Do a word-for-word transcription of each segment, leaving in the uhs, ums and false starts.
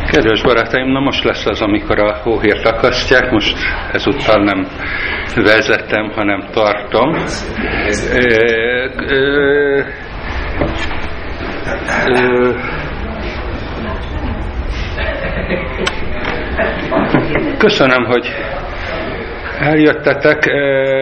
Kedves barátaim, na most lesz az, amikor a hóhért akasztják, most ezúttal nem vezetem, hanem tartom. Ö, ö, ö, köszönöm, hogy eljöttetek.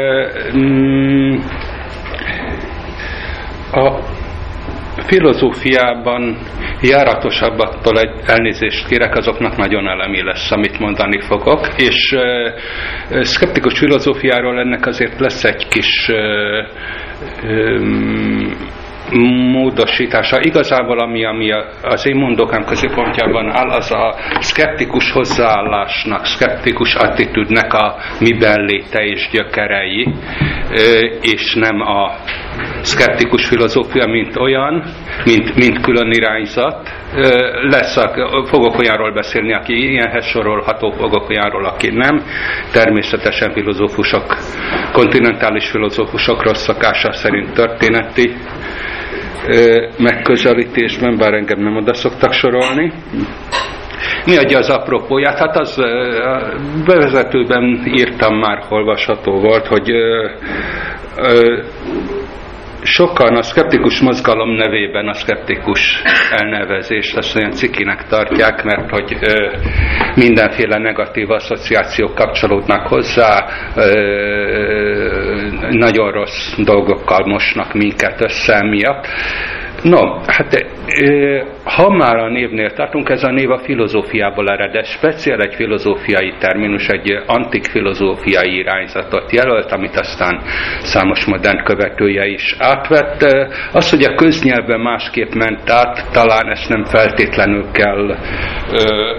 A filozófiában járatosabbaktól egy elnézést kérek, azoknak nagyon elemi lesz, amit mondani fogok, és uh, szkeptikus filozófiáról ennek azért lesz egy kis uh, um, módosítása. Igazából ami, ami az én mondókám középpontjában áll, az a szkeptikus hozzáállásnak, szkeptikus attitűdnek a miben léte és gyökerei, és nem a szkeptikus filozófia, mint olyan, mint, mint külön irányzat. Lesz, fogok olyanról beszélni, aki ilyenhez sorolható, fogok olyanról, aki nem. Természetesen filozófusok, kontinentális filozófusok rossz szokása szerint történeti megközelítésben, bár engem nem oda szoktak sorolni. Mi adja az apropóját? Hát az bevezetőben írtam már, olvasható volt, hogy ö, ö, sokan a szkeptikus mozgalom nevében a szkeptikus elnevezést ezt olyan cikinek tartják, mert hogy ö, mindenféle negatív asszociációk kapcsolódnak hozzá, ö, nagyon rossz dolgokkal mosnak minket össze miatt. No, hát ha már a névnél tartunk, ez a név a filozófiából ered, ez speciál egy filozófiai terminus, egy antik filozófiai irányzatot jelölt, amit aztán számos modern követője is átvett. Az, hogy a köznyelvben másképp ment át, talán ezt nem feltétlenül kell ö,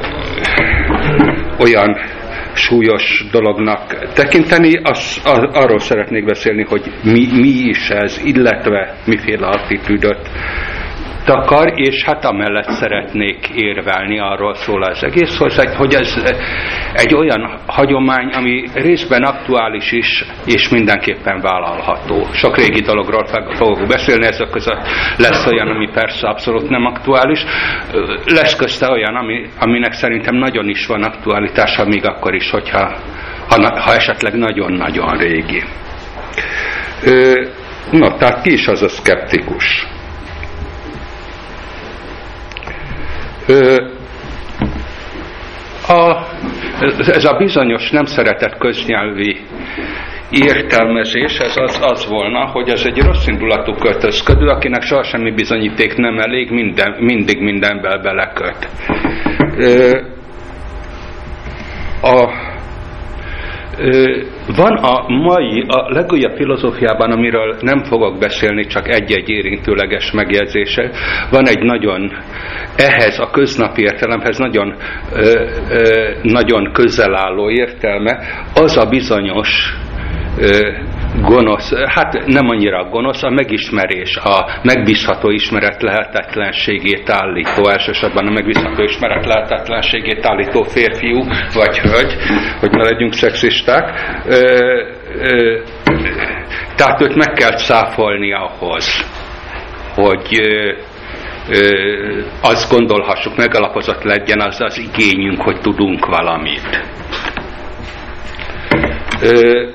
olyan súlyos dolognak tekinteni. Az, az, arról szeretnék beszélni, hogy mi, mi is ez, illetve miféle attitűdöt takar, és hát amellett szeretnék érvelni, arról szól az egész, hogy ez egy olyan hagyomány, ami részben aktuális is, és mindenképpen vállalható. Sok régi dologról fogok beszélni, ezek között lesz olyan, ami persze abszolút nem aktuális, lesz közte olyan, ami, aminek szerintem nagyon is van aktualitása, még akkor is, hogyha ha, ha esetleg nagyon-nagyon régi. Na, tehát ki is az a szkeptikus? A, ez a bizonyos nem szeretett köznyelvi értelmezés, ez az, az volna, hogy ez egy rosszindulatú költözködő, akinek soha semmi bizonyíték nem elég, minden, mindig mindenben beleköt. A Van a mai, a legújabb filozófiában, amiről nem fogok beszélni, csak egy-egy érintőleges megjegyzése, van egy nagyon, ehhez a köznapi értelemhez nagyon, ö, ö, nagyon közel álló értelme, az a bizonyos ö, gonosz, hát nem annyira gonosz, a megismerés, a megbízható ismeret lehetetlenségét állító, elsősorban a megbízható ismeret lehetetlenségét állító férfiú vagy hölgy, hogy ne legyünk szexisták. Ö, ö, tehát őt meg kell cáfolni ahhoz, hogy ö, ö, azt gondolhassuk, megalapozott legyen az az igényünk, hogy tudunk valamit. Ö,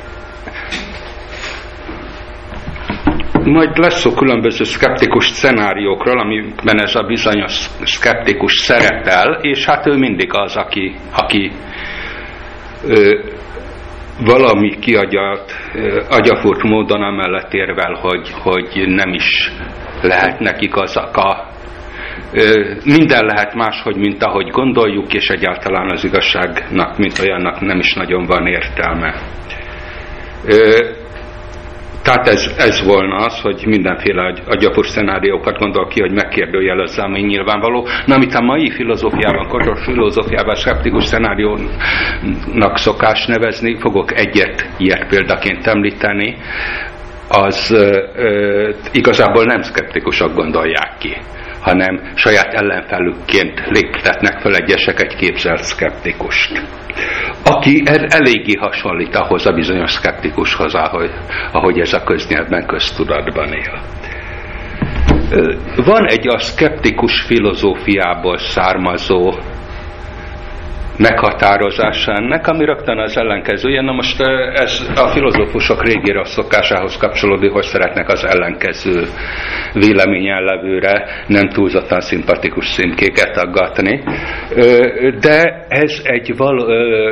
Majd lesz szó különböző szkeptikus szenáriókról, amikben ez a bizonyos szkeptikus szerepel, és hát ő mindig az, aki, aki ö, valami kiagyat, ö, agyafurt módon amellett érvel, hogy, hogy nem is lehetnek igazak a ö, minden lehet máshogy, mint ahogy gondoljuk, és egyáltalán az igazságnak, mint olyannak nem is nagyon van értelme. Ö, Tehát ez, ez volna az, hogy mindenféle agyapos szenáriókat gondol ki, hogy megkérdőjelezze, ami nyilvánvaló. Na, amit a mai filozófiában, koros filozófiában szkeptikus szenáriónak szokás nevezni, fogok egyet ilyet példaként említeni, az ö, igazából nem szkeptikusok gondolják ki, hanem saját ellenfelükként léptetnek fel egyesek egy képzelt szkeptikust, aki eléggé hasonlít ahhoz a bizonyos szkeptikushoz, ahogy, ahogy ez a köznyelvben, köztudatban él. Van egy a szkeptikus filozófiából származó meghatározása ennek, ami rögtön az ellenkezője. Na most ez a filozófusok régi rossz szokásához kapcsolódik, hogy szeretnek az ellenkező véleményen levőre nem túlzottan szimpatikus címkéket aggatni. De ez egy val-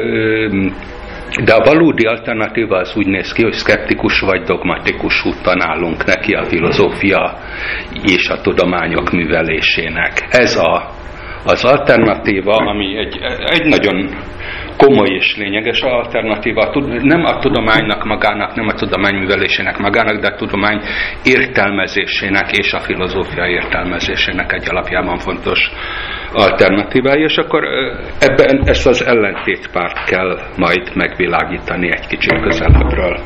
de a valódi alternatíva az úgy néz ki, hogy szkeptikus vagy dogmatikus úton állunk neki a filozófia és a tudományok művelésének. Ez a Az alternatíva, ami egy, egy nagyon komoly és lényeges alternatíva, nem a tudománynak magának, nem a tudomány művelésének magának, de a tudomány értelmezésének és a filozófia értelmezésének egy alapjában fontos alternatívája, és akkor ebben ezt az ellentétpárt kell majd megvilágítani egy kicsit közelebbről.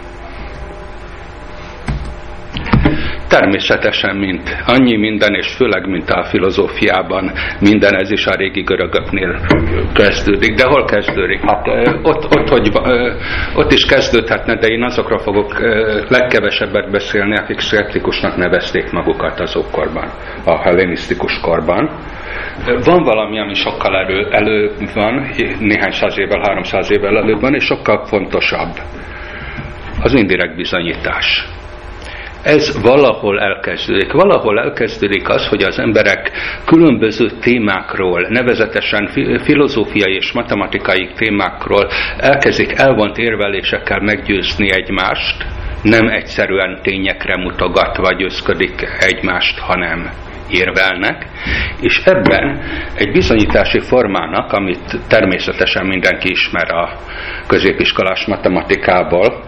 Természetesen, mint annyi minden, és főleg, mint a filozófiában, minden ez is a régi görögöknél kezdődik. De hol kezdődik? Hát ott, ott, hogy, ott is kezdődhetne, de én azokra fogok legkevesebbet beszélni, akik szkeptikusnak nevezték magukat az ókorban, a hellenisztikus korban. Van valami, ami sokkal elő, előbb van, néhány száz évvel, háromszáz évvel előbb van, és sokkal fontosabb. Az indirekt bizonyítás. Ez valahol elkezdődik. Valahol elkezdődik az, hogy az emberek különböző témákról, nevezetesen filozófiai és matematikai témákról elkezdik elvont érvelésekkel meggyőzni egymást, nem egyszerűen tényekre mutogatva győzködik egymást, hanem érvelnek, és ebben egy bizonyítási formának, amit természetesen mindenki ismer a középiskolás matematikából,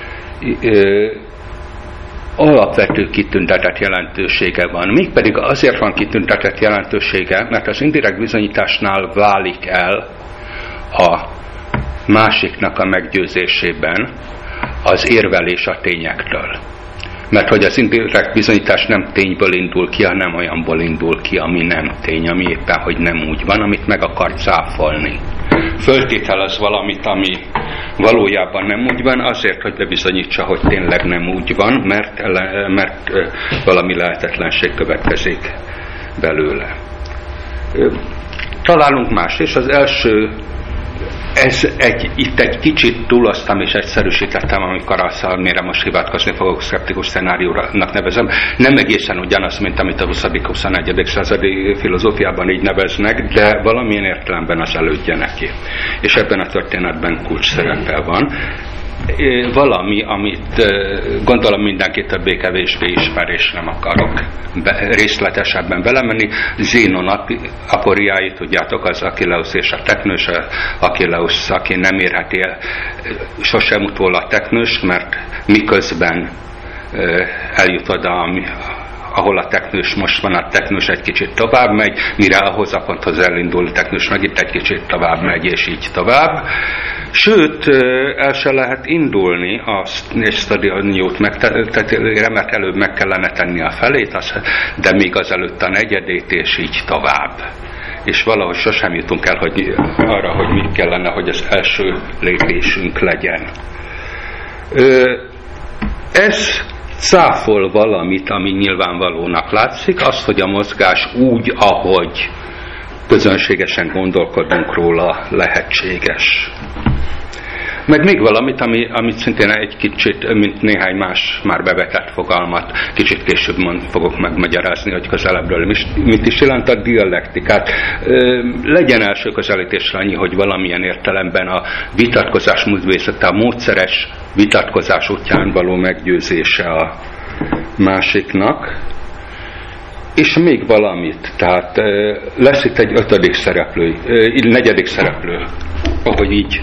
alapvető kitüntetett jelentősége van. Mégpedig azért van kitüntetett jelentősége, mert az indirekt bizonyításnál válik el a másiknak a meggyőzésében az érvelés a tényektől. Mert hogy az indirekt bizonyítás nem tényből indul ki, hanem olyanból indul ki, ami nem tény, ami éppen, hogy nem úgy van, amit meg akar cáfolni. Föltételez valamit, ami valójában nem úgy van, azért, hogy bebizonyítsa, hogy tényleg nem úgy van, mert, mert valami lehetetlenség következik belőle. Találunk más, és az első, ez egy, itt egy kicsit túloztam és egyszerűsítettem, amikor azt, amire most hivatkozni fogok, szkeptikus szenáriónak nevezem. Nem egészen ugyanaz, mint amit a huszadik-huszonegyedik századi filozófiában így neveznek, de valamilyen értelemben az elődje neki. És ebben a történetben kulcs szerepe van. Valami, amit gondolom mindenki többé-kevésbé ismer, és nem akarok be, részletesebben belemenni. Zénon aporiái, tudjátok, az Achilleus és a teknős. Achilleus, aki nem érheti el sosem utól a teknőst, mert miközben eljut oda, ahol a teknős most van, a teknős egy kicsit tovább megy, mire ahhoz a ponthoz elindul a teknős, meg itt egy kicsit tovább megy, és így tovább. Sőt, el se lehet indulni a stadioniót megtetére, mert előbb meg kellene tenni a felét, de még azelőtt a negyedét, és így tovább. És valahogy sosem jutunk el hogy arra, hogy mit kellene, hogy az első lépésünk legyen. Ez cáfol valamit, ami nyilvánvalónak látszik, az, hogy a mozgás úgy, ahogy közönségesen gondolkodunk róla, lehetséges. Meg még valamit, ami, amit szintén egy kicsit, mint néhány más már bevetett fogalmat, kicsit később mond, fogok megmagyarázni, hogy közelebbről mit is jelent a dialektikát. Legyen első közelítésre annyi, hogy valamilyen értelemben a vitatkozás művészete, a módszeres vitatkozás útján való meggyőzése a másiknak. És még valamit, tehát lesz itt egy ötödik szereplő, negyedik szereplő, ahogy így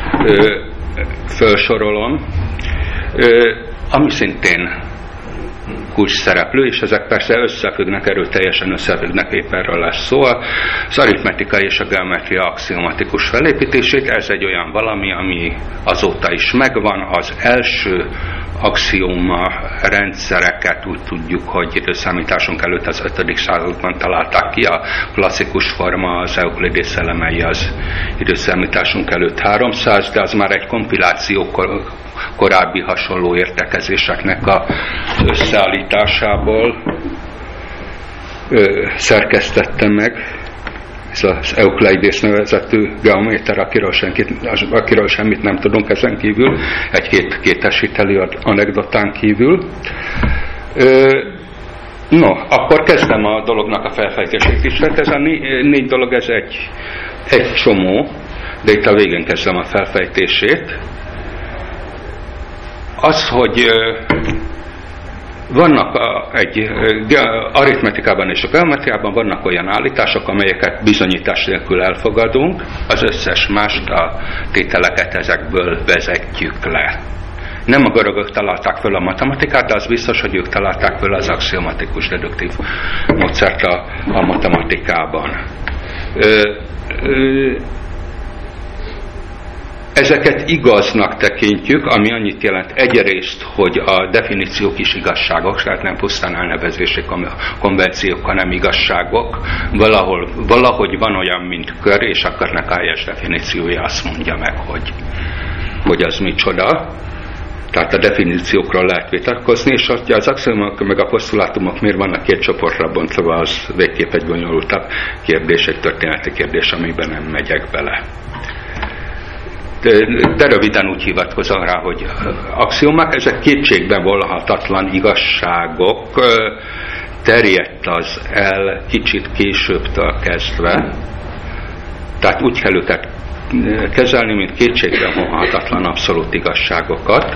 felsorolom, ami szintén kulcs szereplő, és ezek persze összefüggnek, erőteljesen összefüggnek, épp erről lesz szó. Az aritmetika és a geometria axiomatikus felépítését, ez egy olyan valami, ami azóta is megvan. Az első axióma rendszereket úgy tudjuk, hogy időszámításunk előtt az ötödik században találták ki, a klasszikus forma, az Euklidész elemei az időszámításunk előtt háromszáz, de az már egy kompiláció korábbi hasonló értekezéseknek az összeállításából ö, szerkesztette meg, ez az Euklidész nevezetű geométer, akiről, senkit, akiről semmit nem tudunk ezen kívül, egy-két kétesíteli anekdotán kívül. Ö, no, akkor kezdem a dolognak a felfejtését is. Hát ez a négy dolog, ez egy, egy csomó, de itt a végén kezdem a felfejtését. Az, hogy vannak a, egy aritmetikában és a geometriában vannak olyan állítások, amelyeket bizonyítás nélkül elfogadunk, az összes mást, a tételeket ezekből vezetjük le. Nem a görögök találták föl a matematikát, de az biztos, hogy ők találták föl az axiomatikus deduktív módszert a, a matematikában. Ö, ö, Ezeket igaznak tekintjük, ami annyit jelent egyrészt, hogy a definíciók is igazságok, tehát nem pusztán elnevezések, konvenciók, hanem igazságok. Valahol, valahogy van olyan, mint kör, és a körnek a helyes definíciója azt mondja meg, hogy, hogy az micsoda. Tehát a definíciókról lehet vitatkozni, és az axiomok meg a posztulátumok miért vannak két csoportra bontva, az végképp egy bonyolultabb kérdés, egy történeti kérdés, amiben nem megyek bele. De röviden úgy hivatkozom rá, hogy axiomák, ezek kétségbe vonhatatlan igazságok, terjedt az el kicsit későbbtől kezdve, tehát úgy kell őket kezelni, mint kétségbe vonhatatlan abszolút igazságokat,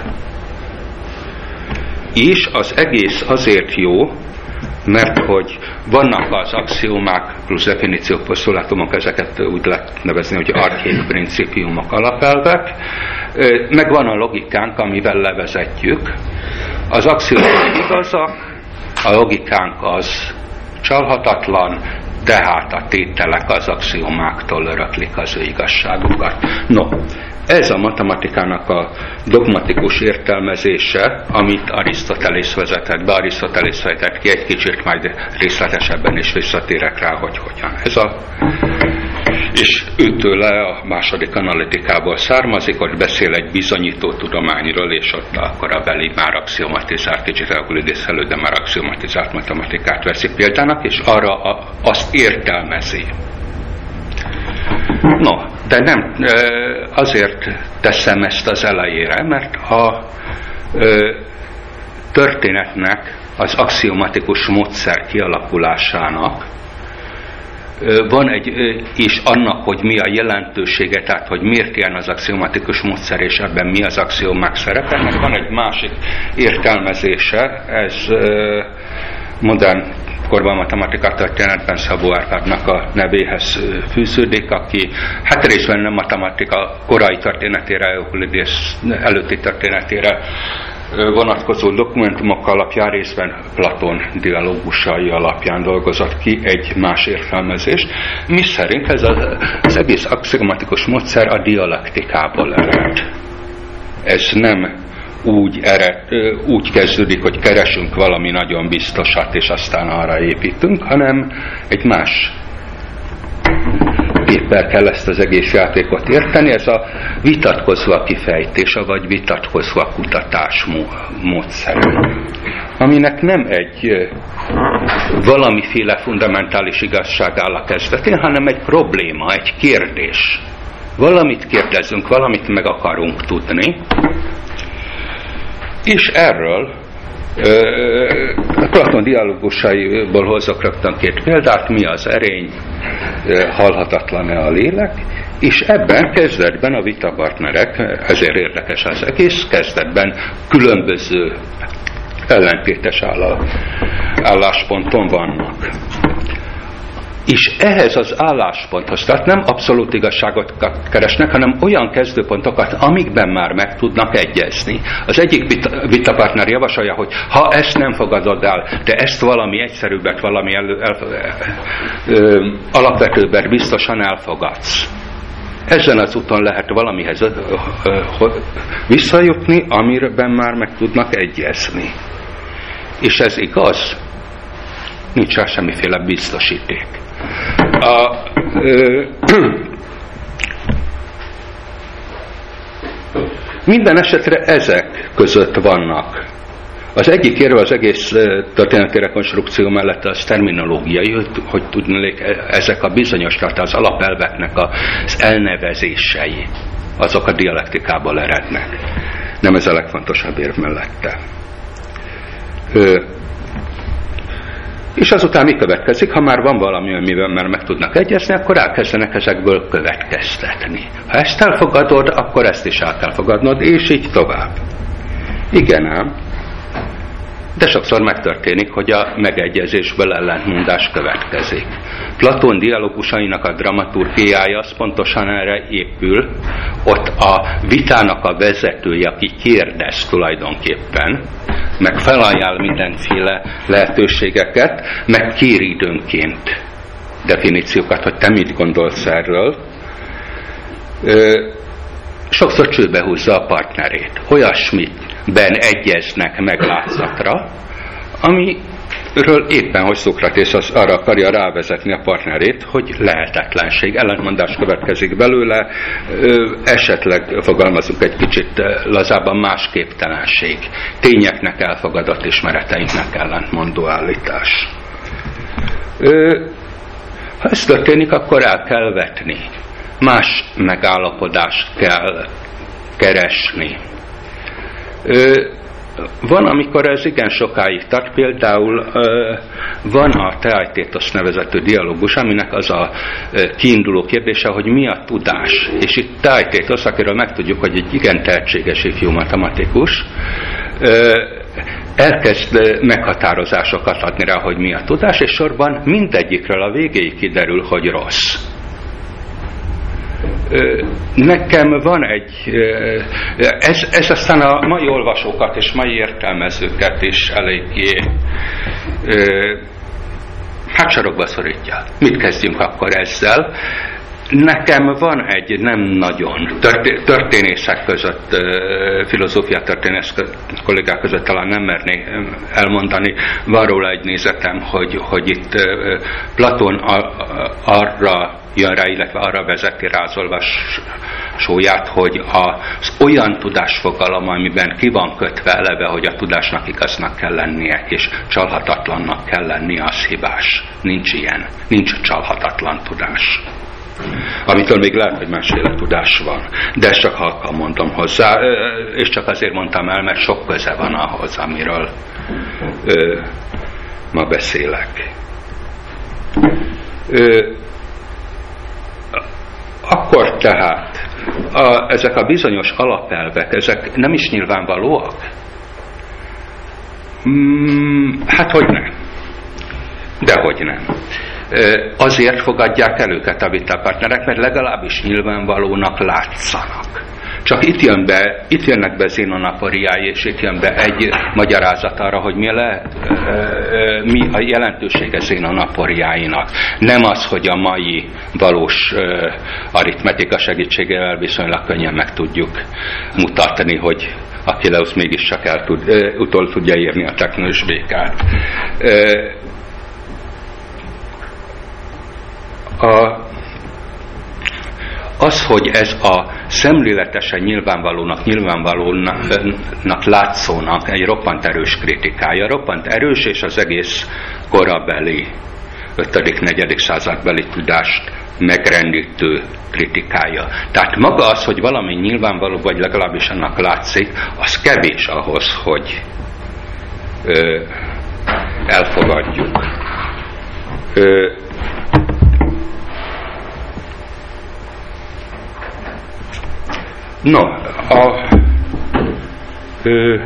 és az egész azért jó, mert hogy vannak az axiomák plusz definíciók, posztulátumok, ezeket úgy lehet nevezni, hogy archaik principiumok, alapelvek, meg van a logikánk, amivel levezetjük. Az axiomák igazak, a logikánk az csalhatatlan, tehát a tételek az axiomáktól öröklik az ő igazságukat. No, ez a matematikának a dogmatikus értelmezése, amit Arisztotelész vezetett be. Arisztotelész vezetett ki, egy kicsit majd részletesebben is visszatérek rá, hogy hogyan. Ez a, és őtőle a második analitikából származik, hogy beszél egy bizonyító tudományról, és ott akkor a beli már axiomatizált, kicsit Euklidész elő, de már axiomatizált matematikát veszi példának, és arra a, azt értelmezi. No, de nem, azért teszem ezt az elejére, mert a történetnek, az axiomatikus módszer kialakulásának van egy, és annak, hogy mi a jelentősége, tehát hogy miért ilyen az axiomatikus módszer, és ebben mi az axiomák szerepelnek, van egy másik értelmezése, ez modern korban matematika történetben Szabó Árpádnak a nevéhez fűződik, aki hát részben nem matematika korai történetére, Euklidész előtti történetére vonatkozó dokumentumok alapján, részben Platón dialógusai alapján dolgozott ki egy más értelmezést, mi szerint ez az, az egész axiomatikus módszer a dialektikából ered. Ez nem úgy, ered, úgy kezdődik, hogy keresünk valami nagyon biztosat, és aztán arra építünk, hanem egy más képpel kell ezt az egész játékot érteni. Ez a vitatkozva kifejtés, vagy vitatkozva kutatás módszer, aminek nem egy valamiféle fundamentális igazság áll a kezdetén, hanem egy probléma, egy kérdés. Valamit kérdezünk, valamit meg akarunk tudni, és erről a Platón dialógusaiból hozok rögtön két példát, mi az erény, halhatatlan-e a lélek, és ebben kezdetben a vitapartnerek, ezért érdekes az egész, kezdetben különböző ellentétes állásponton vannak. És ehhez az állásponthoz, tehát nem abszolút igazságot keresnek, hanem olyan kezdőpontokat, amikben már meg tudnak egyezni. Az egyik vitapartner javasolja, hogy ha ezt nem fogadod el, de ezt valami egyszerűbbet, valami elő, el, ö, alapvetőbbet biztosan elfogadsz. Ezen az úton lehet valamihez ö, ö, ö, visszajutni, amiben már meg tudnak egyezni. És ez igaz? Nincs rá semmiféle biztosíték. A, ö, minden esetre ezek között vannak Az egyik érve az egész történeti rekonstrukció mellett az terminológiai, hogy, hogy tudnék, ezek a bizonyos, tehát az alapelveknek az elnevezései, azok a dialektikából erednek. Nem ez a legfontosabb érv mellette. Ö, és azután mi következik? Ha már van valami, amivel már meg tudnak egyezni, akkor elkezdenek ezekből következtetni. Ha ezt elfogadod, akkor ezt is el kell fogadnod, és így tovább. Igen ám, de sokszor megtörténik, hogy a megegyezésből ellentmondás következik. Platón dialógusainak a dramaturgiája az pontosan erre épül, ott a vitának a vezetője, aki kérdez tulajdonképpen, meg felajánl mindenféle lehetőségeket, meg kér időnként definíciókat, hogy te mit gondolsz erről. Ö, sokszor csőbe húzza a partnerét. Olyasmitben egyeznek meglátszatra, amiről éppen, hogy Szokratész az arra akarja rávezetni a partnerét, hogy lehetetlenség, ellentmondás következik belőle, ö, esetleg fogalmazunk egy kicsit lazábban, másképtelenség, tényeknek elfogadott ismereteinknek ellentmondó állítás. Ö, ha ez történik, akkor el kell vetni. Más megállapodást kell keresni. Ö, van, amikor ez igen sokáig tart, például ö, van a Theaetetos nevezetű dialógus, aminek az a ö, kiinduló kérdése, hogy mi a tudás. És itt Theaetetos, akiről megtudjuk, hogy egy igen tehetséges ifjú matematikus, ö, elkezd meghatározásokat adni rá, hogy mi a tudás, és sorban mindegyikről a végéig kiderül, hogy rossz. Nekem van egy, ez, ez aztán a mai olvasókat és mai értelmezőket is eléggé hát sarokba szorítja. Mit kezdjünk akkor ezzel? Nekem van egy nem nagyon történészek között, filozófia történész kollégák között talán nem mernék elmondani, van róla egy nézetem, hogy, hogy itt Platón arra jön rá, illetve arra vezeti rá az olvasóját, hogy az olyan tudásfogalom, amiben ki van kötve eleve, hogy a tudásnak igaznak kell lennie, és csalhatatlannak kell lennie, az hibás. Nincs ilyen. Nincs csalhatatlan tudás. Amitől még lehet, hogy másféle tudás van. De ezt csak halkan mondom hozzá, és csak azért mondtam el, mert sok köze van ahhoz, amiről ö, ma beszélek. Ö, akkor tehát a, ezek a bizonyos alapelvek, ezek nem is nyilvánvalóak? Hmm, hát hogy nem. Dehogy nem. Azért fogadják el őket a vitapartnerek, mert legalábbis nyilvánvalónak látszanak. Csak itt, jön be, itt jönnek be Zénon aporiái, és itt jön be egy magyarázat arra, hogy mi, lehet, mi a jelentősége Zénon aporiáinak. Nem az, hogy a mai valós aritmetika segítségével viszonylag könnyen meg tudjuk mutatni, hogy Achilleus mégiscsak el tud, utol tudja írni a teknős békát. A, az, hogy ez a szemléletesen nyilvánvalónak, nyilvánvalónak látszónak egy roppant erős kritikája, roppant erős, és az egész korabeli, ötödik-negyedik századbeli tudást megrendítő kritikája. Tehát maga az, hogy valami nyilvánvaló, vagy legalábbis annak látszik, az kevés ahhoz, hogy ö, elfogadjuk. Ö, No, a, ö,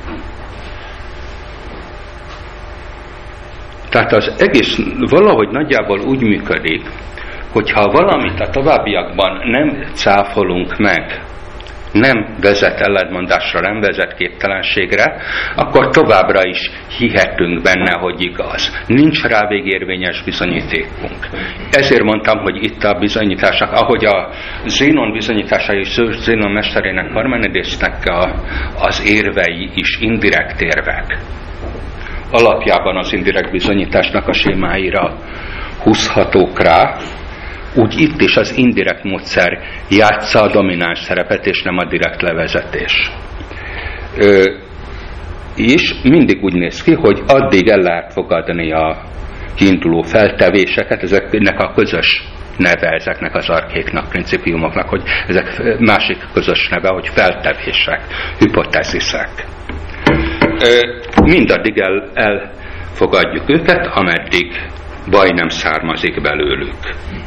tehát az egész valahogy nagyjából úgy működik, hogyha valamit a továbbiakban nem cáfolunk meg, nem vezet ellentmondásra, nem vezet képtelenségre, akkor továbbra is hihetünk benne, hogy igaz. Nincs rá végérvényes bizonyítékunk. Ezért mondtam, hogy itt a bizonyítások, ahogy a Zénon bizonyításai és Zénon mesterének, Parmenidésznek a, az érvei is indirekt érvek. Alapjában az indirekt bizonyításnak a sémáira húzhatók rá, úgy itt is az indirekt módszer játsza a domináns szerepet, és nem a direkt levezetés. Ö, és mindig úgy néz ki, hogy addig el lehet fogadni a kiinduló feltevéseket, ezeknek a közös neve ezeknek az archéknak, principiumoknak, hogy ezek másik közös neve, hogy feltevések, hipotéziszek. Mindaddig el, elfogadjuk őket, ameddig baj nem származik belőlük.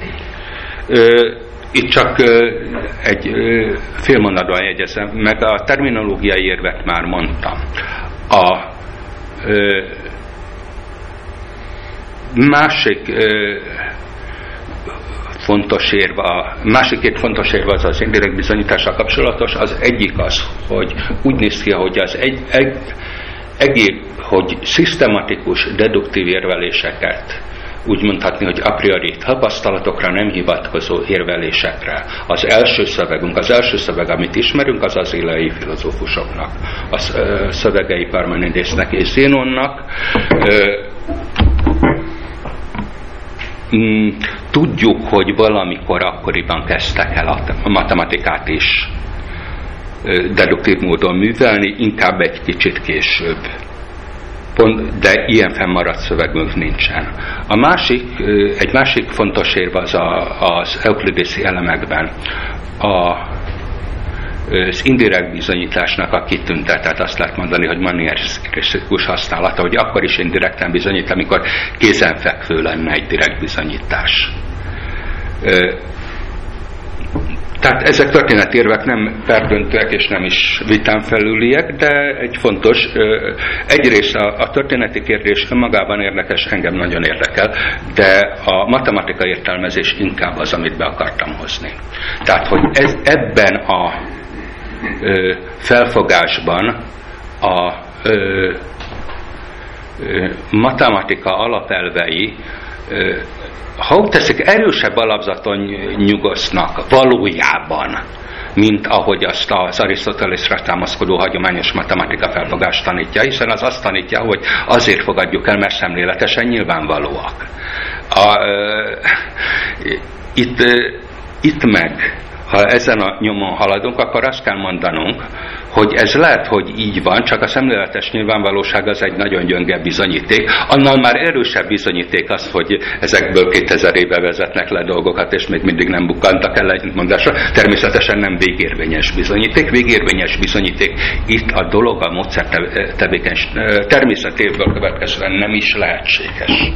Itt csak egy fél mondatban jegyezem, meg a terminológiai érvet már mondtam. A másik fontos érve, a másik két fontos érve az az indirekt bizonyítással kapcsolatos. Az egyik az, hogy úgy néz ki, hogy az egy, egy, egész, hogy szisztematikus, deduktív érveléseket, úgy mondhatni, hogy a priori tapasztalatokra nem hivatkozó érvelésekre. Az első szövegünk, az első szöveg, amit ismerünk, az az ilai filozófusoknak, a szövegei Parmenidesnek és Zénonnak. Tudjuk, hogy valamikor akkoriban kezdtek el a matematikát is deduktív módon művelni, inkább egy kicsit később. Pont, de ilyen fennmaradt szövegünk nincsen. A másik, egy másik fontos érv az a, az euklidészi elemekben a, az indirekt bizonyításnak a kitüntetett, azt lehet mondani, hogy manierisztikus használata, hogy akkor is indirekten bizonyít, amikor kézenfekvő lenne egy direkt bizonyítás. Tehát ezek történetérvek nem perdöntőek és nem is vitán felüliek, de egy fontos, egyrészt a, a történeti kérdés önmagában érdekes, engem nagyon érdekel, de a matematika értelmezés inkább az, amit be akartam hozni. Tehát, hogy ez, ebben a ö, felfogásban a ö, ö, matematika alapelvei ö, ha úgy teszik, erősebb alapzaton nyugosznak valójában, mint ahogy azt az Arisztotelészre támaszkodó hagyományos matematika felfogást tanítja, hiszen az azt tanítja, hogy azért fogadjuk el, mert szemléletesen nyilvánvalóak. A, e, itt, e, itt meg, ha ezen a nyomon haladunk, akkor azt kell mondanunk, hogy ez lehet, hogy így van, csak a szemléletes nyilvánvalóság az egy nagyon gyönge bizonyíték. Annál már erősebb bizonyíték az, hogy ezekből kétezer éve vezetnek le dolgokat, és még mindig nem bukkantak el együttmondásra. Természetesen nem végérvényes bizonyíték. Végérvényes bizonyíték itt a dolog a módszer tevékeny természetéből következően nem is lehetséges.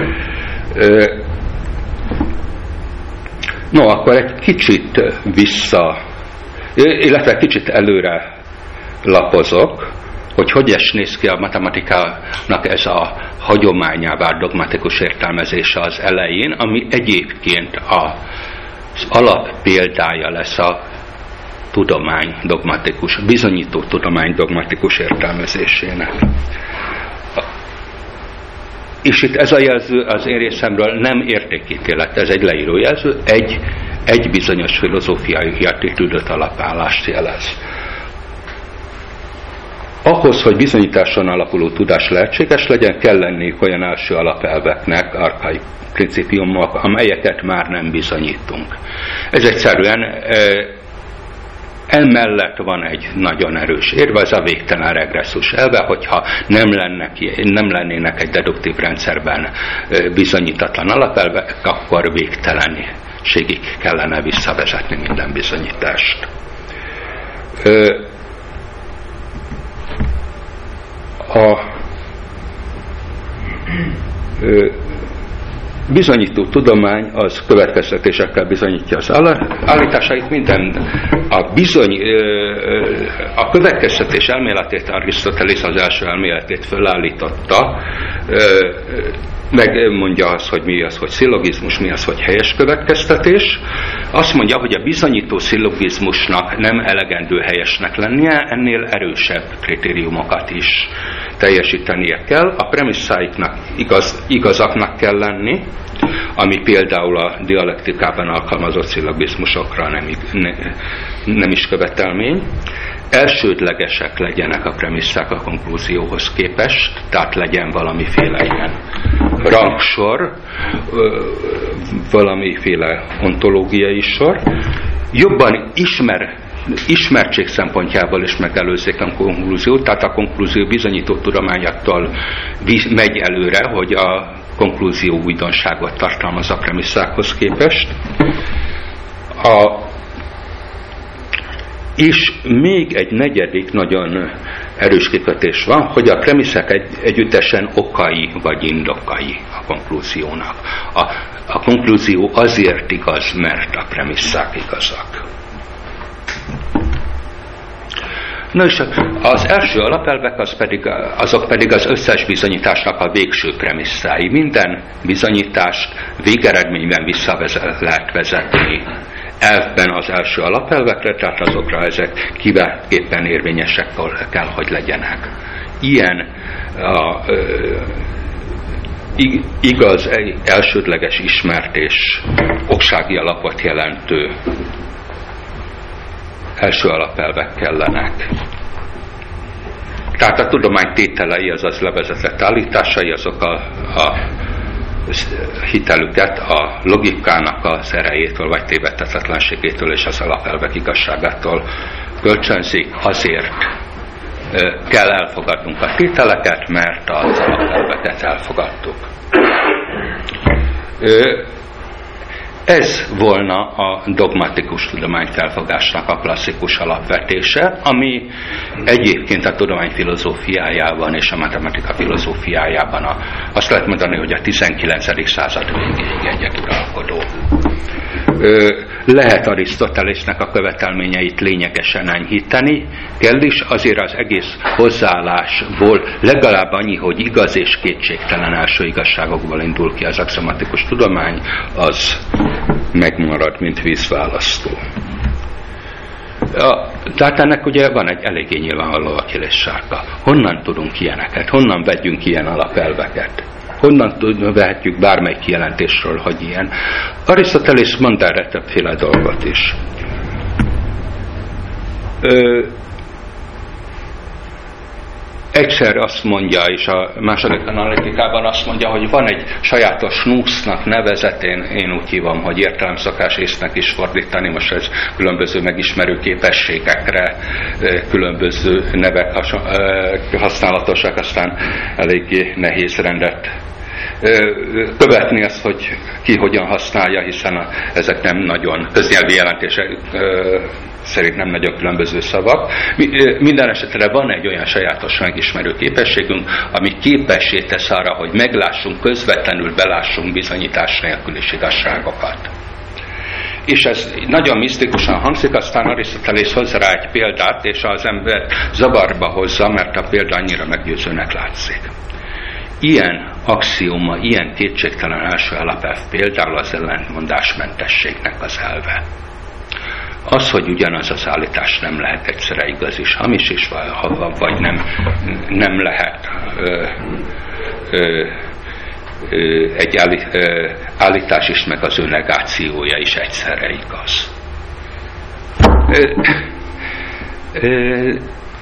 No, akkor egy kicsit vissza, illetve kicsit előre lapozok, hogy hogy is néz ki a matematikának ez a hagyományává dogmatikus értelmezése az elején, ami egyébként az alappéldája lesz a tudomány dogmatikus, bizonyító tudomány dogmatikus értelmezésének. És itt ez a jelző az én részemről nem értékítélet, ez egy leírójelző, egy, egy bizonyos filozófiai attitűdöt, alapállást jelez. Ahhoz, hogy bizonyításon alapuló tudás lehetséges legyen, kell lenniük olyan első alapelveknek, archai principiumok, amelyeket már nem bizonyítunk. Ez egyszerűen e, emellett van egy nagyon erős érve, az a végtelen regresszus elve, hogyha nem, lennek, nem lennének egy deduktív rendszerben bizonyítatlan alapelvek, akkor végtelenségig kellene visszavezetni minden bizonyítást. A bizonyító tudomány az következtetésekkel bizonyítja az állításait. Minden a, bizony, a következtetés elméletét Arisztotelész az első elméletét fölállította, megmondja azt, hogy mi az, hogy szillogizmus, mi az, hogy helyes következtetés. Azt mondja, hogy a bizonyító szillogizmusnak nem elegendő helyesnek lennie, ennél erősebb kritériumokat is teljesítenie kell. A premisszáiknak igaz, igazaknak kell lenni, ami például a dialektikában alkalmazott szillogizmusokra nem, ne, nem is követelmény. Elsődlegesek legyenek a premisszák a konklúzióhoz képest, tehát legyen valamiféle ilyen rangsor, valamiféle ontológiai sor. Jobban ismer, ismertség szempontjából is megelőzzék a konklúziót, tehát a konklúzió bizonyító tudományattól megy előre, hogy a konklúzió újdonságot tartalmaz a premisszákhoz képest. A, és még egy negyedik nagyon erős kikötés van, hogy a premisszák egy, együttesen okai vagy indokai a konklúziónak. A, a konklúzió azért igaz, mert a premisszák igazak. Na és az első alapelvek az pedig, azok pedig az összes bizonyításnak a végső premisszái. Minden bizonyítást végeredményben vissza lehet vezetni elvben az első alapelvekre, tehát azokra ezek kiváltképpen érvényesek kell, hogy legyenek. Ilyen a, igaz, elsődleges, ismert és oksági alapot jelentő első alapelvek kellenek. Tehát a tudomány tételei, azaz levezetett állításai, azok a, a hitelüket a logikának az erejétől, vagy tévedhetetlenségétől és az alapelvek igazságától kölcsönzik. Azért kell elfogadnunk a tételeket, mert az alapelveket elfogadtuk. Ez volna a dogmatikus tudományfelfogásnak a klasszikus alapvetése, ami egyébként a tudomány filozófiájában és a matematika filozófiájában a, azt lehet mondani, hogy a tizenkilencedik század végéig egyeduralkodó. Lehet Arisztotelésnek a követelményeit lényegesen enyhíteni, kell is, azért az egész hozzáállásból legalább annyi, hogy igaz és kétségtelen első igazságokból indul ki az axiomatikus tudomány, az megmarad, mint vízválasztó. Ja, tehát ennek ugye van egy eléggé nyilvánvaló akillessárka. Honnan tudunk ilyeneket? Honnan vegyünk ilyen alapelveket? Honnan vehetjük bármely kijelentésről, hogy ilyen? Arisztotelész mond erre többféle dolgot is. Ö, egyszer azt mondja, és a második analitikában azt mondja, hogy van egy sajátos snusznak nevezetén, én úgy hívom, hogy értelemszokás észnek is fordítani, most ez különböző megismerő képességekre, különböző nevek használatosak, aztán eléggé nehéz rendet követni azt, hogy ki hogyan használja, hiszen a, ezek nem nagyon köznyelvi jelentések szerint nem nagyon különböző szavak. Minden esetre van egy olyan sajátos megismerő képességünk, ami képessé tesz arra, hogy meglássunk, közvetlenül belássunk bizonyítás nélkül is igazságokat. És ez nagyon misztikusan hangzik, aztán Arisztotelész hozza rá egy példát, és az ember zavarba hozza, mert a példa annyira meggyőzőnek látszik. Ilyen axióma, ilyen kétségtelen első alapelv például az ellentmondásmentességnek az elve. Az, hogy ugyanaz az állítás nem lehet egyszerre igaz és hamis is, vagy nem, nem lehet ö, ö, ö, egy állítás is, meg az ő negációja is egyszerre igaz. Ö, ö,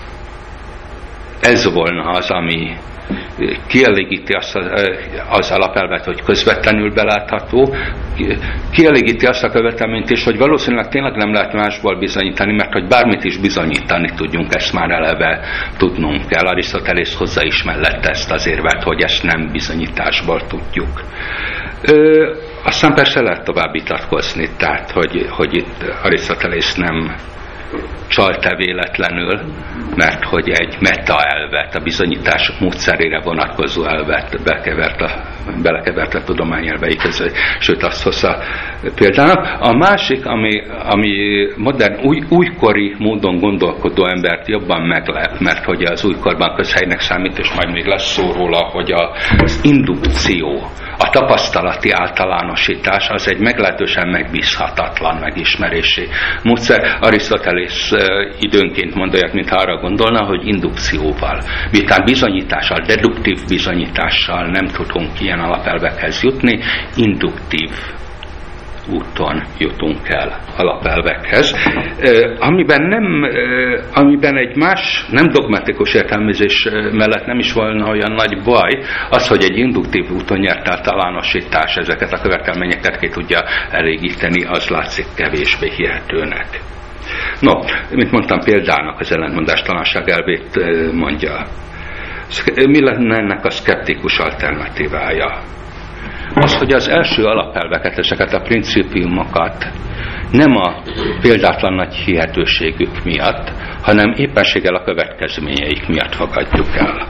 ez volna az, ami kielégíti azt az alapelvet, hogy közvetlenül belátható, kielégíti azt a követelményt is, hogy valószínűleg tényleg nem lehet másból bizonyítani, mert hogy bármit is bizonyítani tudjunk, ezt már eleve tudnunk kell. Arisztotelész hozzá is mellette ezt az érvet, hogy ezt nem bizonyításból tudjuk. Ö, aztán persze lehet tovább vitatkozni, tehát, hogy, hogy itt Arisztotelész nem csalt-e véletlenül, mert hogy egy meta elvet, a bizonyítás módszerére vonatkozó elvet bekevert a, belekevert a tudományelvei között, sőt azt hozza példának. A másik, ami, ami modern, új, újkori módon gondolkodó embert jobban meglep, mert hogy az újkorban közhelynek számít, és majd még lesz szó róla, hogy az indukció, a tapasztalati általánosítás az egy meglehetősen megbízhatatlan megismerési módszer. Arisztotelész időnként mondják, mintha arra gondolna, hogy indukcióval, miután bizonyítással, deduktív bizonyítással nem tudunk ilyen alapelvekhez jutni, induktív úton jutunk el alapelvekhez, amiben, nem, amiben egy más, nem dogmatikus értelmezés mellett nem is volna olyan nagy baj, az, hogy egy induktív úton nyert általánosítás ezeket a követelményeket ki tudja elégíteni, az látszik kevésbé hihetőnek. No, mint mondtam, példának az ellentmondástalanság elvét mondja. Mi lenne ennek a szkeptikus alternatívája? Az, hogy az első alapelveket, ezeket a principiumokat nem a példátlan nagy hihetőségük miatt, hanem éppenséggel a következményeik miatt fogadjuk el.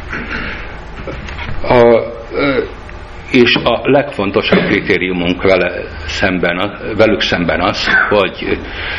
A, és a legfontosabb kritériumunk vele szemben, velük szemben az, hogy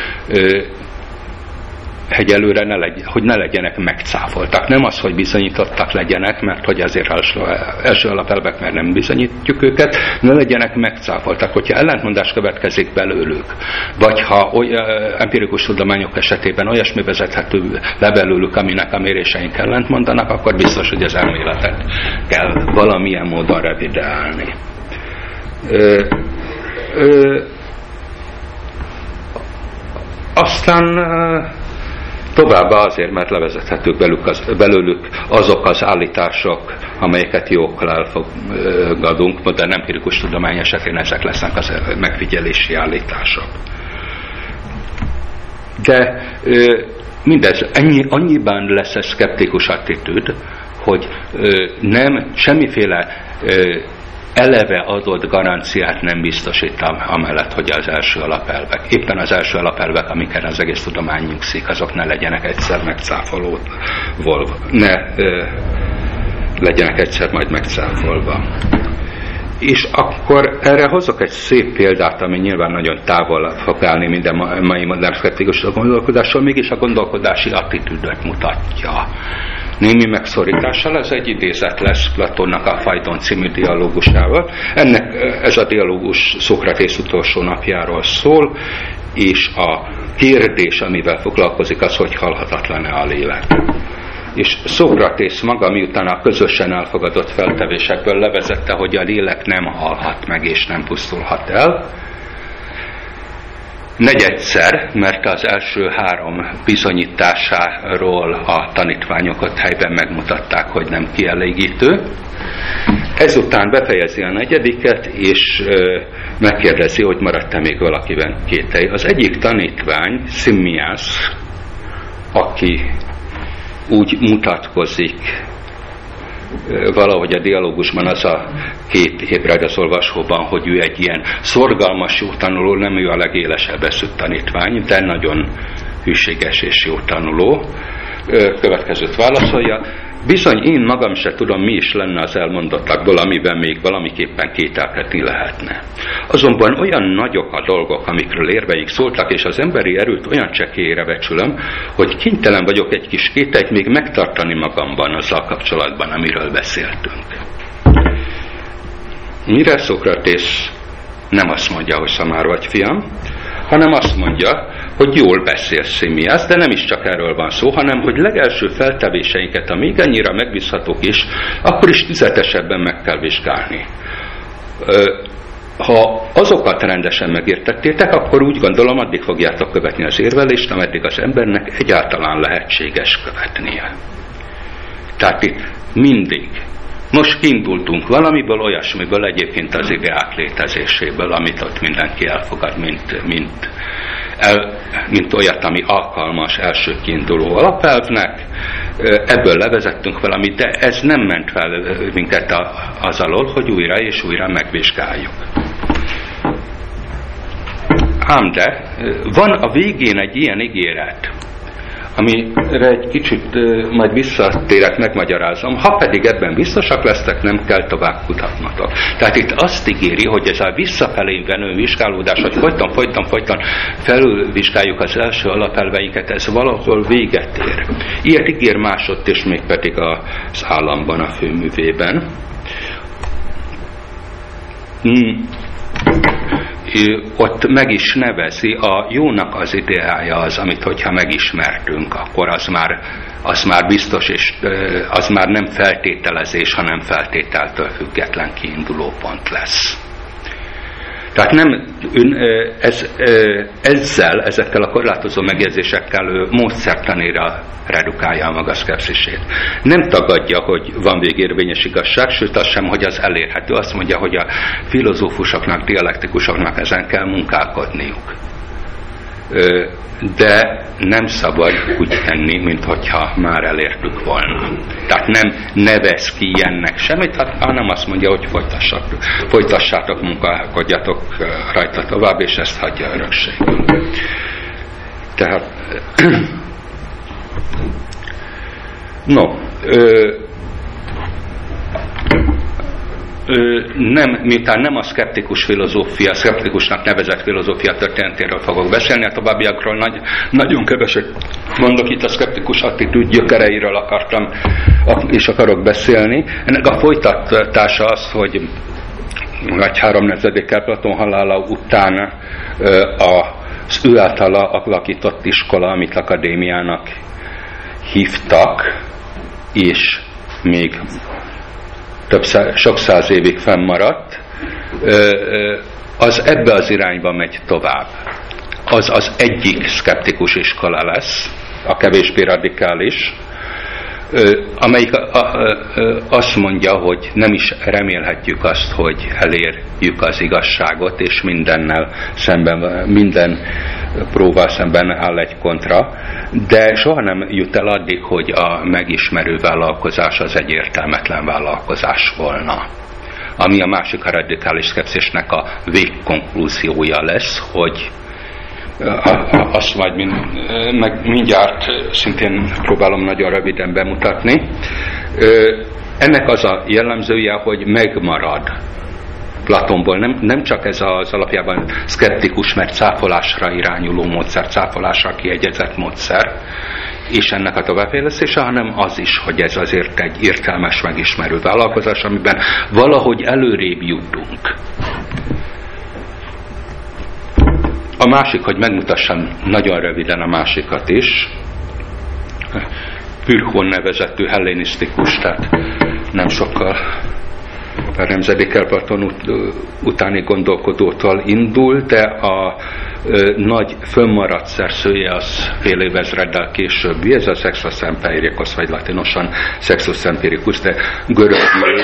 egyelőre ne legy, hogy ne legyenek megcáfoltak. Nem az, hogy bizonyítottak legyenek, mert hogy azért első, első alapelvek, mert nem bizonyítjuk őket, ne legyenek megcáfoltak. Hogyha ellentmondás következik belőlük, vagy ha olyan empirikus tudományok esetében olyasmi vezethető le belőlük, aminek a méréseink ellentmondanak, akkor biztos, hogy az elméletet kell valamilyen módon revideálni. Ö, ö, aztán továbbá azért, mert levezethetők belük az, belőlük azok az állítások, amelyeket jókkal elfogadunk, modern empirikus tudomány esetén ezek lesznek az megfigyelési állítások. De mindez ennyi, annyiban lesz ez szkeptikus attitűd, hogy nem semmiféle eleve adott garanciát nem biztosítam amellett, hogy az első alapelvek, éppen az első alapelvek, amiken az egész tudomány nyugszik, azok ne legyenek egyszer megcáfolva, ne ö, legyenek egyszer majd megcáfolva. És akkor erre hozok egy szép példát, ami nyilván nagyon távol fog állni minden mai modern szkeptikus gondolkodással, mégis a gondolkodási attitűdöt mutatja. Némi megszorítással, ez egy idézet lesz Platónnak a Phaidon című dialógusával. Ennek ez a dialógus Szókratész utolsó napjáról szól, és a kérdés, amivel foglalkozik, az, hogy halhatatlan-e a lélek. És Szókratész maga, miután a közösen elfogadott feltevésekből levezette, hogy a lélek nem halhat meg és nem pusztulhat el, negyedszer, mert az első három bizonyításáról a tanítványokat helyben megmutatták, hogy nem kielégítő. Ezután befejezi a negyediket, és ö, megkérdezi, hogy maradt-e még valakiben kételj. Az egyik tanítvány, Simmias, aki úgy mutatkozik, valahogy a dialógusban az a kép ébred az olvasóban, hogy ő egy ilyen szorgalmas jó tanuló, nem ő a legélesebb eszű tanítvány, de nagyon hűséges és jó tanuló. Következőt válaszolja: bizony én magam se tudom, mi is lenne az elmondottakból, amiben még valamiképpen kételkedni lehetne. Azonban olyan nagyok a dolgok, amikről érveik szóltak, és az emberi erőt olyan csekélyre becsülöm, hogy kénytelen vagyok egy kis kételyt még megtartani magamban azzal kapcsolatban, amiről beszéltünk. Mire Szókratész nem azt mondja, hogy szamár vagy, fiam, hanem azt mondja, hogy jól beszélsz, Simmias, de nem is csak erről van szó, hanem hogy legelső feltevéseinket, a még annyira megbízhatók is, akkor is tüzetesebben meg kell vizsgálni. Ha azokat rendesen megértettétek, akkor úgy gondolom, addig fogjátok követni az érvelést, ameddig az embernek egyáltalán lehetséges követnie. Tehát itt mindig. Most kiindultunk valamiből, olyasmiből, egyébként az ideák létezéséből, amit ott mindenki elfogad, mint, mint, el, mint olyat, ami alkalmas első kiinduló alapelvnek. Ebből levezettünk valamit, de ez nem ment fel minket az alól, hogy újra és újra megvizsgáljuk. Ám de van a végén egy ilyen ígéret, amire egy kicsit majd visszatérek, megmagyarázom, ha pedig ebben biztosak lesztek, nem kell tovább kutatnotok. Tehát itt azt ígéri, hogy ez a visszafelé venő vizsgálódás, hogy folyton, folyton, folyton felülvizsgáljuk az első alapelveinket, ez valahol véget ér. Ilyet ígér másott, és még pedig az Államban, a főművében. Hmm. Ott meg is nevezi, a jónak az ideája az, amit hogyha megismertünk, akkor az már, az már biztos, és az már nem feltételezés, hanem feltételtől független kiinduló pont lesz. Tehát nem, ez, ezzel, ezekkel a korlátozó megjegyzésekkel ő módszertanira redukálja a maga szkepszisét. Nem tagadja, hogy van végérvényes igazság, sőt az sem, hogy az elérhető. Azt mondja, hogy a filozófusoknak, dialektikusoknak ezen kell munkálkodniuk. de nem szabad úgy tenni, mint hogyha már elértük volna. Tehát nem nevez ki ilyennek semmit, hanem azt mondja, hogy folytassátok, folytassátok, munkálkodjatok rajta tovább, és ezt hagyja örökségül. Tehát no, ö, ö, nem, miután nem a szkeptikus filozófia, szkeptikusnak nevezett filozófia történetéről fogok beszélni, a továbbiakról nagy, nagyon keveset mondok, itt a szkeptikus attitűd gyökereiről akartam és akarok beszélni. Ennek a folytatása az, hogy vagy három negyedékkel Platón halála után az ő általa alakított iskola, amit akadémiának hívtak, és még több száz, sok száz évig fennmaradt, az ebbe az irányba megy tovább. Az az egyik szkeptikus iskola lesz, a kevésbé radikális, amelyik azt mondja, hogy nem is remélhetjük azt, hogy elérjük az igazságot, és mindennel szemben, minden próbál szemben áll egy kontra, de soha nem jut el addig, hogy a megismerő vállalkozás az egy értelmetlen vállalkozás volna. Ami a másik a radikális szkepszisnek a végkonklúziója lesz, hogy azt majd mind, meg mindjárt szintén próbálom nagyon röviden bemutatni. Ennek az a jellemzője, hogy megmarad Platonból, nem, nem csak ez az alapjában szkeptikus, mert cáfolásra irányuló módszer, cáfolásra kiegyezett módszer, és ennek a továbbfejlesztése, hanem az is, hogy ez azért egy értelmes, megismerő vállalkozás, amiben valahogy előrébb jutunk. A másik, hogy megmutassam nagyon röviden a másikat is, Pyrrhon nevezetű hellenisztikus, tehát nem sokkal a nemzedékkel Platon ut- utáni gondolkodótól indul, de a ö, nagy fönnmaradt szerzője az fél évezreddel későbbi, ez a Sextus Empiricus, vagy latinosan Sextus Empiricus, de görögül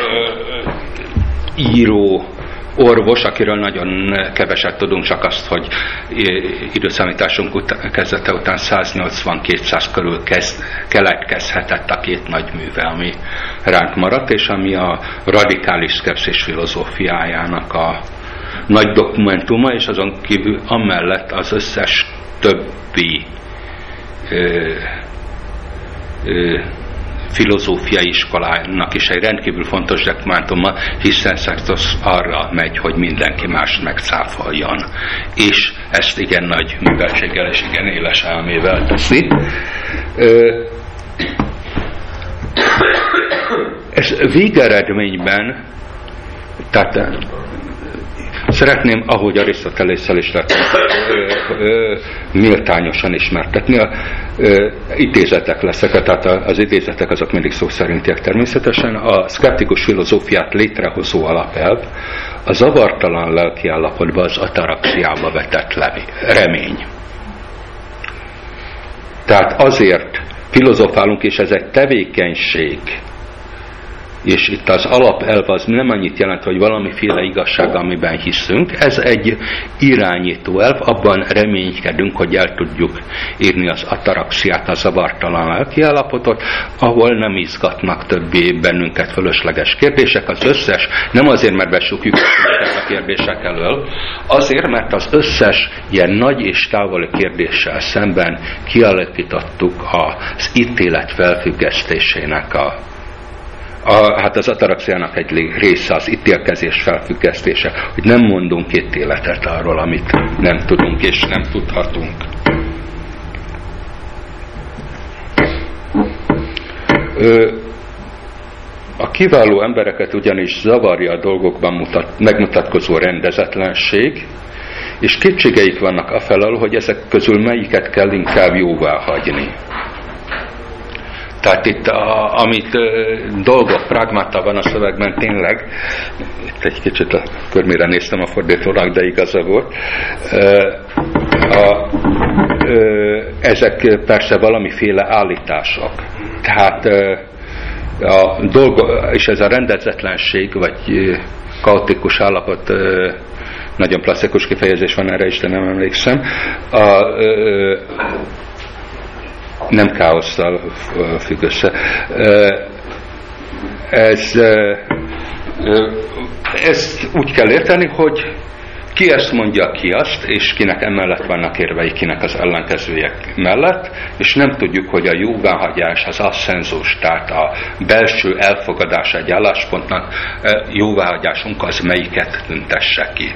író orvos, akiről nagyon keveset tudunk, csak azt, hogy időszámításunk után, kezdete után száznyolcvan-kétszáz körül kezd, keletkezhetett a két nagy műve, ami ránk maradt, és ami a radikális szkepszis filozófiájának a nagy dokumentuma, és azon kívül amellett az összes többi ö, ö, filozófiai iskolának is egy rendkívül fontos dokumentuma, hiszen Sextus arra megy, hogy mindenki mást megcáfoljon. És ezt igen nagy műveltséggel és igen éles elmével teszi. Ez végeredményben, tehát szeretném, ahogy Arisztotelésszel is lett, méltányosan ismertetni. A, ö, idézetek leszek, tehát az idézetek azok mindig szó szerintiek természetesen. A szkeptikus filozófiát létrehozó alapelv a zavartalan lelkiállapotba, az ataraxiába vetett remény. Tehát azért filozofálunk, és ez egy tevékenység, és itt az alapelv az nem annyit jelent, hogy valamiféle igazság, amiben hiszünk, ez egy irányító elv, abban reménykedünk, hogy el tudjuk érni az ataraxiát, a zavartalan lelkiállapotot, ahol nem izgatnak többé bennünket fölösleges kérdések, az összes, nem azért, mert besúgjuk a kérdések elől, azért, mert az összes ilyen nagy és távoli kérdéssel szemben kialakítottuk az ítélet felfüggesztésének a A, hát az ataraxiának egy része az ítélkezés felfüggesztése, hogy nem mondunk ítéletet arról, amit nem tudunk és nem tudhatunk. Ö, a kiváló embereket ugyanis zavarja a dolgokban mutat, megmutatkozó rendezetlenség, és kétségeik vannak afelől, hogy ezek közül melyiket kell inkább jóvá hagyni. Tehát itt, a, amit ö, dolgok, pragmata van a szövegben tényleg, itt egy kicsit a körmére néztem a fordítónak, de igaza volt, ö, a, ö, ezek persze valamiféle állítások. Tehát ö, a dolgok, és ez a rendezetlenség, vagy ö, kaotikus állapot ö, nagyon plastikus kifejezés van erre is, de nem emlékszem. A, ö, nem káosztal függ össze. Ez, ezt úgy kell érteni, hogy ki ezt mondja, ki azt, és kinek emellett vannak érvei, kinek az ellenkezőjek mellett, és nem tudjuk, hogy a jóváhagyás, az asszenzus, tehát a belső elfogadás egy álláspontnak, jóváhagyásunk az melyiket tüntesse ki.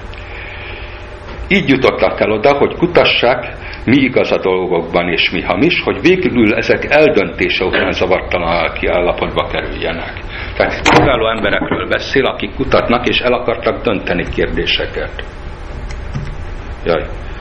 Így jutottak el oda, hogy kutassák, mi igaz a dolgokban és mi hamis, hogy végül ezek eldöntése után zavartalan állapotba kerüljenek. Tehát kiváló emberekről beszél, akik kutatnak és el akartak dönteni kérdéseket. Jaj.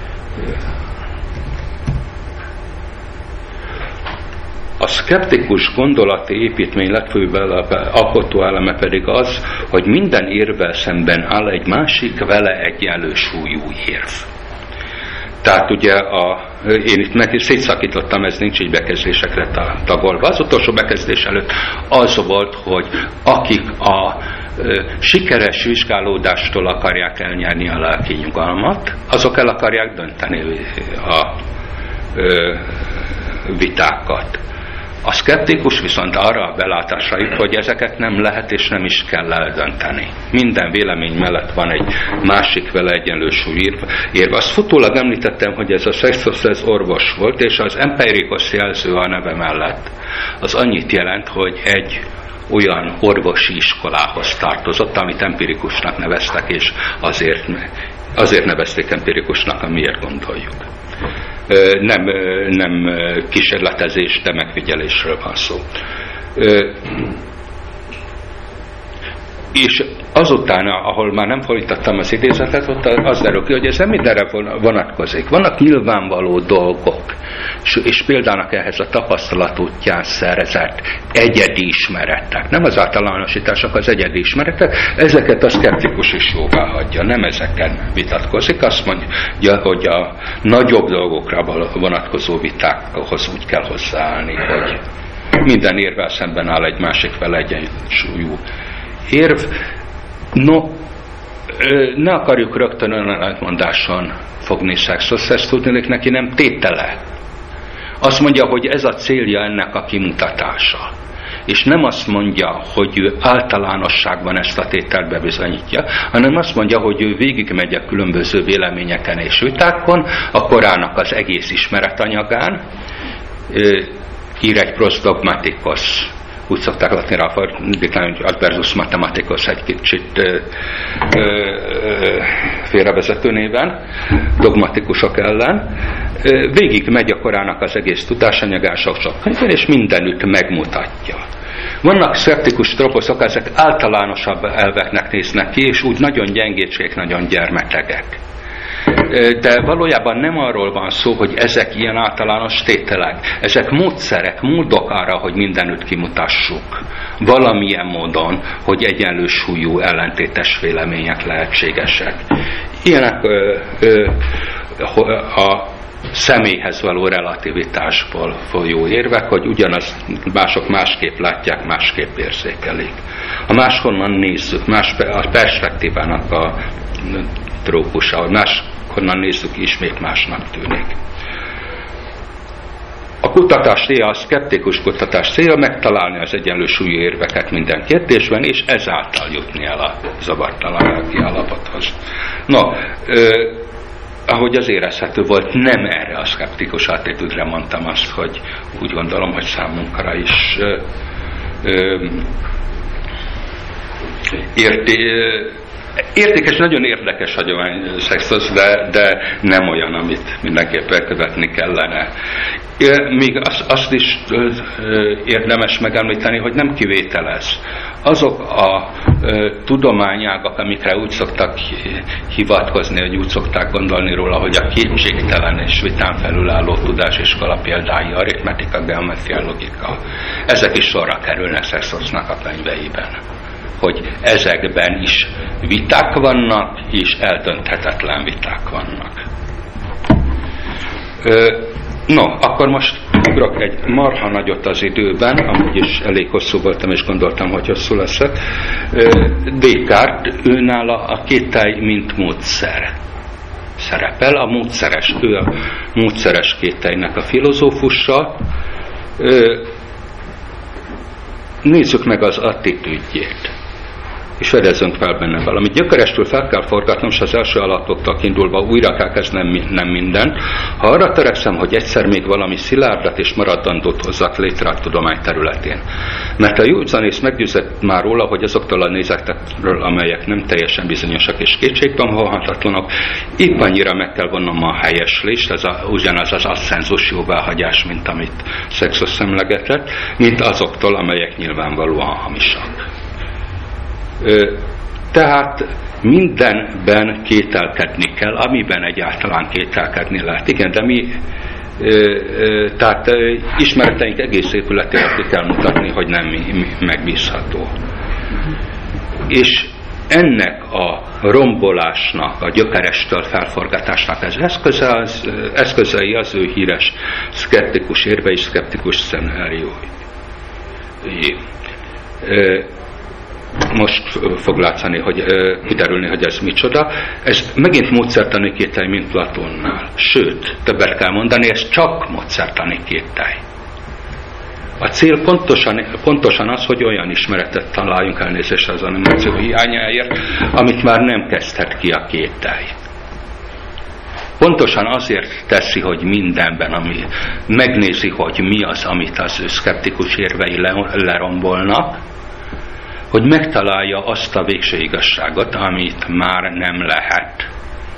A szkeptikus gondolati építmény legfőbb alkotó eleme pedig az, hogy minden érvvel szemben áll egy másik, vele egyenlő súlyú érv. Tehát ugye a, én itt meg szétszakítottam, ez nincs így bekezdésekre tagolva. Az utolsó bekezdés előtt az volt, hogy akik a ö, sikeres vizsgálódástól akarják elnyerni a lelki nyugalmat, azok el akarják dönteni a ö, vitákat. A szkeptikus viszont arra a belátásra jut, hogy ezeket nem lehet és nem is kell eldönteni. Minden vélemény mellett van egy másik vele egyenlő súlyérve. Azt futólag említettem, hogy ez a Sextus ez orvos volt, és az empirikos jelző a neve mellett az annyit jelent, hogy egy olyan orvosi iskolához tartozott, amit empirikusnak neveztek, és azért, azért nevezték empirikusnak, amiért gondoljuk. Nem, nem kísérletezés, de megfigyelésről van szó. És azután, ahol már nem folytattam az idézetet, ott az derül ki, hogy ez nem mindenre vonatkozik. Vannak nyilvánvaló dolgok, és példának ehhez a tapasztalat útján szerzett egyedi ismeretek. Nem az általánosítások, az egyedi ismeretek, ezeket a szkeptikus is jóvá hagyja, nem ezeken vitatkozik. Azt mondja, hogy a nagyobb dolgokra vonatkozó vitákhoz úgy kell hozzáállni, hogy minden érvel szemben áll egy másik vele egyensúlyú érv. No, ne akarjuk rögtön ellentmondáson fogni Sextus, ezt tudnék neki nem tétele. Azt mondja, hogy ez a célja ennek a kimutatása. És nem azt mondja, hogy ő általánosságban ezt a tételt bebizonyítja, hanem azt mondja, hogy ő végigmegy a különböző véleményeken és vitákon, a Korának az egész ismeretanyagán, ír egy prosdogmatikos, úgy szokták latinra fordítani, hogy adversus mathematicus egy kicsit ö, ö, félrevezető néven, dogmatikusok ellen. Végig megy a Korának az egész tudásanyagán sok-sok könyvben, és mindenütt megmutatja. Vannak szkeptikus troposzok, ezek általánosabb elveknek néznek ki, és úgy nagyon gyengétségek, nagyon gyermetegek. De valójában nem arról van szó, hogy ezek ilyen általános tételek. Ezek módszerek, módok arra, hogy mindenütt kimutassuk. Valamilyen módon, hogy egyenlő súlyú, ellentétes vélemények lehetségesek. Ilyenek ö, ö, a személyhez való relativitásból folyó érvek, hogy ugyanaz mások másképp látják, másképp érzékelik. Ha máshonnan nézzük, más a perspektívának a trópusa, hogy máshonnan nézzük, ismét másnak tűnik. A kutatás célja, a szkeptikus kutatás célja megtalálni az egyenlő súlyú érveket minden kérdésben, és ezáltal jutni el a zavartalan lelki állapothoz. No, ö, ahogy az érezhető volt, nem erre a szkeptikus attitűdre mondtam azt, hogy úgy gondolom, hogy számunkra is ö, ö, érté, értékes, nagyon érdekes hagyomány Sextus, de, de nem olyan, amit mindenképpen követni kellene. Még azt, azt is érdemes megemlíteni, hogy nem kivételez. Azok a tudományágak, amikre úgy szoktak hivatkozni, hogy úgy szokták gondolni róla, hogy a kétségtelen és vitán felülálló tudásiskola példái, aritmetika, geometria, logika, ezek is sorra kerülnek Sextusnak a könyveiben. Hogy ezekben is viták vannak, és eldönthetetlen viták vannak. No, akkor most ugrok egy marha nagyot az időben, amúgy is elég hosszú voltam, és gondoltam, hogy hosszú leszek. Descartes, őnála a kételj mint módszer szerepel, a módszeres, ő a módszeres kételynek a filozófusa. Nézzük meg az attitűdjét, és fedezzünk fel benne valamit. Gyökerestől fel kell forgatnom, és az első alapoktól kiindulva újra kell kezdenem nem minden. Ha arra törekszem, hogy egyszer még valami szilárdat és maradandót hozzak létre a tudomány területén. Mert a józanész meggyőzött már róla, hogy azoktól a nézetekről, amelyek nem teljesen bizonyosak és kétségben vonhatatlanok, épp annyira meg kell vonnom a helyeslést, ez a, ugyanaz az asszenzus jóváhagyás, mint amit Szexus szemlegetett, mint azoktól, amelyek nyilvánvalóan hamisak. Tehát mindenben kételkedni kell, amiben egyáltalán kételkedni lehet. Igen, de mi tehát ismereteink egész épületére ki kell mutatni, hogy nem megbízható. És ennek a rombolásnak, a gyökerestől felforgatásnak az eszköze az, eszközei az ő híres szkeptikus érve és szkeptikus szenáriói. Most fog látszani, hogy kiderülni, hogy ez micsoda. Ez megint módszertani kételj, mint Platónnál. Sőt, többet kell mondani, ez csak módszertani kételj. A cél pontosan, pontosan az, hogy olyan ismeretet találjunk, elnézést az animáció hiányáért, amit már nem kezdhet ki a kételj. Pontosan azért teszi, hogy mindenben, ami megnézi, hogy mi az, amit az ő szkeptikus érvei lerombolnak, hogy megtalálja azt a végső igazságot, amit már nem lehet,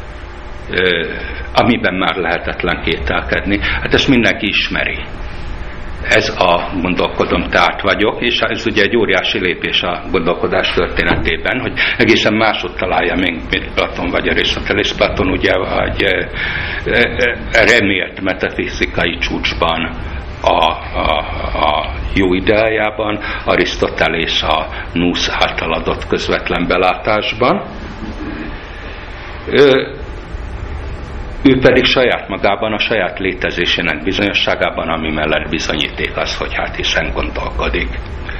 amiben már lehetetlen kételkedni. Hát ezt mindenki ismeri. Ez a gondolkodom tárt vagyok, és ez ugye egy óriási lépés a gondolkodás történetében, hogy egészen másod találja még, mint Platon vagy Arisztotelész. Platon ugye egy remélt metafizikai csúcsban, A, a, a jó ideájában, Arisztotelész a Nusz által adott közvetlen belátásban. Ő, ő pedig saját magában, a saját létezésének bizonyosságában, ami mellett bizonyíték az, hogy hát hiszen gondolkodik.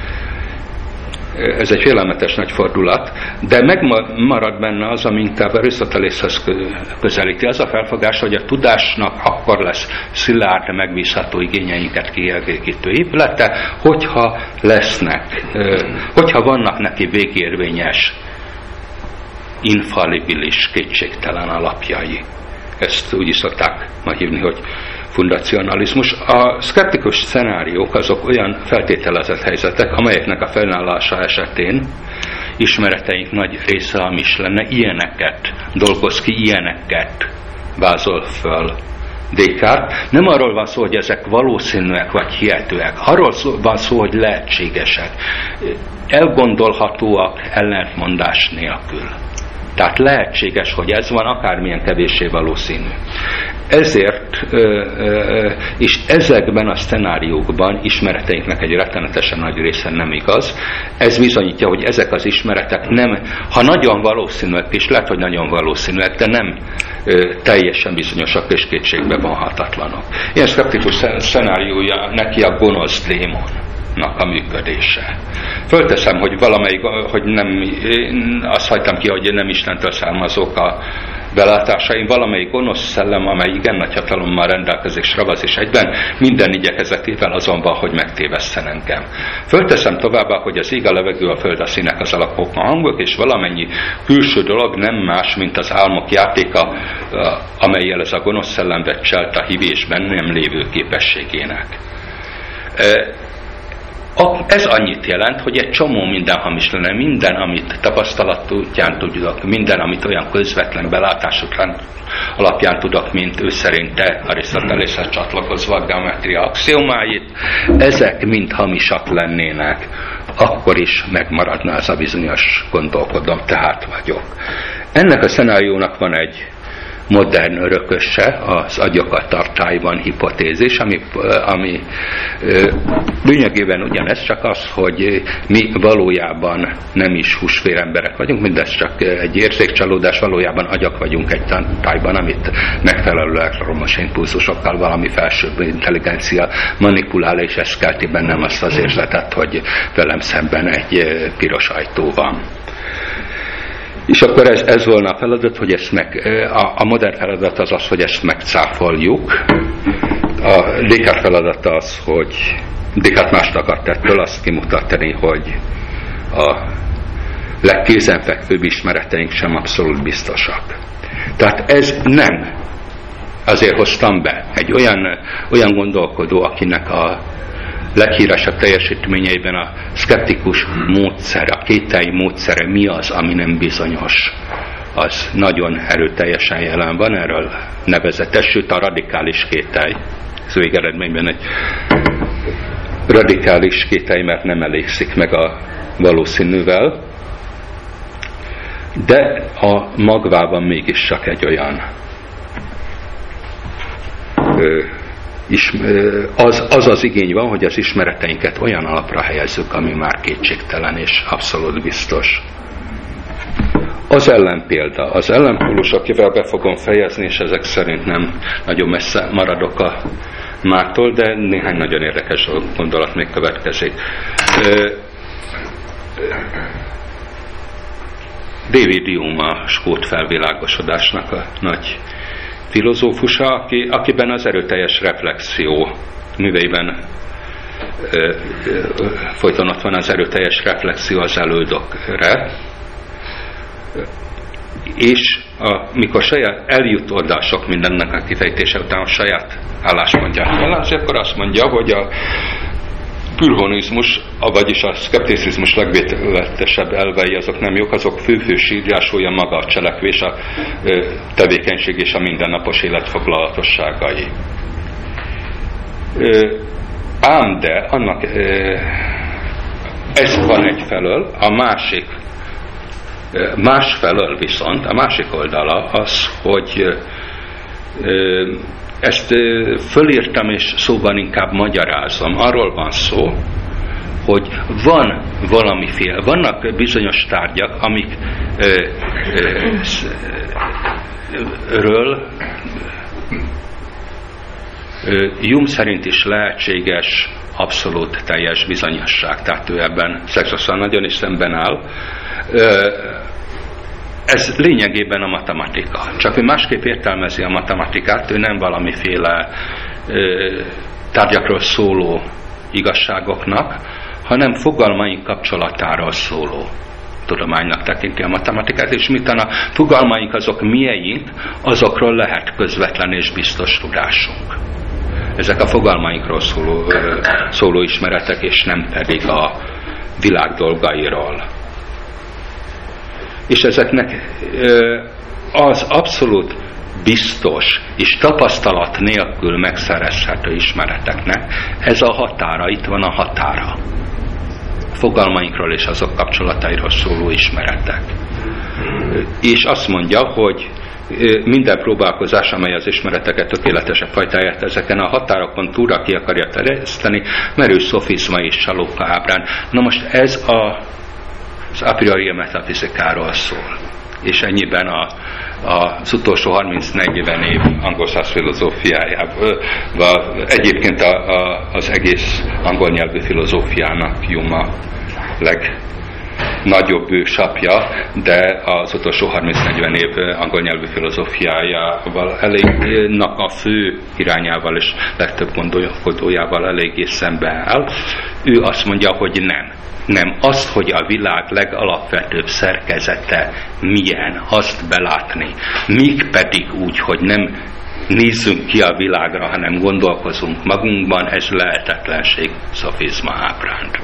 Ez egy félelmetes nagy fordulat, de megmarad benne az, ami inkább Arisztotelészhez közelíti. Az a felfogás, hogy a tudásnak akkor lesz szilárd, megbízható igényeinket kielégítő épülete, hogyha lesznek, hogyha vannak neki végérvényes, infallibilis, kétségtelen alapjai. Ezt úgy is szokták ma hívni, hogy fundacionalizmus. A szkeptikus szenáriók azok olyan feltételezett helyzetek, amelyeknek a felállása esetén ismereteink nagy része hamis lenne, ilyeneket dolgoz ki, ilyeneket vázol föl Descartes. Nem arról van szó, hogy ezek valószínűek vagy hihetőek, arról van szó, hogy lehetségesek, elgondolhatóak ellentmondás nélkül. Tehát lehetséges, hogy ez van, akármilyen kevéssé valószínű. Ezért, és ezekben a szcenáriókban ismereteinknek egy rettenetesen nagy része nem igaz. Ez bizonyítja, hogy ezek az ismeretek nem, ha nagyon valószínűek, és lehet, hogy nagyon valószínűek, de nem teljesen bizonyosak és kétségbe vonhatatlanok. Ilyen szkeptikus szenáriója neki a gonosz démonnak a működése. Fölteszem, hogy valamelyik, hogy nem, azt hagytam ki, hogy nem Istentől származók a belátásaim, valamelyik gonosz szellem, amely igen nagy hatalommal rendelkezik, s ravaz is egyben, minden igyekezetével azonban, hogy megtévesszen engem. Fölteszem továbbá, hogy az ég, a levegő, a föld, a színek, az alakok, a hangok, és valamennyi külső dolog nem más, mint az álmok játéka, amellyel ez a gonosz szellem vett a hívésben nem lévő képességének. Ez annyit jelent, hogy egy csomó minden hamis lenne, minden, amit tapasztalat útján tudok, minden, amit olyan közvetlen belátások alapján tudok, mint ő szerinte Arisztotelészhez csatlakozva a geometria axiomáit, ezek mind hamisak lennének, akkor is megmaradna ez a bizonyos gondolkodom, tehát vagyok. Ennek a szenáriónak van egy modern örököse az agyakat tartályban hipotézis, ami, ami lényegében ugyanez, csak az, hogy mi valójában nem is húsvér emberek vagyunk, mindez csak egy érzékcsalódás, valójában agyak vagyunk egy tartályban, amit megfelelő elektromos impulzusokkal valami felsőbb intelligencia manipulál, és ez kelti bennem azt az érzletet, hogy velem szemben egy piros ajtó van. És akkor ez, ez volna a feladat, hogy ezt meg, a, a modern feladat az az, hogy ezt megcáfoljuk. A Descartes feladata az, hogy Descartes mást akart ettől, azt kimutatni, hogy a legkézenfekvőbb ismereteink sem abszolút biztosak. Tehát ez nem. Azért hoztam be egy olyan, olyan gondolkodó, akinek a leghíresebb teljesítményeiben a szkeptikus módszer, a kételyi módszere mi az, ami nem bizonyos. Az nagyon erőteljesen jelen van, erről nevezetes, sőt a radikális kételj. Ez végeredményben egy radikális kételj, mert nem elégszik meg a valószínűvel, de a magvában mégis csak egy olyan ö, Az, az az igény van, hogy az ismereteinket olyan alapra helyezzük, ami már kétségtelen és abszolút biztos. Az ellenpélda, az ellenpólus, akivel be fogom fejezni, és ezek szerint nem nagyon messze maradok a mától, de néhány nagyon érdekes gondolat még következik. David Hume, a skót felvilágosodásnak a nagy filozófusa, aki, akiben az erőteljes reflexió műveiben ö, ö, folyton ott van az erőteljes reflexió az elődökre, és amikor saját eljut oda sok mindennek a kifejtése után a saját álláspontját jellemzi, akkor azt mondja, hogy a pürhonizmus, vagyis a szkepticizmus legvételetesebb elvei azok nem jók, azok fő-fős írásúja maga a cselekvés, a tevékenység és a mindennapos élet foglalatosságai. Ám de annak ez van egyfelől, a másik másfelől viszont, a másik oldala az, hogy ezt fölírtam, és szóban inkább magyarázom. Arról van szó, hogy van valamiféle, vannak bizonyos tárgyak, amik ö, ö, ről ö, Hume szerint is lehetséges abszolút teljes bizonyosság. Tehát ő ebben szexosan nagyon is szemben áll. Ö, Ez lényegében a matematika. Csak ő másképp értelmezi a matematikát, ő nem valamiféle ö, tárgyakról szóló igazságoknak, hanem fogalmaink kapcsolatáról szóló tudománynak tekinti a matematikát, és miután a fogalmaink azok mieink, azokról lehet közvetlen és biztos tudásunk. Ezek a fogalmainkról szóló, ö, szóló ismeretek, és nem pedig a világ dolgairól. És ezeknek az abszolút biztos és tapasztalat nélkül megszerezhető ismereteknek ez a határa, itt van a határa. Fogalmainkról és azok kapcsolatairól szóló ismeretek. És azt mondja, hogy minden próbálkozás, amely az ismereteket tökéletesebb fajtáját ezeken a határokon túlra ki akarja terjeszteni, merő szofizma és csalóka ábrán. Na most ez a az a priori metafizikáról szól. És ennyiben a, a, az utolsó harminc-negyven év angol száz filozófiájában, egyébként a, a, az egész angol nyelvű filozófiának Hume a legnagyobb ősapja, de az utolsó harminc-negyven év angol nyelvű filozófiájával elégnak a fő irányával és legtöbb gondolkodójával eléggé szembe áll. Ő azt mondja, hogy nem. Nem azt, hogy a világ legalapvetőbb szerkezete milyen, azt belátni. Míg pedig úgy, hogy nem nézzünk ki a világra, hanem gondolkozunk magunkban, ez lehetetlenség szofizma ábránd.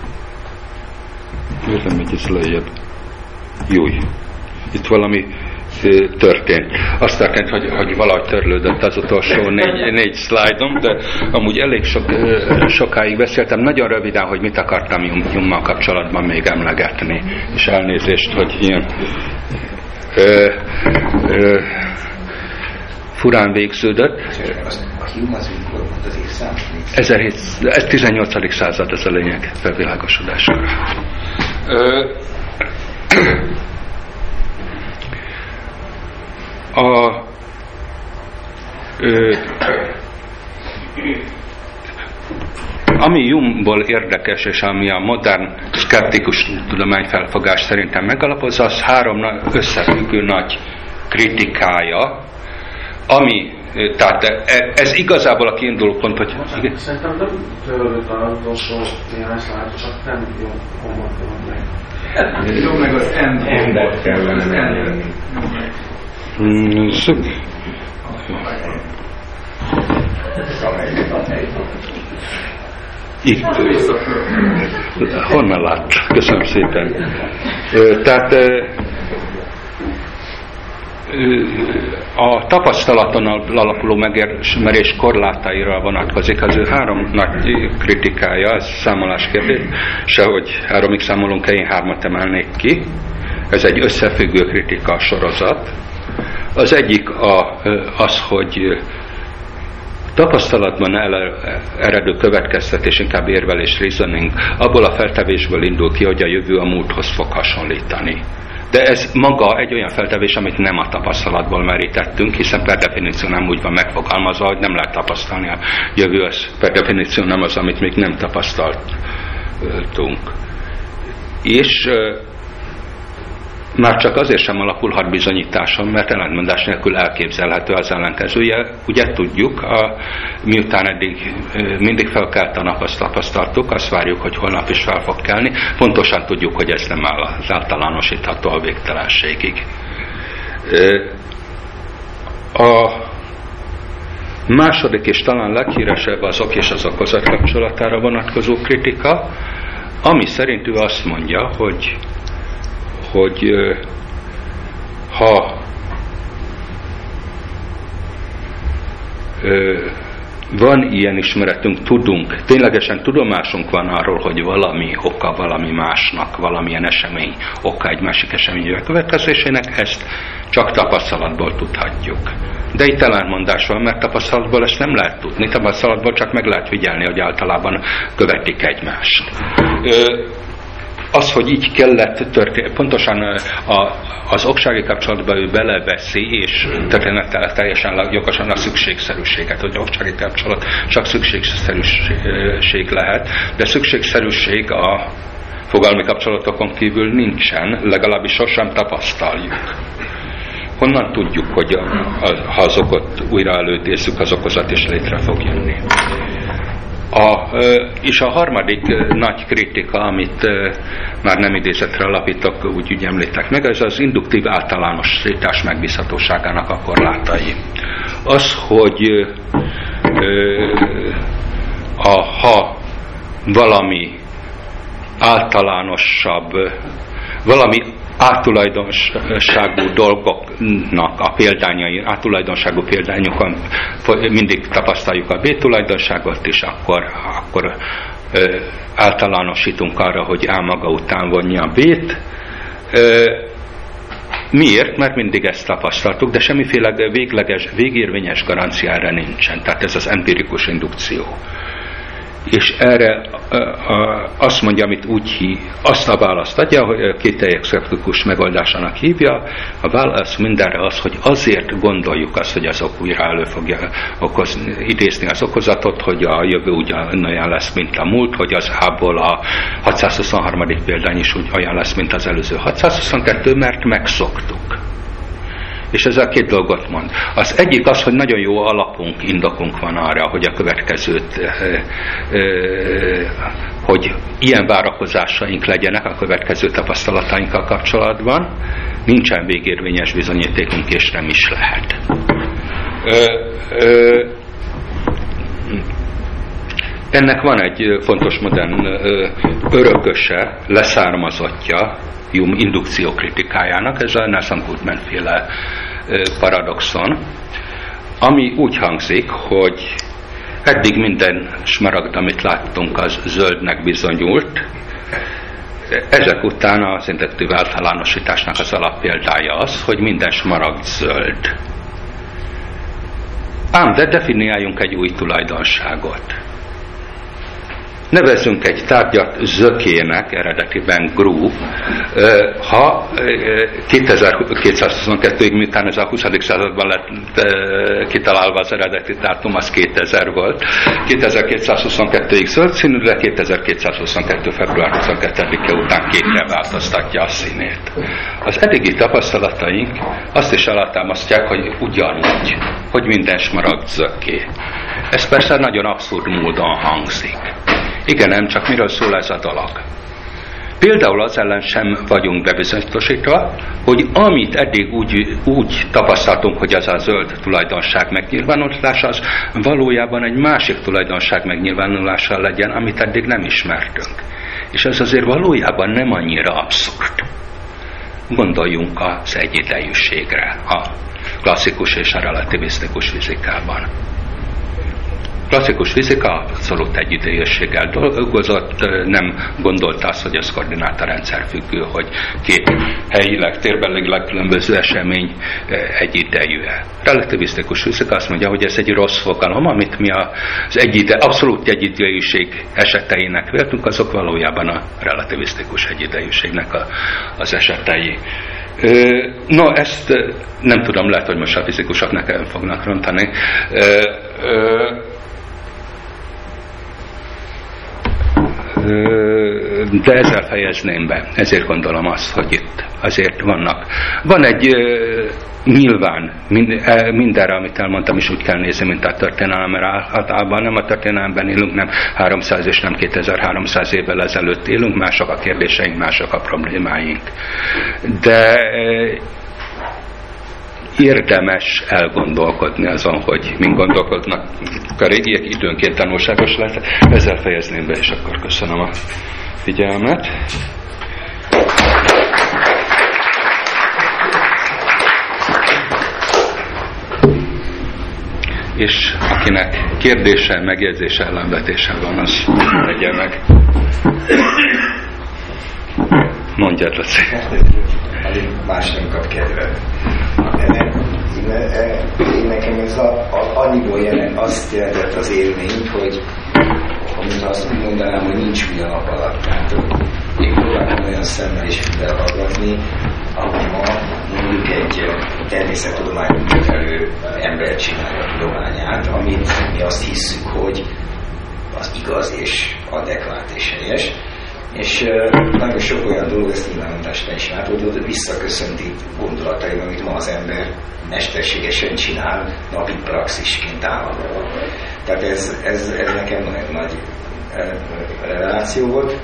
Miért nem megy ez lejjebb? Júj. Itt valami történt. Azt történt, hogy, hogy valahogy törlődött az utolsó négy, négy szlájdom, de amúgy elég sok, sokáig beszéltem. Nagyon röviden, hogy mit akartam Hume-mal kapcsolatban még emlegetni, és elnézést, hogy ilyen ö, ö, furán végződött. Ez tizennyolcadik század, ez a lényeg felvilágosodására. A ö, ami Hume-ból érdekes, és ami a modern szkeptikus tudományfelfogás szerintem megalapozza, az három összefüggő nagy kritikája, ami, tehát ez igazából a kiinduló pont, hogy... Szerintem nem törődött az utolsó néhány szlájt, csak nem jó komolyan meg. Jó, meg az endet kellene. Itt. Honnan lát? Köszönöm szépen. Tehát a tapasztalaton alapuló megismerés korlátaira vonatkozik. Az ő három nagy kritikája, ez számolás kérdése, hogy háromig számolunk-e, én hármat emelnék ki. Ez egy összefüggő kritika sorozat. Az egyik a, az, hogy tapasztalatban eredő következtetés, inkább érvelés, reasoning, abból a feltevésből indul ki, hogy a jövő a múlthoz fog hasonlítani. De ez maga egy olyan feltevés, amit nem a tapasztalatból merítettünk, hiszen per definíció nem úgy van megfogalmazva, hogy nem lehet tapasztalni a jövő, az per definíció nem az, amit még nem tapasztaltunk. És már csak azért sem alapulhat bizonyításon, mert ellentmondás nélkül elképzelhető az ellenkezője. Ugye tudjuk, a, miután eddig mindig felkelt a nap, azt tapasztaltuk, azt várjuk, hogy holnap is fel fog kelni. Pontosan tudjuk, hogy ez nem áll az általánosítható a végtelenségig. A második és talán leghíresebb az ok és az okozat kapcsolatára vonatkozó kritika, ami szerint ő azt mondja, hogy hogy ha van ilyen ismeretünk, tudunk, ténylegesen tudomásunk van arról, hogy valami oka valami másnak, valamilyen esemény oka egy másik esemény következésének, ezt csak tapasztalatból tudhatjuk. De itt ellentmondás van, mert tapasztalatból ezt nem lehet tudni, tapasztalatból csak meg lehet figyelni, hogy általában követik egymást. Az, hogy így kellett történni, pontosan a, az oksági kapcsolatban ő beleveszi, és történettel teljesen jogosan a szükségszerűséget, hogy oksági kapcsolat csak szükségszerűség lehet, de szükségszerűség a fogalmi kapcsolatokon kívül nincsen, legalábbis sosem tapasztaljuk. Honnan tudjuk, hogy a, a, ha az okot újra előidézzük, az okozat is létre fog jönni. A, és a harmadik nagy kritika, amit már nem idézetre alapítok, úgy, úgy említek meg, ez az induktív általánosítás megbízhatóságának a korlátai. Az, hogy a, ha valami általánosabb, valami átulajdonságú dolgoknak a példányai, átulajdonságú példányokon mindig tapasztaljuk a B-tulajdonságot, és akkor, akkor ö, általánosítunk arra, hogy A maga után vonja a B-t. Ö, miért? Mert mindig ezt tapasztaltuk, de semmiféle végleges, végérvényes garanciára nincsen. Tehát ez az empirikus indukció. És erre azt mondja, amit úgy hív, azt a választ adja, hogy kételyek szkeptikus megoldásának hívja. A válasz mindenre az, hogy azért gondoljuk azt, hogy az ok újra elő fogja okozni, idézni az okozatot, hogy a jövő ugyanolyan lesz, mint a múlt, hogy az A-ból a hatszázhuszonharmadik példány is úgy olyan lesz, mint az előző hatszázhuszonkettő, mert megszoktuk. És ezzel két dolgot mond. Az egyik az, hogy nagyon jó alapunk, indokunk van arra, hogy a következőt, hogy ilyen várakozásaink legyenek a következő tapasztalatainkkal kapcsolatban. Nincsen végérvényes bizonyítékunk, és nem is lehet. Ennek van egy fontos modern örököse, leszármazottja, Hume indukció kritikájának, ez a Nelson Goodman féle paradoxon, ami úgy hangzik, hogy eddig minden smaragd, amit láttunk, az zöldnek bizonyult. Ezek után az induktív általánosításnak az alappéldája az, hogy minden smaragd zöld. Ám de definiáljunk egy új tulajdonságot. Nevezzünk egy tárgyat zökének, eredetiben grú, ha kétezer-kétszázhuszonkettőig, miután ez a huszadik században lett kitalálva az eredeti dátum, az kétezer volt. kétezer-kétszázhuszonkettőig zöld színű, de kétezer-kétszázhuszonkettő. február huszonkettedike után kékre változtatja a színét. Az eddigi tapasztalataink azt is alátámasztják, hogy ugyanúgy, hogy minden smaragd zökké. Ez persze nagyon abszurd módon hangzik. Igen, nem, csak miről szól ez a dolog. Például az ellen sem vagyunk bebizonyosítva, hogy amit eddig úgy, úgy tapasztaltunk, hogy az a zöld tulajdonság megnyilvánulása, az valójában egy másik tulajdonság megnyilvánulása legyen, amit eddig nem ismertünk. És ez azért valójában nem annyira abszurd. Gondoljunk az egyidejűségre a klasszikus és a relativisztikus fizikában. Klasszikus fizika abszolút egyidejűséggel dolgozott, nem gondolta azt, hogy ez koordinátarendszer függő, hogy két helyileg, térbelileg különböző esemény egyidejű-e. Relativisztikus fizika azt mondja, hogy ez egy rossz fogalom, amit mi az egyide, abszolút egyidejűség eseteinek véltünk, azok valójában a relativisztikus egyidejűségnek a, az esetei. No, ezt nem tudom, lehet, hogy most a fizikusok nekem fognak rontani. De ezzel fejezném be. Ezért gondolom azt, hogy itt azért vannak. Van egy nyilván mindenre, amit elmondtam, is úgy kell nézni, mint a történelem, mert általában nem a történelemben élünk, nem háromszáz és nem kétezer-háromszáz évvel ezelőtt élünk, mások a kérdéseink, mások a problémáink. De érdemes elgondolkodni azon, hogy mind gondolkodnak a régiek, időnként tanulságos lehet. Ezzel fejezném be, és akkor köszönöm a figyelmet. És akinek kérdése, megjegyzése, ellenvetése van, az tegye meg. Mondjad, Laci. Más nem kap kedvet. Én nekem ez a, a, annyiból jelent, azt jelentett az élményt, hogy amit azt úgy mondanám, hogy nincs mi a nap alatt. Tehát én próbálom olyan szemmel is felhallgatni, ahogy ma mondjuk egy természettudományon megfelelő ember csinálja a tudományát, amit mi azt hiszük, hogy az igaz és adekvát és helyes. És uh, nagyon sok olyan dolog, ezt nyilvánosításban is látod, hogy visszaköszönti gondolataim, amit ma az ember mesterségesen csinál, napi praxisként állandóan. Tehát ez, ez, ez nekem nagyon nagy uh, reveláció volt,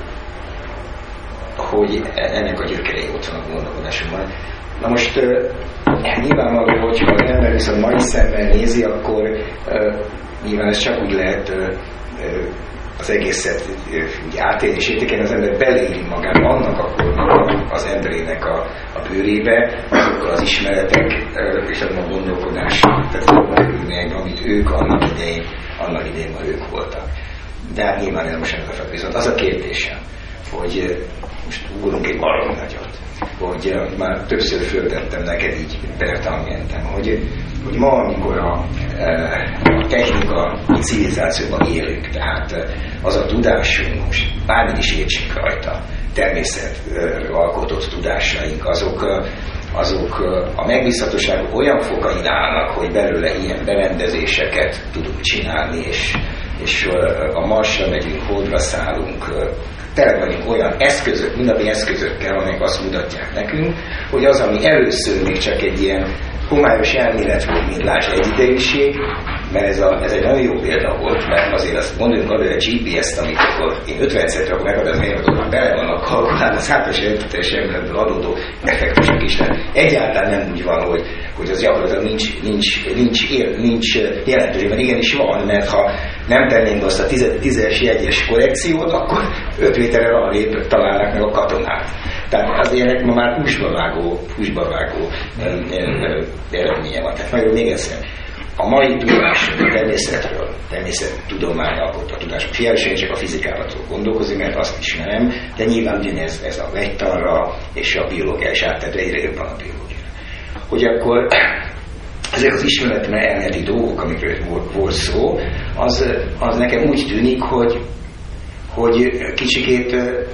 hogy ennek a gyökerei ott van a gondolkodásomban. Na most uh, nyilvánvaló, hogyha az ember viszont mai szemmel nézi, akkor uh, nyilván ez csak úgy lehet uh, uh, az egészet úgy átélni és értékelni, az ember beleéli magát annak a kornak az emberének a, a bőrébe, azokkal az ismeretek és azon a gondolkodás, tehát a amit ők annak idején, annak idején ma ők voltak. De hát nyilván ez most nem a viszont az a kérdésem, hogy most ugrunk egy barom nagyot, hogy már többször föltettem neked így pertangentem, hogy, hogy ma, amikor a, a technika, a civilizációban élünk, tehát az a tudásunk, most bármit is értsünk rajta, természet alkotott tudásaink, azok, azok a megbízhatóságok olyan fokain állnak, hogy belőle ilyen berendezéseket tudunk csinálni, és, és a Marsra megyünk, Holdra szállunk, tele vagyunk olyan eszközök, mindennapi eszközökkel, amelyek azt mutatják nekünk, hogy az, ami először még csak egy ilyen homályos elmélet volt, mint lásd egyidejűség, mert ez, a, ez egy nagyon jó példa volt, mert azért azt gondoljunk arra, hogy a gé pé est, amit akkor én ötven-szer akkor megadom, hogy bele vannak kalkulálni az általános együttes emberből adódó effektusok is. Tehát egyáltalán nem úgy van, hogy, hogy az gyakorlatilag nincs, nincs, nincs, ér, nincs jelentőség, mert igenis van, mert ha nem tennénk azt a tízes jegyes korrekciót, akkor öt méterre arrébb találnák meg a katonát. Tehát az ilyenek ma már húsba vágó, húsba vágó eredménye van. Tehát nagyon még egyszer. A mai tudás a természetről, természettudományalkotó tudás, figyelj, én csak a fizikában tudok gondolkozni, mert azt ismerem, de nyilván ugyanez ez a vegytanra és a biológia is áttetre egyre jobban a biológia. Hogy akkor ezek az ismeretlen elméleti dolgok, amikről volt szó, az, az nekem úgy tűnik, hogy, hogy kicsikét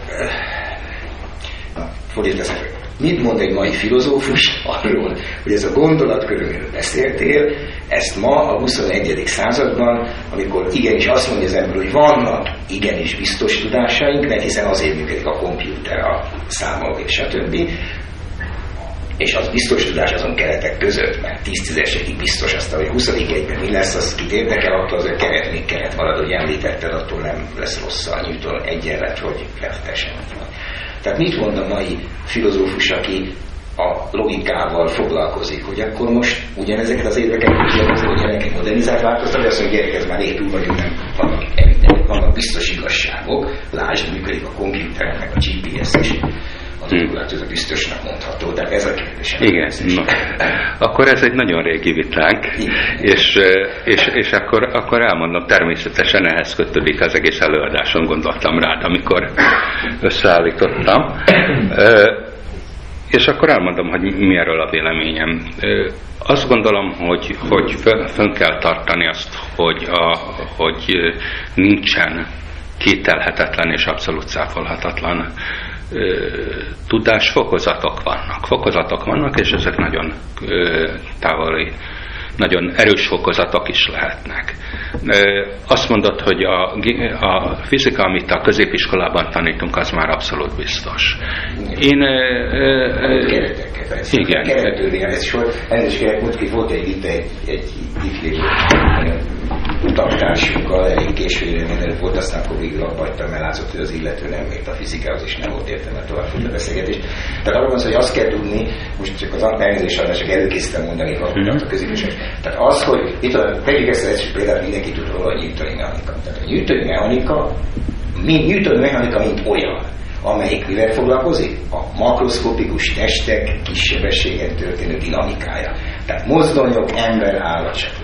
na, fordítva, mit mond egy mai filozófus arról, hogy ez a gondolatkör, amiről beszéltél, ezt ma a huszonegyedik században, amikor igenis azt mondja az ember, hogy vannak igenis biztos tudásaink, mert hiszen azért működik a kompjúter, a számológép, stb. És az biztos tudás azon keretek között, mert tíz-tízesekig biztos azt, hogy huszadik egyben mi lesz, az kit érdekel, attól az a keret még keret marad, hogy említetted, attól nem lesz rossz a Newton egyenlet, hogy feltetesen van. Tehát mit mond a mai filozófus, aki a logikával foglalkozik, hogy akkor most ugyanezeket az érveket tudja, hogy gyerekek modernizált változtat, de azt mondja, gyerek, ez már rég túl vagyunk, nem vannak evident, vannak biztos igazságok, lásd, működik a kompjúter, meg a gé pé es is. Az hmm. ez a biztosnak mondható, tehát ez a kérdés. Igen, no. Akkor ez egy nagyon régi vitánk, és, és, és akkor, akkor elmondom, természetesen ehhez kötődik az egész előadáson, gondoltam rád, amikor összeállítottam. És akkor elmondom, hogy mi erről a véleményem. Azt gondolom, hogy, hogy fönn kell tartani azt, hogy, a, hogy nincsen kételhetetlen és abszolút cáfolhatatlan tudásfokozatok vannak. Fokozatok vannak, és ezek nagyon távoli, nagyon erős fokozatok is lehetnek. Azt mondod, hogy a, a fizika, amit a középiskolában tanítunk, az már abszolút biztos. Én... Igen. Keretőnél ez is volt. Elnézést kérek, múltkor volt egy vita, egy, egy ifjú utamtársunkkal, elég későre mindenük volt, aztán akkor végül abbahagytam, mert látszott, hogy az illető nem ért a fizikához, és nem volt értelme tovább folyt a beszélgetés. Tehát arról van szó, hogy azt kell tudni, most csak az elnézést adás, csak előkészítem mondani, hogy a középiség. Tehát az, hogy itt a, vegyük ezt az első példát, mindenki tud róla, hogy Newtoni mechanika. Tehát a Newtoni mechanika, mint Newtoni mechanika, mint olyan, amelyik mivel foglalkozik? A makroszkopikus testek kis sebességen történő dinamikája. Tehát mozdonyok, ember, állat, stb.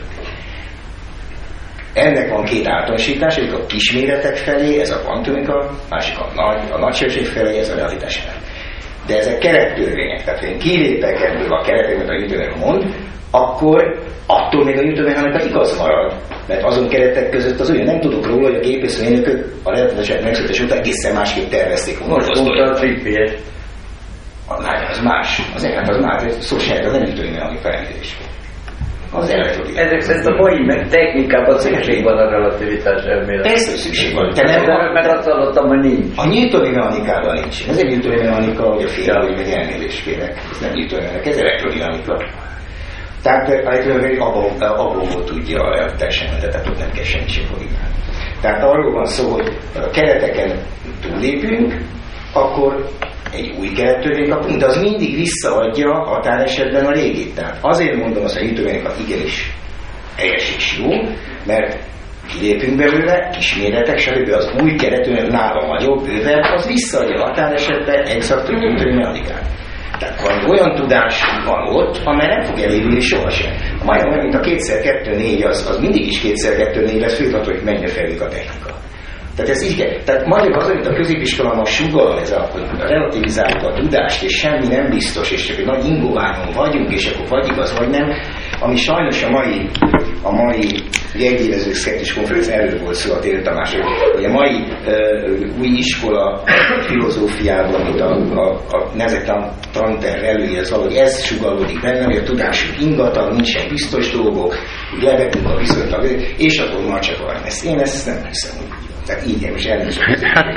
Ennek van két általánosítás, egyik a kisméretek felé, ez a kvantumika, másik a nagy, a nagysebesség felé, ez a realitás. De ezek kerettörvények, tehát ha én kilépek ebből a keretekből, a Newton mond, akkor attól még a Newton mechanika igaz marad, mert azon keretek között az olyan, nem tudok róla, hogy a gépészmérnökök a realitását megszületés után egészen másképp tervezték volna. Most mondta a trippiért. Az más, az hát az más, szó saját, az nem Newton mechanika elnézés. Az elektronika. Ezek szerint a mai meg technikában szükség van a relativitás elmélet. Persze szükség van. Te nem van, mert azt hallottam, hogy nincs. A Newtoni mechanikában nincs. Ez egy Newtoni mechanika, hogy a félelmi meg elmélésfélek. Ez nem Newtoni mechanika, ez elektrodinamika. Tehát abból, abból tudja a realitás elméletet, tehát ott nem kell semmi sem korrigálni. Tehát arról van szó, hogy a kereteken túllépünk, akkor egy új kerettörvényt kapunk, de az mindig visszaadja a határesetben a régit. Tehát azért mondom azt, hogy a Newton-nek igenis helyes és jó, mert kilépünk belőle, kisméretek, stb. Az új keretőnek nála nagyobb, bővebb, az visszaadja a határesetben exakt a Newton mechanikát. Tehát van olyan tudás van ott, amely nem fog elévülni sohasem. Majdnem, mint a kétszer kettő négy, az, az mindig is kétszer kettő négy lesz, főleg, hogy mennyire fejlődik a technika. Tehát ez így kell. Tehát magyar az, amit a középiskolában a sugal, ez a, hogy relativizáljuk a tudást, és semmi nem biztos, és csak egy nagy ingóványon vagyunk, és akkor vagy igaz, vagy nem, ami sajnos a mai, a mai jegyévezők szkeptikus konferencia erről volt szó a Tér Tamás, hogy a mai uh, új iskola filozófiában, amit a, a, a Nezek Tanter előírja, valahogy ez sugallódik bennem, hogy a tudásunk ingatag, nincsen biztos dolgok, hogy lebegünk a bizonytalan, és akkor már csak van lesz. Én ezt nem hiszem, hogy tehát így most elmondom. Hát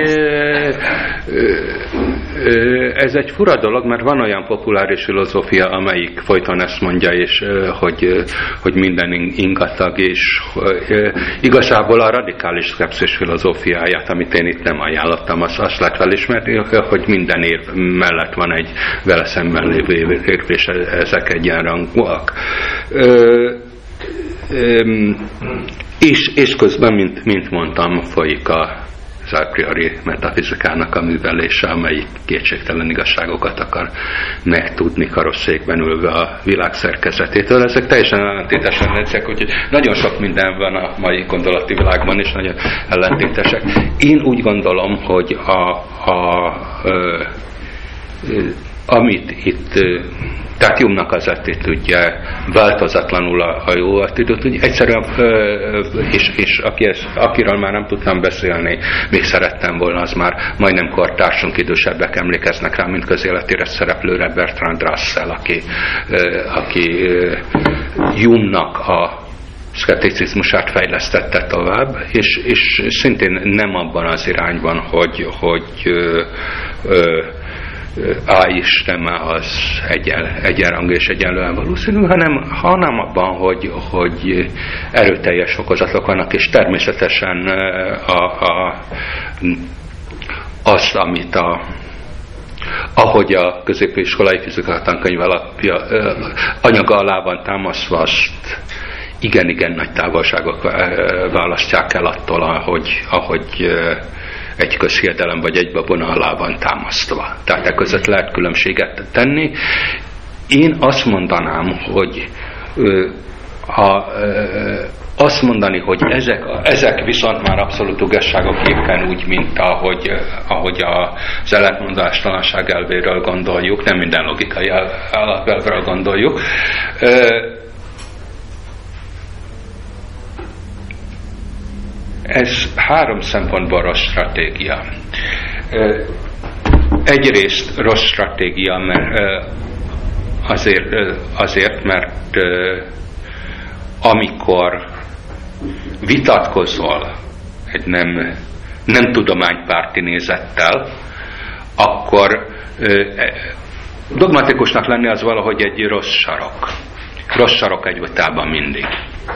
ez egy fura dolog, mert van olyan populáris filozófia, amelyik folyton ezt mondja, és hogy, hogy minden ingatag, és igazából a radikális szkepszis filozófiáját, amit én itt nem ajánlottam, azt, azt lehet felismerni, hogy minden érv mellett van egy vele szemben lévő érv, és ezek egyenrangúak. És, és közben, mint, mint mondtam, folyik az az a priori metafizikának a művelése, amelyik kétségtelen igazságokat akar megtudni karosszékben ülve a világ szerkezetétől. Ezek teljesen ellentétesen nézek, úgyhogy nagyon sok minden van a mai gondolati világban, és nagyon ellentétesek. Én úgy gondolom, hogy a, a, a amit itt, tehát Hume-nak az attitűdje változatlanul a, a jó attitűd, hogy egyszerűen, és, és aki ez, akiről már nem tudtam beszélni, még szerettem volna, az már majdnem kortársunk, idősebbek emlékeznek rá, mint közéletére szereplőre, Bertrand Russell, aki, aki Hume-nak a szkepticizmusát fejlesztette tovább, és, és szintén nem abban az irányban, hogy, hogy ö, ö, A is nem az egyen, egyenrangú és egyenlően valószínű, hanem, hanem abban, hogy, hogy erőteljes okozatok vannak, és természetesen a, a, azt, amit a ahogy a középiskolai fizika tankönyv alapja anyaga alá van támasztva, azt igen-igen nagy távolságok választják el attól, ahogy, ahogy egy közhiedelem vagy egy babona alá van támasztva. Tehát e között lehet különbséget tenni. Én azt mondanám, hogy ha azt mondani, hogy ezek, ezek viszont már abszolút ugasságok éppen úgy, mint ahogy, ahogy az ellentmondástalanság elvéről gondoljuk, nem minden logikai alapelvről gondoljuk. Ez három szempontból rossz stratégia. Egyrészt rossz stratégia, mert azért, azért, mert amikor vitatkozol egy nem, nem tudománypárti nézettel, akkor dogmatikusnak lenni az valahogy egy rossz sarok. Rossz sarok egy vitában mindig.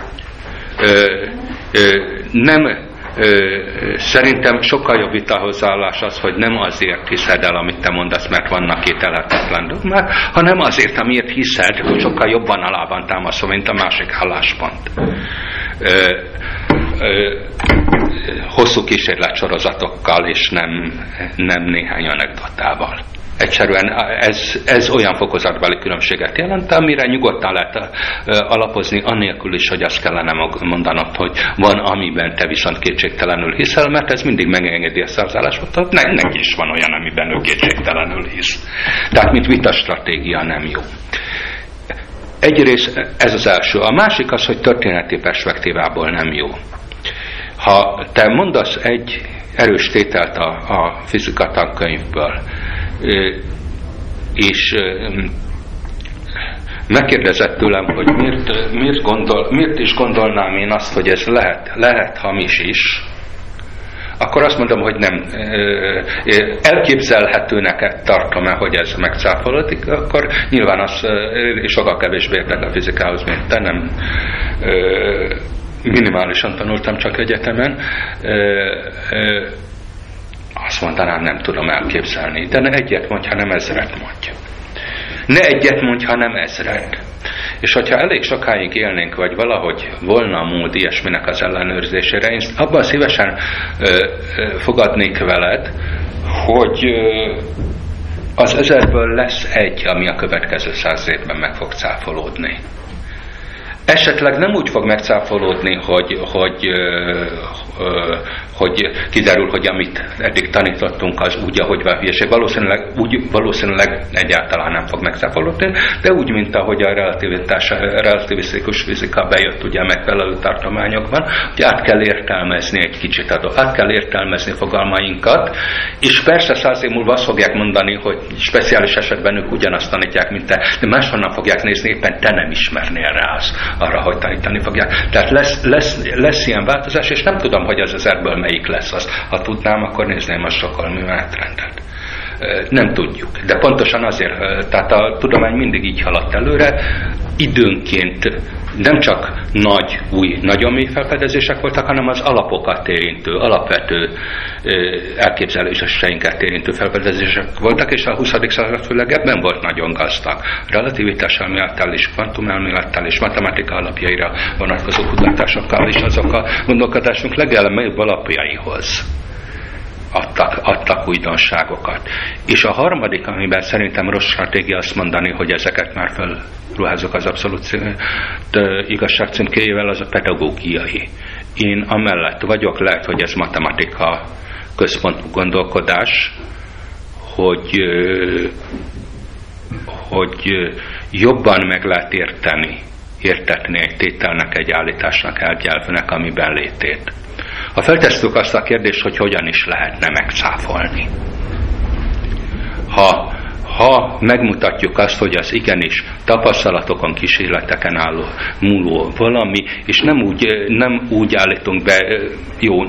Nem, szerintem sokkal jobb vitahozzáállás az, hogy nem azért hiszed el, amit te mondasz, mert vannak kételhetetlen dogmák, hanem azért, amiért hiszed, hogy sokkal jobban alá van támasztva, mint a másik álláspont. Ö, ö, hosszú kísérletsorozatokkal, és nem, nem néhány anekdotával. Egyszerűen ez, ez olyan fokozatbeli különbséget jelent, amire nyugodtan lehet alapozni, annélkül is, hogy azt kellene mondanod, hogy van, amiben te viszont kétségtelenül hiszel, mert ez mindig megengedi ezt az álláspontot, ne, neki is van olyan, amiben ő kétségtelenül hisz. Tehát, mint vitastratégia nem jó. Egyrészt ez az első. A másik az, hogy történeti perspektívából nem jó. Ha te mondasz egy erős tételt a, a fizika tankönyvből, és megkérdezett tőlem, hogy miért, miért, gondol, miért is gondolnám én azt, hogy ez lehet, lehet hamis is, akkor azt mondom, hogy nem. Elképzelhetőnek tartom-e, hogy ez megcáfolódik, akkor nyilván az sokkal kevésbé értek a fizikához, mint te, nem minimálisan tanultam csak egyetemen. Azt mondanám, nem tudom elképzelni. De ne egyet mondj, hanem ezret mondj. Ne egyet mondj, hanem ezret. És hogyha elég sokáig élnénk, vagy valahogy volna mód ilyesminek az ellenőrzésére, én abban szívesen ö, ö, fogadnék veled, hogy ö, az ezerből lesz egy, ami a következő száz évben meg fog cáfolódni. Esetleg nem úgy fog megcáfolódni, hogy, hogy, hogy kiderül, hogy amit eddig tanítottunk, az úgy, ahogy van hülyeség. Valószínűleg, úgy, valószínűleg egyáltalán nem fog megcáfolódni, de úgy, mint ahogy a relativitás, relativisztikus fizika bejött ugye megfelelő tartományokban, hogy át kell értelmezni egy kicsit, át kell értelmezni fogalmainkat, és persze száz év múlva azt fogják mondani, hogy speciális esetben ők ugyanazt tanítják, mint te, de máshonnan fogják nézni, éppen te nem ismernél rá az, arra, hogy tanítani fogják. Tehát lesz, lesz, lesz ilyen változás, és nem tudom, hogy az ezerből melyik lesz az. Ha tudnám, akkor nézném a stokholmi menetrendet. Nem tudjuk. De pontosan azért, tehát a tudomány mindig így haladt előre, időnként nem csak nagy, új, nagyon mély felfedezések voltak, hanem az alapokat érintő, alapvető elképzeléseinket érintő felfedezések voltak, és a huszadik század főleg ebben volt nagyon gazdag. Relativitás elmélettel is, kvantumelmélettel és matematika alapjaira vonatkozó kutatásokkal is azok a gondolkodásunk legelmebb alapjaihoz. adtak, adtak újdonságokat. És a harmadik, amiben szerintem rossz stratégia azt mondani, hogy ezeket már felruházok az abszolút igazság címkéjével, az a pedagógiai. Én amellett vagyok, lehet, hogy ez matematika központú gondolkodás, hogy, hogy jobban meg lehet érteni, értetni egy tételnek, egy állításnak, egy elvnek, amiben létét. Ha feltesszük azt a kérdést, hogy hogyan is lehetne megcáfolni. Ha, ha megmutatjuk azt, hogy az igenis tapasztalatokon, kísérleteken álló, múló valami, és nem úgy, nem úgy állítunk be, jó,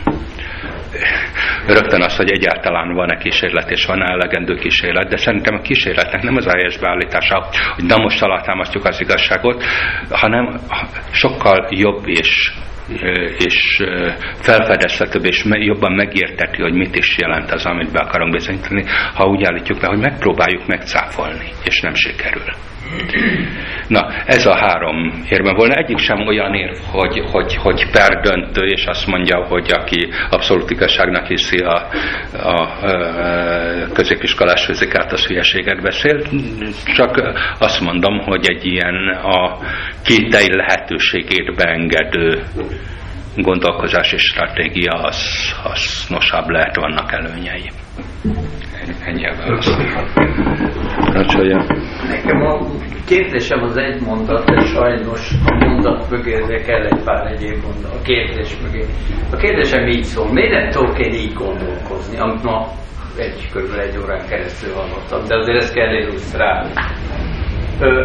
rögtön az, hogy egyáltalán van-e kísérlet, és van-e elegendő kísérlet, de szerintem a kísérletnek nem az a helyes beállítása, hogy na most alátámasztjuk az igazságot, hanem sokkal jobb és és felfedezhetőbb, és jobban megérteti, hogy mit is jelent az, amit be akarunk bizonyítani, ha úgy állítjuk be, hogy megpróbáljuk megcáfolni, és nem sikerül. Na, ez a három érve volna. Egyik sem olyan érv, hogy, hogy, hogy perdöntő, és azt mondja, hogy aki abszolút igazságnak hiszi a, a, a középiskolás fizikát, az hülyeséget beszél. Csak azt mondom, hogy egy ilyen a kételj lehetőségét beengedő gondolkozási stratégia az hasznosabb lehet, vannak előnyei. Ennyi a válasz. Nekem a kérdésem az egy mondat, de sajnos a mondat mögé kell egy pár egyéb mondat. A kérdés mögé. A kérdésem így szól, miért nem tudok én így gondolkozni, amit ma egy, körülbelül egy órán keresztül hallottam, de azért ezt kell illusztrálni. Ö,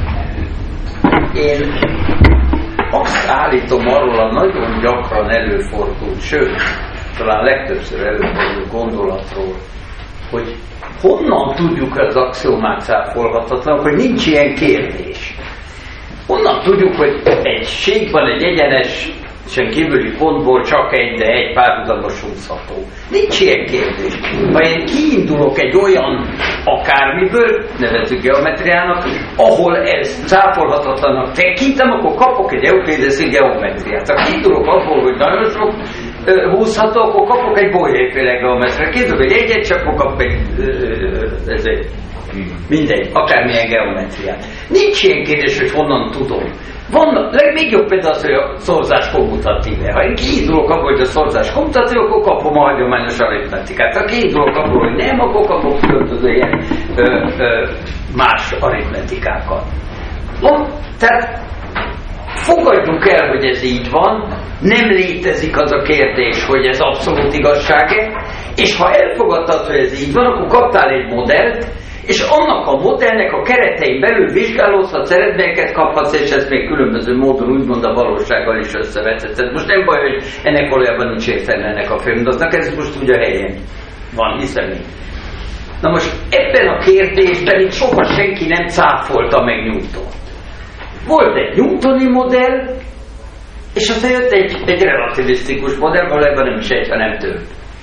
én azt állítom arról a nagyon gyakran előfordult, sőt, talán legtöbbször előfordult gondolatról, hogy honnan tudjuk, hogy az axiomák cáfolhatatlanak, hogy nincs ilyen kérdés. Honnan tudjuk, hogy egy ség van egy egyenesen kívüli pontból csak egy, de egy párhuzamos húzható. Nincs ilyen kérdés. Ha én kiindulok egy olyan akármiből, nevezzük geometriának, ahol ez cáfolhatatlanak tekintem, akkor kapok egy euklideszi geometriát. Ha kiindulok abból, hogy nagyon sok húzható, akkor kapok egy bolyai-féle geometriát. Kiindulok egy egyet, csak akkor kapok egy, ez egy mindegy, akármilyen geometriát. Nincs ilyen kérdés, hogy honnan tudom. Van, még jobb például az, hogy a szorzás kommutatíve. Ha én kiindulok abból, hogy a szorzás kommutatíve, akkor kapom a hagyományos aritmetikát. Ha kiindulok abból, hogy nem, akkor kapok különböző ilyen ö, ö, más aritmetikákat. Van, tehát fogadjuk el, hogy ez így van, nem létezik az a kérdés, hogy ez abszolút igazság-e, és ha elfogadtad, hogy ez így van, akkor kaptál egy modellt, és annak a modellnek a keretein belül vizsgálódhatsz, eredményeket kaphatsz, és ez még különböző módon úgymond a valósággal is összevethetsz. Most nem baj, hogy ennek valójában nincs értelme ennek a fölmondatnak, ez most úgy a helyén van, hiszem én. Na most ebben a kérdésben itt soha senki nem cáfolta meg Newtont. Volt egy newtoni modell, és aztán jött egy, egy relativisztikus modell, valójában nem is egy, hanem több.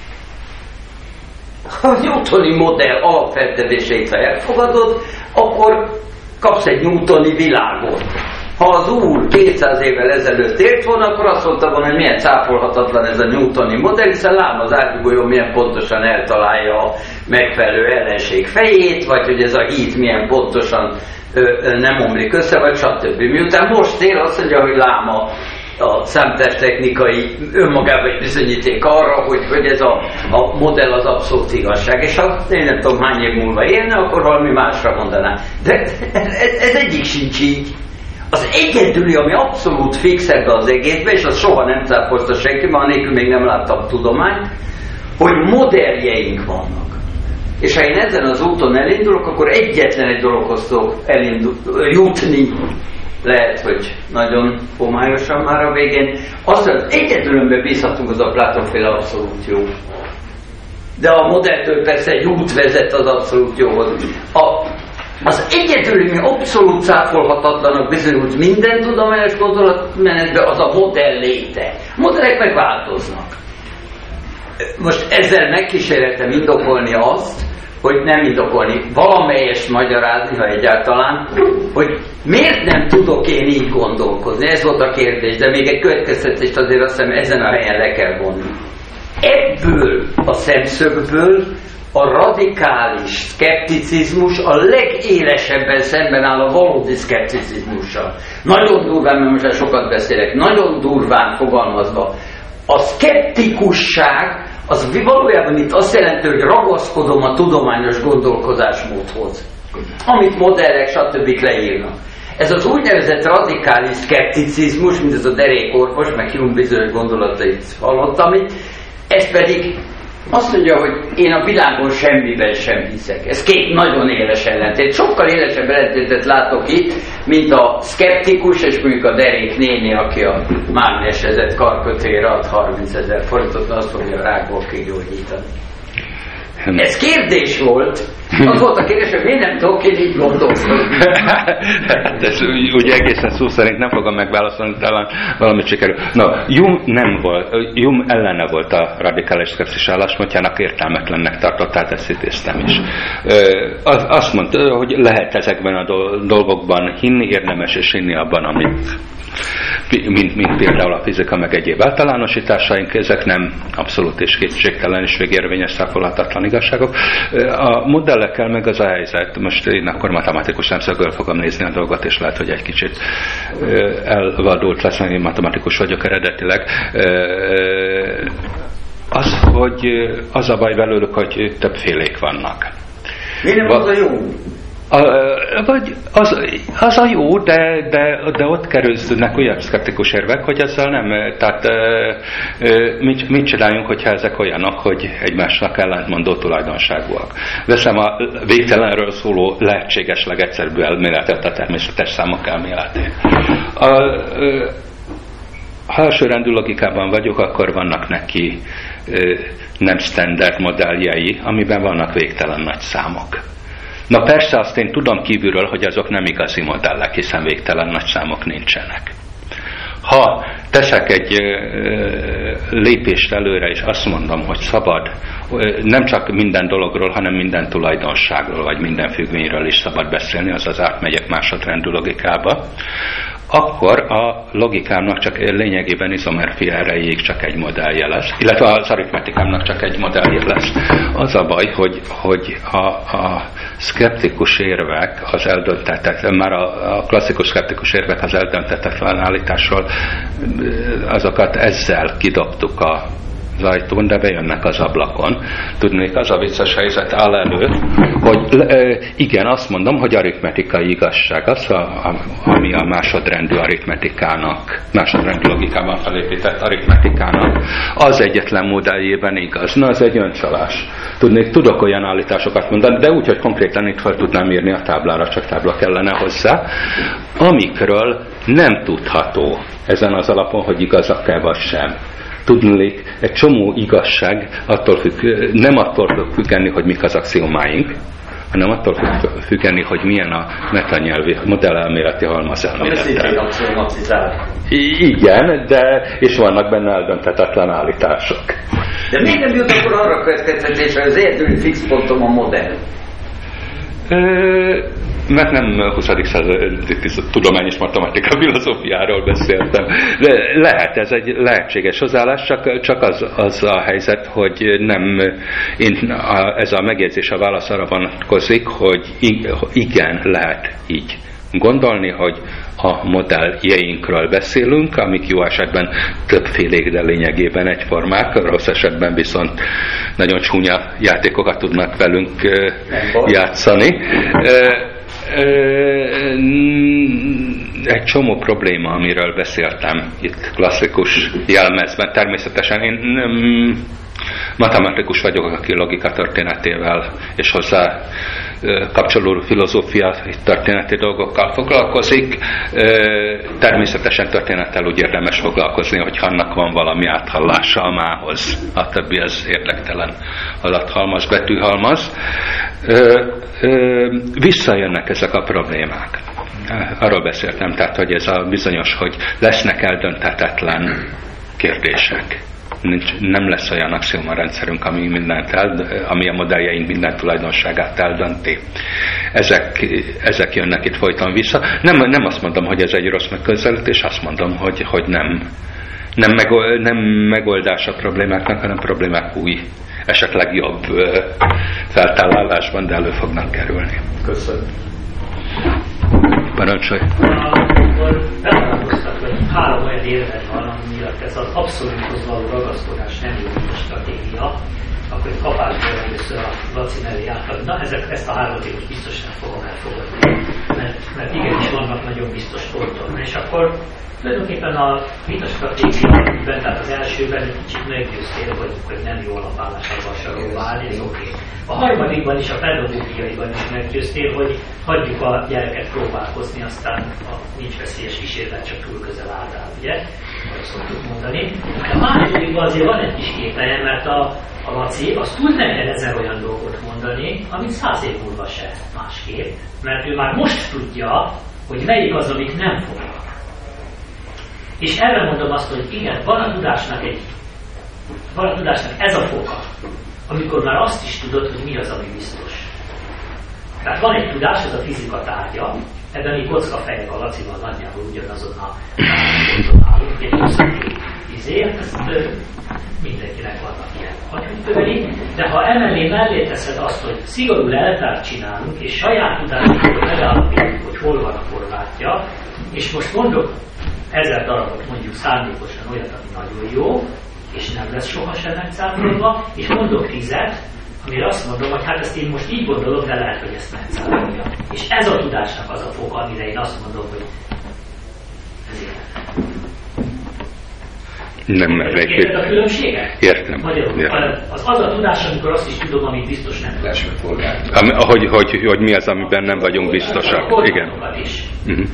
Ha a newtoni modell alapfeltevéseit, ha elfogadod, akkor kapsz egy newtoni világot. Ha az úr kétszáz évvel ezelőtt ért volna, akkor azt mondta volna, hogy milyen cáfolhatatlan ez a newtoni modell, hiszen lám az árgyúgolyó milyen pontosan eltalálja a megfelelő ellenség fejét, vagy hogy ez a híd milyen pontosan ö, ö, nem omlik össze, vagy stb. Miután most ér azt mondja, hogy lám a a számítástechnikai önmagában egy bizonyíték arra, hogy, hogy ez a, a modell az abszolút igazság. És ha én nem tudom hány év múlva élne, akkor valami másra mondaná. De ez, ez egyik sincs így. Az egyedüli, ami abszolút fix ebbe az egészbe, és az soha nem cáfolta senki, mert anélkül még nem láttam tudományt, hogy modelljeink vannak. És ha én ezen az úton elindulok, akkor egyetlen egy dologhoz tudok elindul, jutni. Lehet, hogy nagyon homályosan már a végén. Az, hogy egyedülönben bízhatunk, az a Platonféle abszolút jó. De a modelltől persze egy út vezet az abszolút jóhoz. A, az egyedüli, mi abszolút cáfolhatatlanak bizonyult minden tudományos gondolatmenetben, az a modell léte. A modellek megváltoznak. Most ezzel megkíséreltem indokolni azt, hogy nem indokolni, valamelyest magyarázni, ha egyáltalán, hogy miért nem tudok én így gondolkozni. Ez volt a kérdés, de még egy következtetést azért azt hiszem ezen a helyen le kell vonni. ebből a szemszögből a radikális szkepticizmus a legélesebben szemben áll a valódi szkepticizmussal. Nagyon durván, mert most sokat beszélek, nagyon durván fogalmazva, a szkeptikusság az valójában itt azt jelenti, hogy ragaszkodom a tudományos gondolkozásmódhoz, amit modellek, stb. Leírnak. Ez az úgynevezett radikális szkepticizmus, mint ez a derékorvos, meg Hume bizonyos gondolatait hallottam itt, ez pedig azt mondja, hogy én a világon semmiben sem hiszek. Ez két nagyon éles ellentét. Sokkal élesebb ellentétet látok itt, mint a szkeptikus, és mondjuk a derék néni, aki a mágnesezett karkötőjére ad harmincezer forintot, azt fogja a rákból kigyógyítani. Ez kérdés volt. Az volt a kérdés, hogy miért nem tudok én így gondolkodni. Hát ez ugye egészen szó szerint nem fogom megválaszolni, talán valamit sikerül. No, Hume nem volt, Hume ellene volt a radikális szkepszis álláspontjának, értelmetlennek tartott, tehát ezt idéztem is. Azt mondta, hogy lehet ezekben a dolgokban hinni, érdemes és hinni abban, amit mint, mint például a fizika, meg egyéb általánosításaink, ezek nem abszolút és kétségtelen és végérvényes száfolhatatlan igazságok. A modellekkel meg az a helyzet, most én akkor matematikus szemszögből fogom nézni a dolgot, és lehet, hogy egy kicsit elvadult lesz, én matematikus vagyok eredetileg. Az, hogy az a baj belőlük, hogy többfélék vannak. Mi nem az a jó? A, vagy az, az a jó, de, de, de ott kerülnek olyan szkeptikus érvek, hogy ezzel nem, tehát mit, mit csináljunk, hogyha ezek olyanok, hogy egymásnak ellentmondó tulajdonságúak. Veszem a végtelenről szóló lehetséges legegyszerűbb elméletet, a természetes számok elméletét. A, ha elsőrendű logikában vagyok, akkor vannak neki nem standard modelljei, amiben vannak végtelen nagy számok. Na persze azt én tudom kívülről, hogy azok nem igazi modellek, hiszen végtelen nagy számok nincsenek. Ha teszek egy lépést előre, és azt mondom, hogy szabad, nem csak minden dologról, hanem minden tulajdonságról, vagy minden függvényről is szabad beszélni, azaz átmegyek másodrendű logikába, akkor a logikámnak csak lényegében izomerfia erejéig csak egy modellje lesz, illetve az aritmetikámnak csak egy modellje lesz. Az a baj, hogy, hogy a, a szkeptikus érvek az eldöntetett, már a, a klasszikus szkeptikus érvek az eldöntetetlen állításról, azokat ezzel kidobtuk a az ajtón, de bejönnek az ablakon. Tudnék, az a vicces helyzet áll elő, hogy e, igen, azt mondom, hogy aritmetikai igazság az, a, a, ami a másodrendű aritmetikának, másodrendű logikában felépített aritmetikának az egyetlen modelljében igaz. Na, az egy öncsalás. Tudnék, tudok olyan állításokat mondani, de úgy, hogy konkrétan itt fel tudnám írni a táblára, csak tábla kellene hozzá, amikről nem tudható ezen az alapon, hogy igazak-e vagy sem. Tudnék, egy csomó igazság attól függ, nem attól fog függeni, hogy mik az axiomáink, hanem attól fog függeni, hogy milyen a metanyelvi, modellelméleti halmazelmélete. Igen, de és vannak benne eldönthetetlen állítások. De miért nem jut akkor arra következtetésre, hogy az egyedüli fix pontom a modell? Ö, mert nem huszadik századi tudományos matematika filozófiáról beszéltem. De lehet, ez egy lehetséges hozzáállás, csak, csak az, az a helyzet, hogy nem, én, a, ez a megjegyzés a válasz arra vonatkozik, hogy igen, lehet így gondolni, hogy a modelljeinkről beszélünk, amik jó esetben többfélék, de lényegében egyformák, rossz esetben viszont nagyon csúnya játékokat tudnak velünk játszani. Egy csomó probléma, amiről beszéltem itt klasszikus jelmezben. Természetesen én nem matematikus vagyok, aki logika történetével és hozzá kapcsolódó filozófia történeti dolgokkal foglalkozik. Természetesen történettel úgy érdemes foglalkozni, hogyha annak van valami áthallása a mához. A többi az érdektelen adathalmaz, betűhalmaz. Visszajönnek ezek a problémák. Arról beszéltem, tehát, hogy ez a bizonyos, hogy lesznek eldönthetetlen kérdések. Nincs, nem lesz olyan axioma rendszerünk, ami, mindent eld, ami a modelljeink minden tulajdonságát eldönti. Ezek, ezek jönnek itt folyton vissza. Nem, nem azt mondom, hogy ez egy rossz megközelítés, azt mondom, hogy, hogy nem nem, megold, nem megoldás a problémáknak, hanem problémák új, esetleg jobb feltállásban, de elő fognak kerülni. Köszönöm. Parancsolj! Akkor bemutatkoztak, hogy három olyan érvet van, ami miatt ez az abszolúthoz való ragaszkodás nem jó a stratégia, akkor egy kapásból először a Laci mellé átadni. Na, ezek, ezt a három évet biztos nem fogom elfogadni, mert, mert igenis vannak nagyon biztos pontok. És akkor tulajdonképpen a vita stratégiában, tehát az elsőben egy kicsit meggyőztél, hogy, hogy nem jó alapállásával sarokba állni, ez oké. Okay. A harmadikban is, a pedagógiaiban is meggyőztél, hogy hagyjuk a gyereket próbálkozni, aztán a nincs veszélyes kísérlet, csak túl közel áll rá, ugye? Azt szoktuk mondani. A másodikban azért van egy kis kételje, mert a, a Laci az tud neked ezer olyan dolgot mondani, amit száz év múlva se másképp, mert ő már most tudja, hogy melyik az, amit nem fognak. És erre mondom azt, hogy igen, van a tudásnak egy, van a tudásnak ez a foka, amikor már azt is tudod, hogy mi az, ami biztos. Tehát van egy tudás, ez a fizika tárgya, ebben mi kockafejek a Lacival nagyjából ugyanazon a ponton állunk, egy huszonkettő izé, ezt mindenkinek vannak ilyen agyhúgykövei, de ha emellé mellé teszed azt, hogy szigorú leltárt csinálunk, és saját tudásunkból megállapítjuk, hogy hol van a korlátja, és most mondok ezer darabot mondjuk szándékosan olyat, ami nagyon jó, és nem lesz sohasem megszámolva, és mondok tízet, amire azt mondom, hogy hát ezt én most így gondolom, de lehet, hogy ezt megszámolja. És ez a tudásnak az a fok, amire én azt mondom, hogy ez élet. Nem mernék. Érted a különbséget? Értem. Magyarul, Értem. Az az a tudás, amikor azt is tudom, amit biztos nem tudom. Hogy, hogy, hogy mi az, amiben nem vagyunk biztosak. Igen. Uh-huh.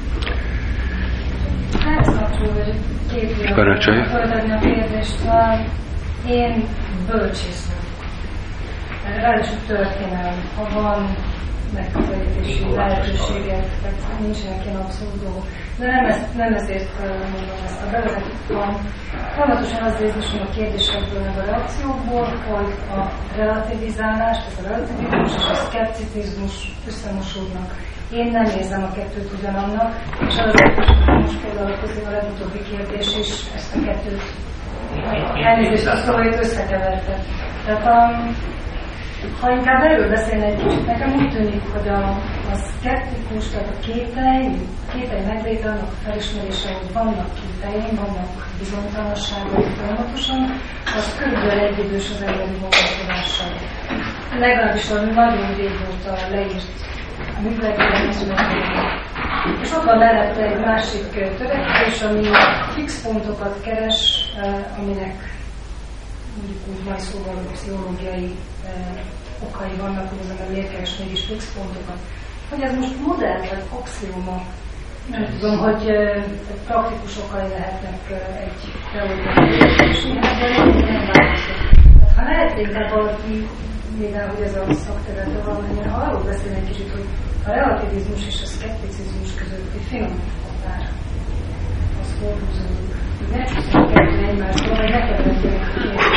Ehhez kapcsolódó, hogy két pillanat föltenni a kérdést. Én bölcsész vagyok. Ráadásul történelem, ha van megközelítési lehetőséget, tehát nincsenek ilyen abszolút dolgok. De nem, ezt, nem ezért mondom ezt a bevezetőt, hanem folyamatosan az érzésem a kérdésekből, meg a reakciókból, hogy a relativizálás, ez a relativizmus és a szkepticizmus összemosódnak. Én nem érzem a kettőt ugyanannak, és az most például közül a legutóbbi kérdés is ezt a kettőt elnézést a szóval összekeverte. Tehát a, ha inkább erről beszélne egy kicsit, nekem úgy tűnik, hogy a, a szkeptikus, tehát a kételj, kételj megléte, annak felismerése, hogy vannak kételjeim, vannak bizonytalanságai folyamatosan, az körülbelül egyidős az emberi gondolkodással. Legalábbis a nagyon régóta leírt a művelkedés, és ott van mellette egy másik törekvés, ami fix pontokat keres, aminek mondjuk úgy majd szóval pszichológiai okai vannak, hogy az ember miért keres mégis fix pontokat. Hogy ez most modell vagy axioma, nem tudom, hogy praktikus okai lehetnek egy teóriai, és mindenben nem változik. Ha lehet inkább valaki, mivel hogy ez a szakterülete valamilyen, arról beszélni egy kicsit, hogy a relativizmus és a szkepticizmus közötti finom határ, az hol húzódik. Ne csúszunk kettő egymástól, vagy ne keverjenek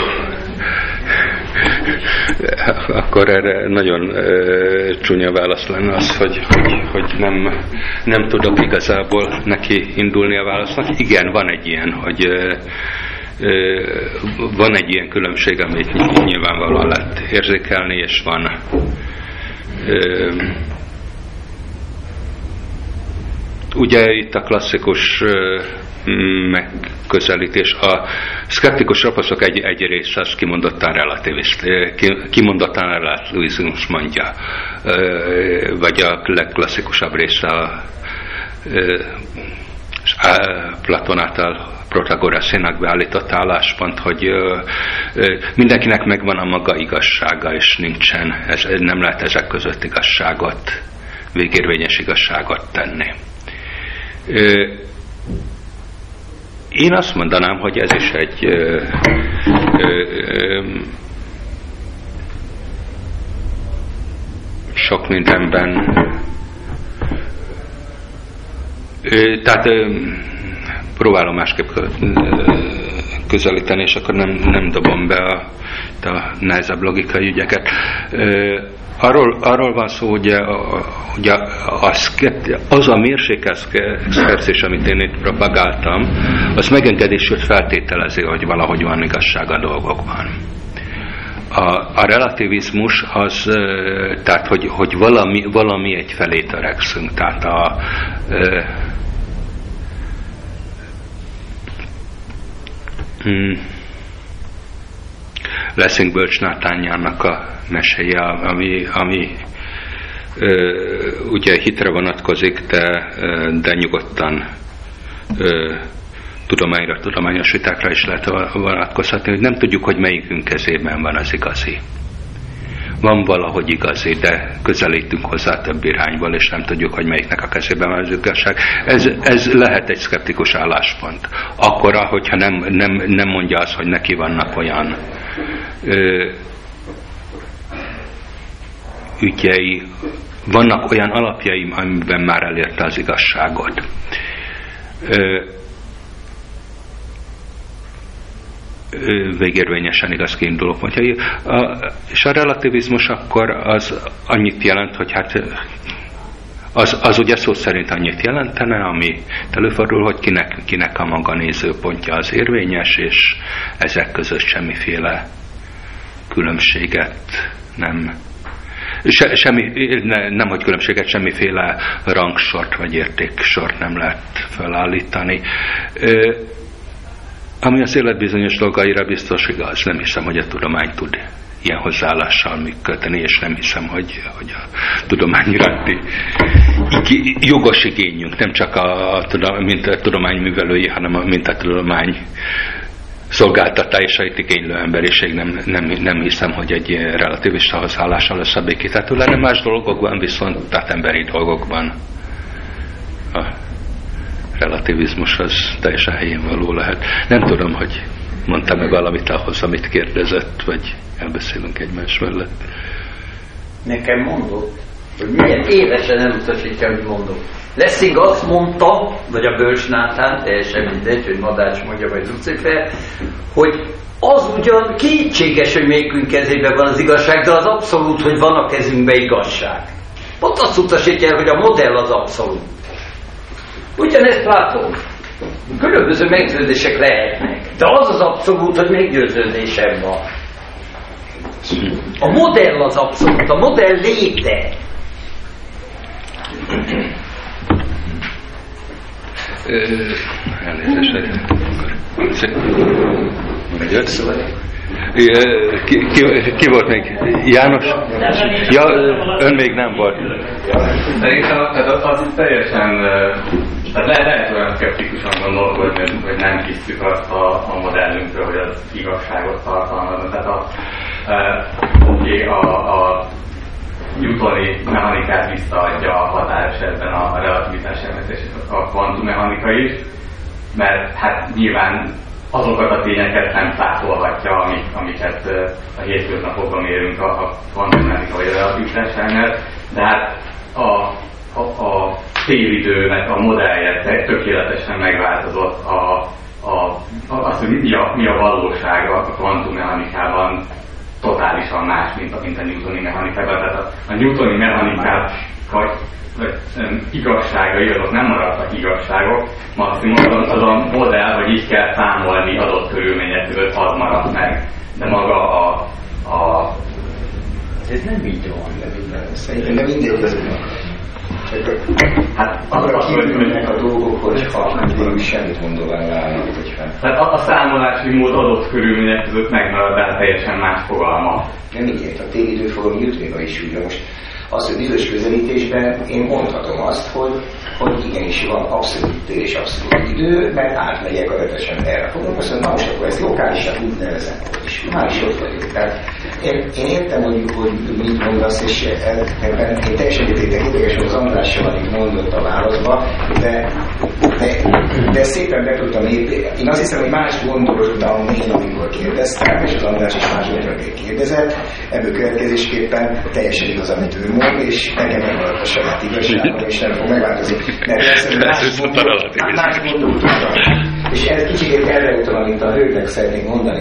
Akkor erre nagyon uh, csúnya válasz lenne az, hogy, hogy, hogy nem, nem tudok igazából neki indulni a válasznak. Igen, van egy ilyen, hogy uh, uh, van egy ilyen különbség, amit nyilvánvalóan lehet érzékelni, és van uh, ugye itt a klasszikus uh, megközelítés. A szkeptikus rapaszok egy, egy része az kimondottan relativist, kimondottan relativizmus mondja, vagy a legklasszikusabb része a, a Platon által Protagorászénak beállított álláspont, hogy mindenkinek megvan a maga igazsága, és nincsen, ez, nem lehet ezek között igazságot, végérvényes igazságot tenni. Én azt mondanám, hogy ez is egy ö, ö, ö, sok mindenben ö, tehát ö, próbálom másképp közelíteni, és akkor nem, nem dobom be a, a nehezebb logikai ügyeket. Ö, arról, arról van szó, hogy, a, hogy a, a szkepti, az a mérsékelt szkepszis, amit én itt propagáltam, az megengedésült feltételezi, hogy valahogy van igazság a dolgokban. A, a relativizmus az, tehát, hogy, hogy valami, valami egyfelé törekszünk, tehát a Hmm. Lessing Bölcsnátányának a meséje, ami, ami ö, ugye hitre vonatkozik, de, de nyugodtan ö, tudományra, tudományos vitákra is lehet vonatkozhatni, hogy nem tudjuk, hogy melyikünk kezében van az igazi. Van valahogy igazi, de közelítünk hozzá több irányból, és nem tudjuk, hogy melyiknek a kezében van az igazság. Ez, ez lehet egy szkeptikus álláspont. Akkora, hogyha nem, nem, nem mondja azt, hogy neki vannak olyan ö, ügyei, vannak olyan alapjai, amiben már elérte az igazságot. Ö, végérvényesen igaz kiinduló pontjai. A, és a relativizmus akkor az annyit jelent, hogy hát az, az ugye szó szerint annyit jelentene, ami előfordul, hogy kinek, kinek a maga nézőpontja az érvényes, és ezek között semmiféle különbséget nem se, semmi, ne, nem hogy különbséget, semmiféle rangsort vagy értéksort nem lehet felállítani. Ö, Ami az élet bizonyos dolgaira biztos igaz. Nem hiszem, hogy a tudomány tud ilyen hozzáállással működni, és nem hiszem, hogy, hogy a tudomány iránti jogos igényünk, nem csak a, a, mint a tudomány művelői, hanem a, mint a tudomány szolgáltatásait igénylő emberiség. Nem, nem, nem hiszem, hogy egy relativista hozzáállással összebékíthető lenne. Más dolgokban viszont, tehát emberi dolgokban a relativizmus az teljesen helyén való lehet. Nem tudom, hogy mondta meg valamit ahhoz, amit kérdezett, vagy elbeszélünk egymás mellett. Nekem mondott, hogy milyen évesen nem utasítja, hogy mondok. Lessing azt mondta, vagy a Bölcsnátán, teljesen mindegy, hogy Madács mondja, vagy Lucifer, hogy az ugyan kétséges, hogy melyikünk kezében van az igazság, de az abszolút, hogy van a kezünkben igazság. Ott azt utasítja, hogy a modell az abszolút. Ugyanezt látom. Különböző meggyőződések lehetnek, de az az abszolút, hogy meggyőződésem van. A modell az abszolút, a modell léte. Elnézést, ki, ki, ki volt még? János? Ja, ön még nem volt. Szerintem az, az teljesen, tehát lehet, lehet olyan szkeptikusan gondolkodni, hogy nem hiszük azt a, a modellünkről, hogy az igazságot tartalmazna. Tehát a, oké, a, a newtoni mechanikát visszaadja a határesetben a relativitás elméletes a kvantummechanika is, mert hát nyilván azokat a tényeket nem száfolhatja, amik, amiket a hétköznapokban mérünk a, a kvantummechanika vagy a relativitás elmélet, de hát a, a, a télidőnek a modellje tökéletesen megváltozott, a, a, az, hogy mi a, mi a valóság a kvantummechanikában totálisan más, mint a, mint a newtoni mechanikában. Tehát a, a newtoni mechanikát vagy, vagy igazságai, azok nem maradtak igazságok, maximum az a modell, hogy így kell számolni adott körülmények között, az maradt meg. De maga a... a ez nem így van, de minden. Szerintem nem mindegy ez. Hát arra kívülnek a dolgok, hogyha végül semmit mondóvá válnak, hogyha... Tehát a, a számolási mód adott körülmények között megmarad, de teljesen más fogalma. Nem így ért, a télidő fogalom Newtonban is úgy, most az, hogy bizonyos közelítésben én mondhatom azt, hogy, hogy igenis van abszolút tér és abszolút idő, mert átmegyek adatesen erre fogom, azt mondom, na most akkor ezt lokálisan úgy nevezem, és már is ott vagyok. Tehát én, én értem, hogy, hogy mit mondasz, és ebben én teljesen értétek érdekes, hogy az Andrással, amit mondott a válaszba, de, de, de szépen be tudtam érni. Én azt hiszem, hogy más gondoltam én, amikor kérdeztem, és az András is más gondolat kérdezett, ebből következésképpen teljesen igaz, amit ő mond, és nekem megmaradt a saját igazságom, és nem fog megváltozni. Mert más gondoltam. És ez kicsit erre utal, amit a hölgynek szeretnék mondani, hogy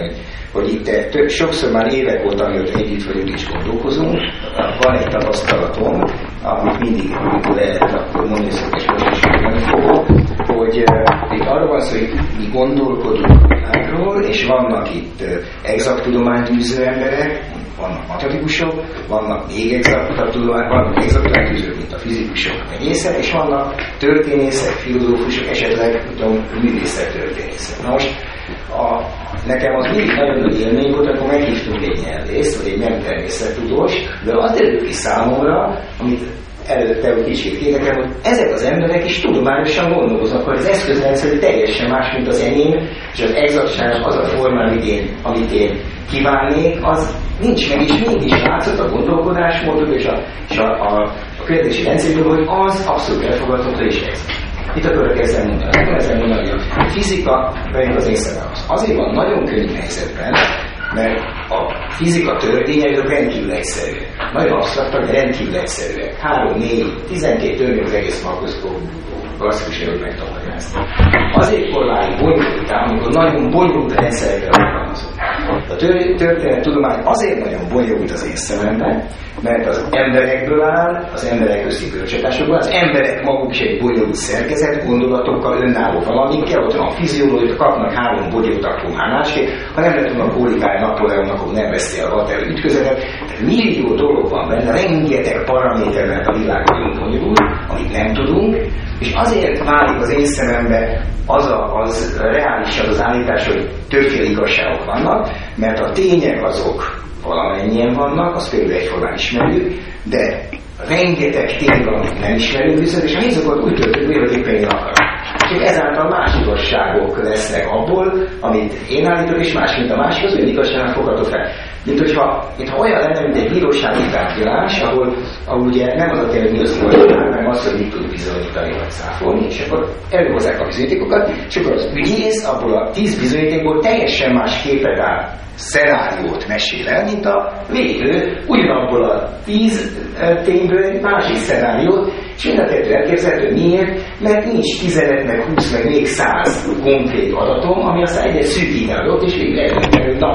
hogy itt több, sokszor már évek óta, amióta együtt vagyunk és gondolkozunk, van egy tapasztalatom, amit mindig, amikor lehet, akkor mondani szok, és most is mondani fogok, hogy uh, itt arról van szó, hogy mi gondolkodunk a világról, és vannak itt uh, exakt tudományt űző emberek, vannak matematikusok, vannak még exakt tudomány, vannak exakt űzők, mint a fizikusok, menészek, és vannak történészek, filozófusok, esetleg tudom, művészek, történészek. Na most a, nekem az mindig nagyon nagy élmény volt, akkor meghívtunk egy nyelvészt, vagy egy nem természettudós, de az derült ki számomra, amit előtte úgy kicsit nekem, hogy ezek az emberek is tudományosan gondolkoznak, hogy az eszközrendszer teljesen más, mint az enyém, és az exaktság, az a forma, amit én, amit én kívánnék, az nincs meg, és mégis látszott a gondolkodásmódok és a, és a, a, a kérdési rendszerből, hogy az abszolút elfogadható és ez. Itt akarok ezzel mondani. Nekem ezzel mondani, hogy a fizika, vagy az észreválasz. Azért van nagyon könnyű helyzetben, mert a fizika törvényei rendkívül egyszerűek. Nagyon absztraktak, de rendkívül egyszerűek. három, négy, tizenkét törvény az egész makroszkóp klasszikus erőt megtanulmányozni. Azért korlálik bonyolultán, amikor nagyon bonyolult rendszerekre alkalmazott. A történet tudomány azért nagyon bonyolult az én szememben, mert az emberekből áll, az emberek közti kölcsönhatásokból, az emberek maguk is egy bonyolult szerkezet, gondolatokkal, önálló valamikkel, ott van a fiziológia, kapnak három bogyót, akkor már másképp, ha nem lett volna a kólikája Napóleonnak, akkor nem veszi el a Waterloo ütközetet. Tehát millió dolog van benne, rengeteg paraméter, mert a világ nagyon bonyolult, amit nem tudunk, és azért válik az én szemembe az, a, az reálisabb az állítás, hogy többféle igazságok vannak, mert a tények azok valamennyien vannak, azt például egyformán ismerjük, de rengeteg tény van, amit nem ismerünk viszont, és a nézőkat úgy töltünk, hogy éppen én akarom. Úgyhogy ezáltal más igazságok lesznek abból, amit én állítok, és más, mint a másik, az ön igazságnak fogható fel. Mint hogyha, mint ha olyan lenne, mint egy bírósági tárgyalás, ahol, ahol ugye nem az a tény, hogy mi az igazság, hanem az, hogy mit tud bizonyítani vagy cáfolni, és akkor előhozzák a bizonyítékokat, és akkor az ügyész abból a tíz bizonyítékból teljesen más képet áll, szenáriót mesél el, mint a védő, ugyanabból a tíz tényből egy másik szenáriót, és mind a kettő elképzelhető. Miért? Mert nincs tizenöt, meg húsz, meg még száz konkrét adatom, ami aztán egyet szűkít adott, és végül eldönteni, na,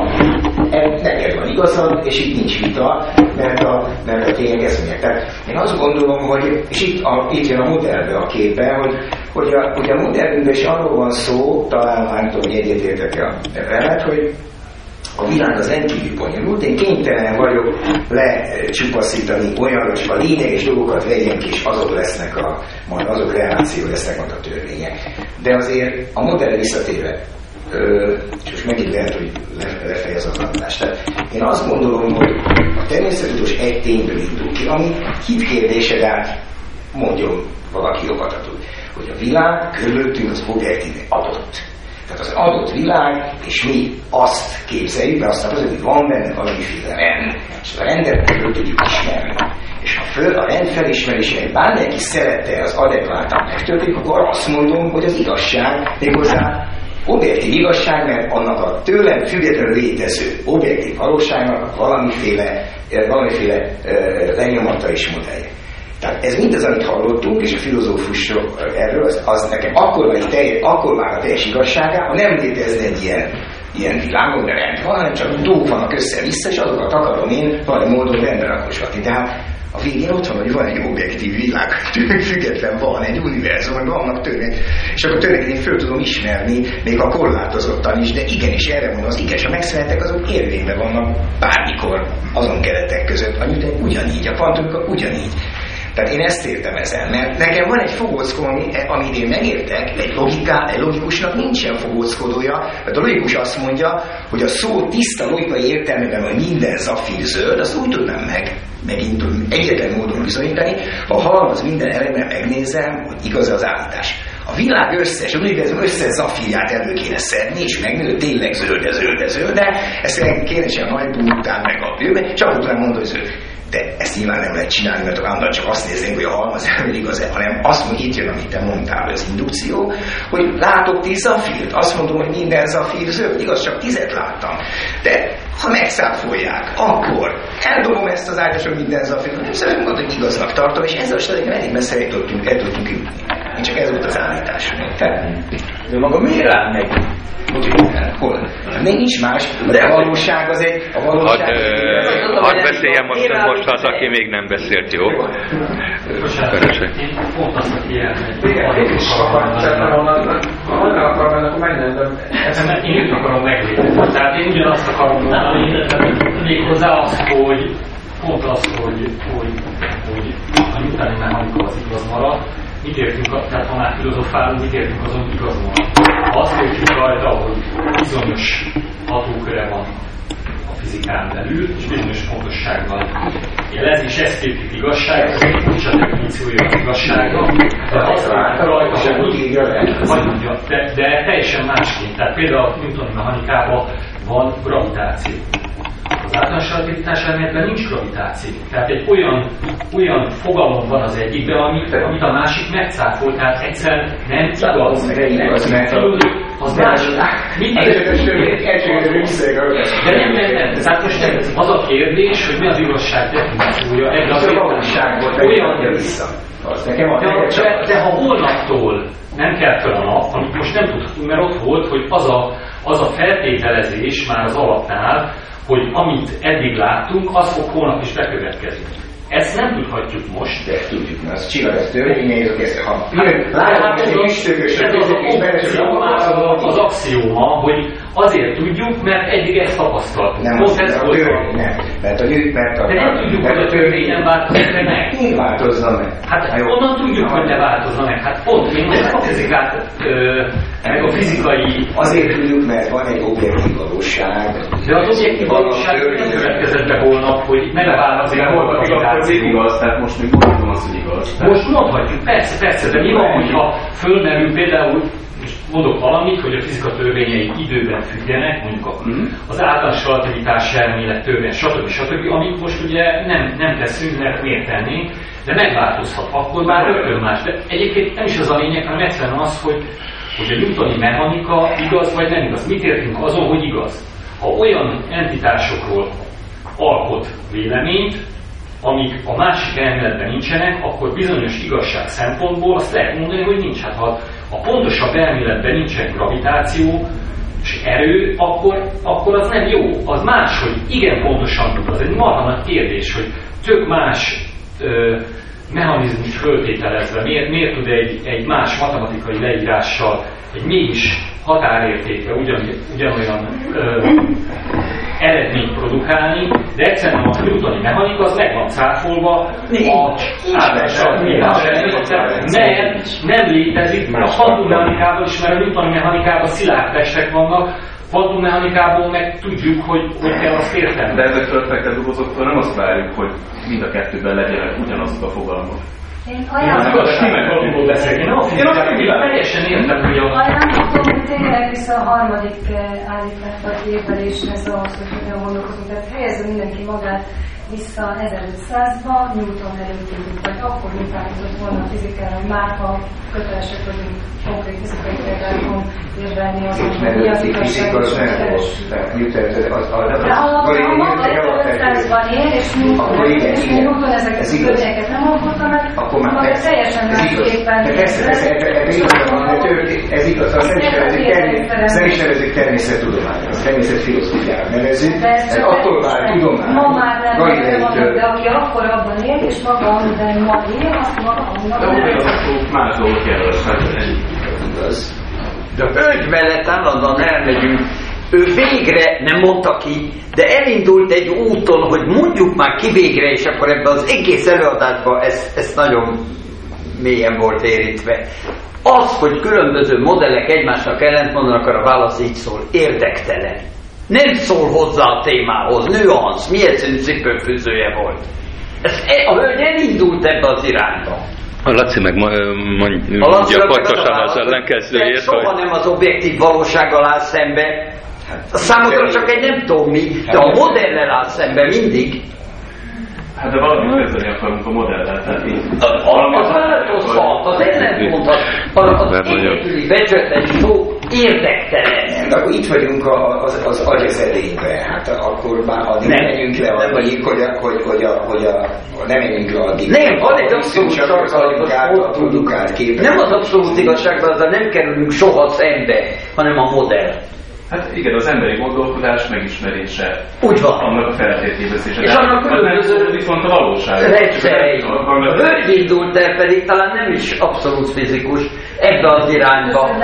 neked van igazad, és itt nincs vita, mert a, mert a tények ezt mondják. Tehát én azt gondolom, hogy, és itt, a, itt jön a modellbe a képbe, hogy, hogy, a, hogy a modellünkben is arról van szó, talán nem tudom, hogy egyetértek-e veled, hogy a világ az rendkívül bonyolult, én kénytelen vagyok lecsupaszítani olyanra, csak a lényeges dolgokat vegyünk, és azok lesznek a, majd azok reáció lesznek majd a törvények. De azért a modellre visszatérve, és most megint lehet, hogy lefejez a hatást. Tehát én azt gondolom, hogy a természetudós egy tényből indul ki, ami hitkérdése, de át mondjon valaki okatatul, hogy a világ körülöttünk az objektíve adott. Tehát az adott világ, és mi azt képzeljük, mert azt mondjuk, hogy van benne valamiféle rend, és a rendet körül tudjuk ismerni. És ha föl a rend felismerésének bármelyik szerette az adekváltan megtörténik, akkor azt mondom, hogy az igazság méghozzá objektív igazság, mert annak a tőlem függetlenül létező objektív valóságnak valamiféle, valamiféle uh, lenyomata és modellje. Tehát ez mindaz, amit hallottunk, és a filozófusok erről, az, az nekem akkor van, teljes, akkor már a teljes igazságá, ha nem létezne egy ilyen, ilyen világon, de rend van, hanem csak dolgok vannak össze-vissza, és azokat akarom én valami módon rendben rakosgatni. Tehát a végén ott van, hogy van egy objektív világ, tőlük független van egy univerzum, hogy vannak törvények, és akkor törvényeket én föl tudom ismerni, még a korlátozottan is, de igenis erre mondom, az igenis a megszülettek, azok érvényben vannak bármikor azon keretek között, a Newton ugyanígy, a kvantumika ugyanígy. Tehát én ezt értem ezen, mert nekem van egy fogóckom, amit én megértek, egy logiká, egy logikusnak nincsen fogóckodója, mert a logikus azt mondja, hogy a szó tiszta logikai értelmében, hogy minden zafír zöld, azt úgy tudnám meg, megint egyetlen módon bizonyítani, ha halmaz minden elemben megnézem, hogy igaz az állítás. A világ összes, az univerzum összes zafírját elő kéne szedni, és megnézni, hogy tényleg zöld, zöld, zöld, de ezt kéne csinálni a nagybú után, meg a bőben, csak úgy tudom mondani, hogy zöld. De ezt nyilván nem lehet csinálni, mert állandóan csak azt néznénk, hogy a halmaz elől igaz-e, hanem azt mondja, itt jön, amit te mondtál, az indukció, hogy látok tíz zafírt, azt mondom, hogy minden zafír zöld, igaz, csak tizet láttam. De ha megszáfolják, akkor eldobom ezt az állítást, hogy minden zafír, nem szeretném mondani, hogy igaznak tartom, és ezzel a stadionban elég messze el tudtunk jutni. Csak ez volt az állításom. De maga miért áll meg? Hol? Nincs más, de a valóság az egy... A valóság hadd uh, had beszéljem most, most az, aki még nem beszélt, jó? Bocsánat, én pont azt, aki elmegy. Ha nem akar menni, akkor menjen, de ezt én itt akarom megvédeni. Tehát én ugyanazt akarom mondani, méghozzá azt, hogy pont azt, hogy, hogy, hogy a nyugtáni mechanika az igaz marad. Mit értünk, tehát ha már filozofálunk, mit értünk azon, hogy igaz marad. Ha azt értjük rajta, hogy bizonyos hatóköre van a fizikán belül, és bizonyos pontosságban jelez, és ezt értjük igazság, ez egy nincs a definíciója az igazsága, de azt értjük rajta, hogy de, de teljesen másként. Tehát például a newtoni mechanikában van gravitáció. Az általános relativitás elméletben nincs gravitáció. Tehát egy olyan, olyan fogalom van az egyikben, amit, amit a másik megcáfol, tehát egyszerűen nem igaz. Az mert az más. Mit De nem, nem, nem. Tehát most az a kérdés, hogy mi az igazság definíciója ebben az igazságból olyan vissza. De, de ha holnaptól nem kell fel a nap, amit most nem tudhatunk, mert ott volt, hogy az a, az a feltételezés már az alapnál, hogy amit eddig láttunk, az fog holnap is bekövetkezni. Ezt nem tudhatjuk most. De tudjuk, mert az csillag, ez törvényei, hogy ezt ha az axióma, hogy azért tudjuk, mert eddig ezt tapasztaltunk. Nem, az a törvény, nem. Mert a nők, mert a... De nem tudjuk, hogy a törvény nem változik meg. Miért változna meg? Hát onnan tudjuk, hogy ne változna meg. Hát pont, én most a fizikát, meg a fizikai... Azért tudjuk, mert van egy objektív valóság. De az objektív valóság nem következett be holnap, hogy megváltozik a gravitáció. Igaz, tehát most még mondhatom azt, hogy igaz. Most mondhatjuk, persze, persze, de mi van, hogyha fölmerül például, most mondok valamit, hogy a fizika törvényei időben függenek, mondjuk az általános relativitás elmélet törvény, stb. stb., amit most ugye nem, nem teszünk, mert miért tennénk, de megváltozhat, akkor már rögtön más. De egyébként nem is az a lényeg, hanem egyszerűen az, hogy, hogy a newtoni mechanika igaz vagy nem igaz. Mit értünk azon, hogy igaz? Ha olyan entitásokról alkot véleményt, amik a másik elméletben nincsenek, akkor bizonyos igazság szempontból azt lehet mondani, hogy nincs. Hát ha a pontosabb elméletben nincsen gravitáció és erő, akkor, akkor az nem jó. Az más, hogy igen pontosan tud. Az egy marha nagy kérdés, hogy tök más ö, mechanizmus föltételezve, miért, miért tud egy, egy más matematikai leírással egy mégis határértékre ugyan, ugyanolyan ö, eredményt produkálni, de egyszerűen a newtoni mechanika az meg van cáfolva a általános relativitás, mert nem létezik, mert a kvantummechanikában is, mert a newtoni mechanikában szilárd testek vannak, kvantummechanikában meg tudjuk, hogy hogy kell azt érteni. De ezektől a fekete dobozoktól nem azt várjuk, hogy mind a kettőben legyenek ugyanazok a fogalmak. Én ajánlom, beszélni, nem a fizikában, teljesen értem, hogy a... Ajánlom, hogy tényleg vissza a harmadik állítás vagy érveléshez ahhoz, hogy hogyan gondolkozunk. Tehát helyezze mindenki magát vissza ezerötszázba, Newton előttünk, vagy akkor mi változott volna a fizikára, hogy már ha kötelesek vagyunk konkrét fizikai példákon érvelni azon, hogy mi az igazság és keres. De ha maga ezerötszázban él, és Newton ezeket a törvényeket nem alkotta meg, akkor ez teljesen másképpen... Ez igaz, azt nem is nevezik természettudományra, természetfilozófiára nevezzük, ez attól vár tudomány. De aki akkor abban él, és maga amiben ma él, azt maga annak nem. Más dolgok jelölnek. Igaz. De a hölgy mellett állandóan elmegyünk, ő végre nem mondta ki, de elindult egy úton, hogy mondjuk már ki végre, és akkor ebben az egész előadásban ez, ez nagyon mélyen volt érintve. Az, hogy különböző modellek egymásnak ellentmondanak, arra a válasz így szól, érdektelen. Nem szól hozzá a témához, nüansz, milyen színű cipőfűzője volt. Ez, a hölgy elindult ebbe az irányba. A Laci meg mondja pontosan az ellenkezőjét, soha nem az objektív valósággal áll szembe. Számodra csak egy nem tudom mi, de a modellel áll szembe mindig. Hát de valamit kezdeni akarunk a modellel, tehát így... Az változhat, az ellentmondhat, az egyetüli becsületlen szó érdektelen. Nem, de akkor itt vagyunk az, az agyazedényben, hát akkor már addig nem menjünk le addig, hogy, a, hogy, hogy, a, hogy a, nem menjünk le addig. Nem, van egy abszolút sarkalatot. Nem az abszolút igazságban, azzal nem kerülünk soha szembe, hanem a modell. Hát igen, az emberi gondolkodás megismerése. Úgy van. Annak a feltételezése. És annak különböző viszont a valóság. Rendszerei. A hölgy indult el pedig talán nem is abszolút fizikus ebbe az irányba.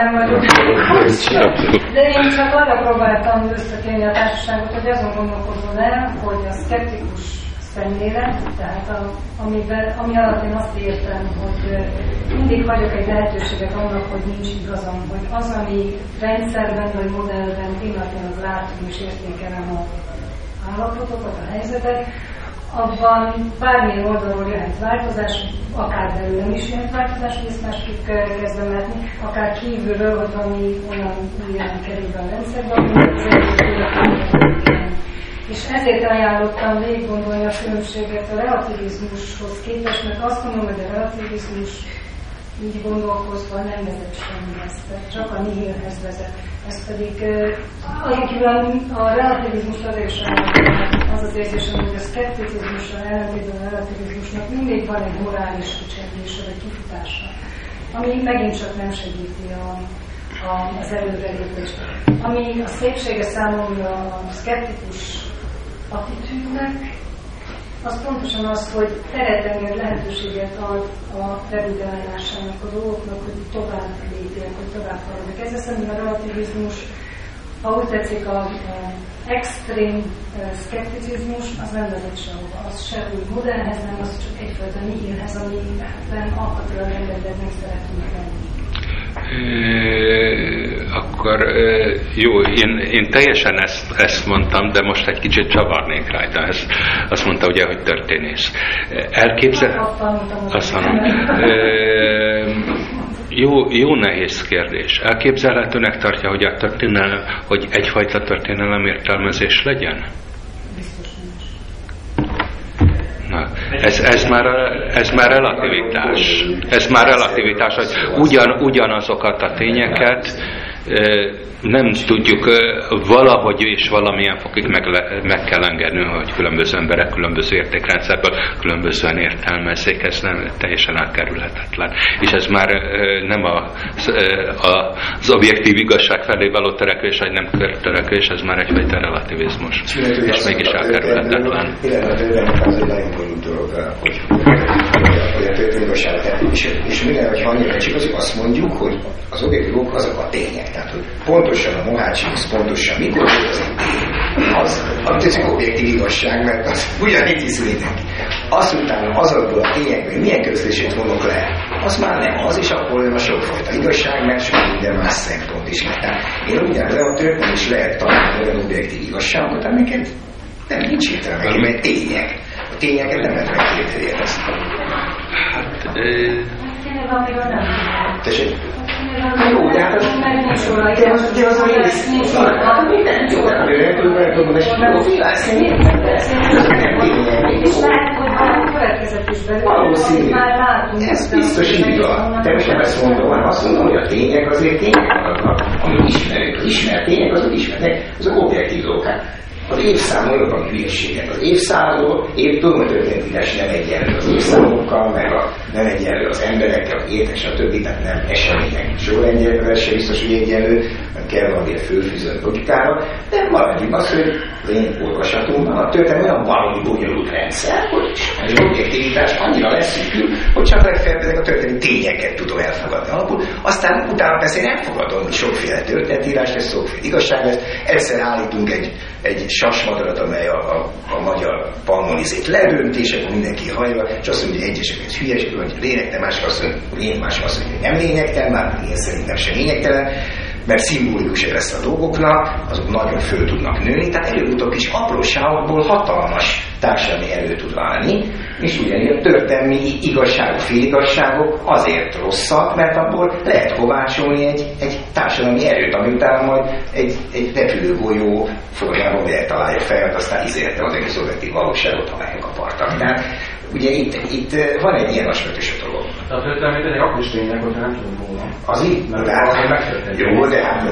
De én csak arra próbáltam összekérni a társaságot, hogy azon gondolkodom el, hogy a szkeptikus szemlélet, tehát a, amiben, ami alatt én azt értem, hogy mindig hagyok egy lehetőséget annak, hogy nincs igazam, hogy az, ami rendszerben vagy modellben pillanatnyilag látom és értékelem a állapotokat, a helyzetet, abban bármilyen oldalról jöhet változás, akár belőlem is jöhet változás, hogy ezt másképp kezdem látni, akár kívülről, hogy valami olyan újján kerül be a rendszerbe, ami és ezért ajánlottam végig gondolni a különbséget a relativizmushoz képest, mert azt mondom, hogy a relativizmus így gondolkozva nem vezet semmihez, csak a nihilhez vezet. Ez pedig azon kívül a relativizmus azért sem az az érzésem, hogy a szkepticizmussal ellentétben a relativizmusnak mindig van egy morális kicsengése vagy kifutása, ami megint csak nem segíti a A, az előrelépést. Ami a szépsége számomra a szkeptikus attitűdnek, az pontosan az, hogy teret enged, lehetőséget ad a revidálásának a dolgoknak, hogy tovább lépjenek, hogy tovább haladnak. Ezzel szemben a relativizmus, ha úgy tetszik, a, a extrém szkepticizmus, az nem vezet sehova. Az se úgy modellhez, nem az csak egyfajta nihilhez, amiben alkatilag engedetnek szeretünk lenni. Akkor jó, én, én teljesen ezt, ezt mondtam, de most egy kicsit csavarnék rajta. Ezt, azt mondta ugye, hogy történész. Elképzel... Azt mondom. Jó, jó nehéz kérdés. Elképzelhetőnek tartja, hogy, a történelem, hogy egyfajta történelem értelmezés legyen? Na, ez, ez, már, ez már relativitás. Ez már relativitás, hogy ugyan, ugyanazokat a tényeket nem tudjuk valahogy és valamilyen fokig meg, meg kell engedni, hogy különböző emberek különböző értékrendszerből különbözően értelmezzék, ez nem teljesen átkerülhetetlen. És ez már nem a, a, az objektív igazság felé való törekvés, vagy nem törekvés, ez már egyfajta relativizmus. És mégis elkerülhetetlen. Pillanatban az egy nagyon bonyolult dolog, hogy a történetosság. És, és minden, hogyha annyira csak azért azt mondjuk, hogy az objektívok azok a tények. Tehát, hogy pontosan a Mohácsihoz pontosan mikor volt az egy tény. Az, amit ez egy objektív igazság, mert az ugyanígy hiszül mindenki. Azt utána azokból a tényekből milyen közlését vonok le, az már nem az, és akkor jön a sokfajta igazság, mert sok minden más szempont is. Tehát én ugyan lehetően is lehet találni olyan objektív igazságot, amiket nem nincs értelme, mert tények. A tényeket nem lehet megkérdőjelezni. Hát, amiről nem tudom. Tessék? Jó, de hát az... De az, de az a rész... Hát minden jó, de nem tudom, és jó, és lehet, hogy már a következet is belőle, már látunk. Ez biztos így van. De most nem ezt mondom, hanem azt mondom, hogy a tények azért tények maradnak, amit ismerünk. Az ismert tények, azok ismernek, azok objektív dolgok. Az évszám olyanban hülyeségek. Az évszámok, épp történetírás nem egyenlő az évszámokkal, meg a, nem egyenlő az emberekkel, az értek, stb. Tehát nem események sorrendjével se biztos, hogy egyenlő, nem kell valamilyen fölfűzött logikára, de maradjunk az, hogy az én olvasatomban a történet olyan valami bonyolult rendszer, hogy az objektivitás annyira leszűkül, hogy csak legfeljebb ezek a történeti tényeket tudom elfogadni alapul. Aztán utána persze én elfogadom, hogy sokféle történetírást, ez sokféle igazság lesz. Egyszer állítunk egy, egy sasmadarat, amely a, a, a magyar palmonizét ledönt, és akkor mindenki hajva, és azt mondja, hogy egyesek ez hülyeség, hogy lényegtelen, mások azt mondja, hogy én mások azt mondja, hogy nem lényegtelen, már én szerintem sem lényegtelen, mert szimbolikus lesz a dolgoknak, azok nagyon föl tudnak nőni, tehát előbb-utóbb is apróságokból hatalmas társadalmi erő tud válni, és ugyanígy a történelmi igazságok, féligazságok azért rosszak, mert abból lehet kovácsolni egy, egy társadalmi erőt, ami utána majd egy, egy repülőgolyó forgában eltalálja fel, aztán izélte az egész objektív valóságot, amelyek apartak. Tehát ugye itt, itt van egy ilyen aspektus a dolog. Tehát történelmi tényleg akkor is tényleg, hogyha nem tudom róla. Az itt, mert azért megtörtént. Jó, de hát...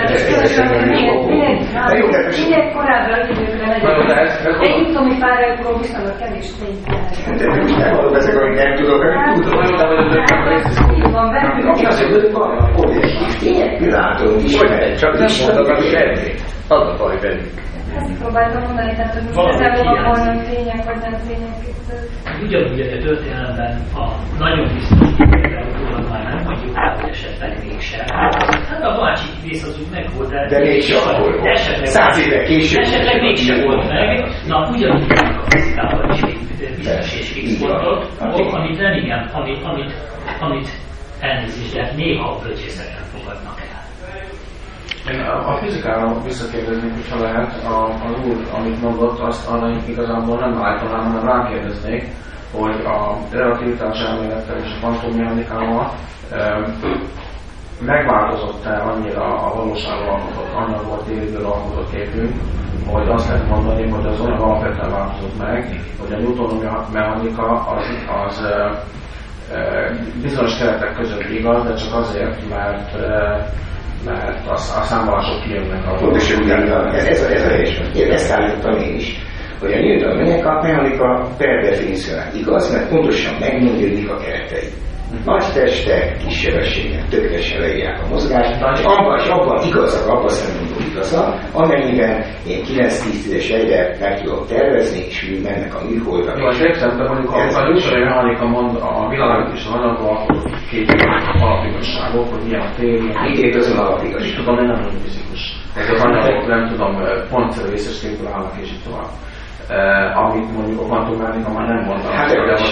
Minél korábban időkre megyek. Egyiptomi fáraókról viszonylag kevés tény. De most nem hallod ezek, amit nem tudok, amit tudom. Így van, velünk. Ami azért, hogy van objektív tények, látom, ismerek, csak nem mondanak semmit. Az a baj velünk. Ezt próbáltam mondani, tehát hogy ezzel van valami tények, vagy nem tények. Ugyanúgy a történelemben a nagyon biztos tényekkel róla már nem mondjuk el, hogy esetleg mégsem. Hát a másik rész az úgy meg volt, de, de mégsem volt. Száz éve később. Esetleg mégsem volt meg. Na ugyanúgy a fizikában is biztos és fix pontot, amit nem igen, amit, amit, amit elnézést, de néha a bölcsészeken fogadnak el. Én a, a fizikára visszakérdeznék, hogyha lehet, a, az úr, amit mondott, azt arra igazából nem állítanám, hanem rákérdeznék, hogy a relativitás elmélettel és a kvantummechanikával e, megváltozott-e annyira a valóságban alkotott anyagból, tériből alkotott képünk, hogy azt lehet mondani, hogy az olyan alapvetően változott meg, hogy a Newton mechanika az, az e, e, bizonyos keretek között igaz, de csak azért, mert e, mert a, a számolások kijönnek a... Pontosan ugyanúgy, ez, ez a helyes. Én ezt állítottam én is, hogy a Newton mechanika per definíciónak igaz, mert pontosan megmondjuk a keretei. Nagy testek, kis sebességnek tökéletesen leírják a mozgást, és abban, és abban igazak, abban szempontból igazak, amennyiben én kilenc-tíz egyre meg tudok tervezni, és úgy mennek a műholdak. Jó, az értem, de mondjuk a Newton mechanika mond a világot és a anyagban alkotott két alapigazságok, hogy milyen a tér, Mit az ön alapigazság? tudom, én nem vagyok fizikus. Ez az anyagok, nem tudom, pontszerű részes képül állnak, és így tovább. Uh, amit mondjuk a kvantummechanika már nem mondta. Hát de az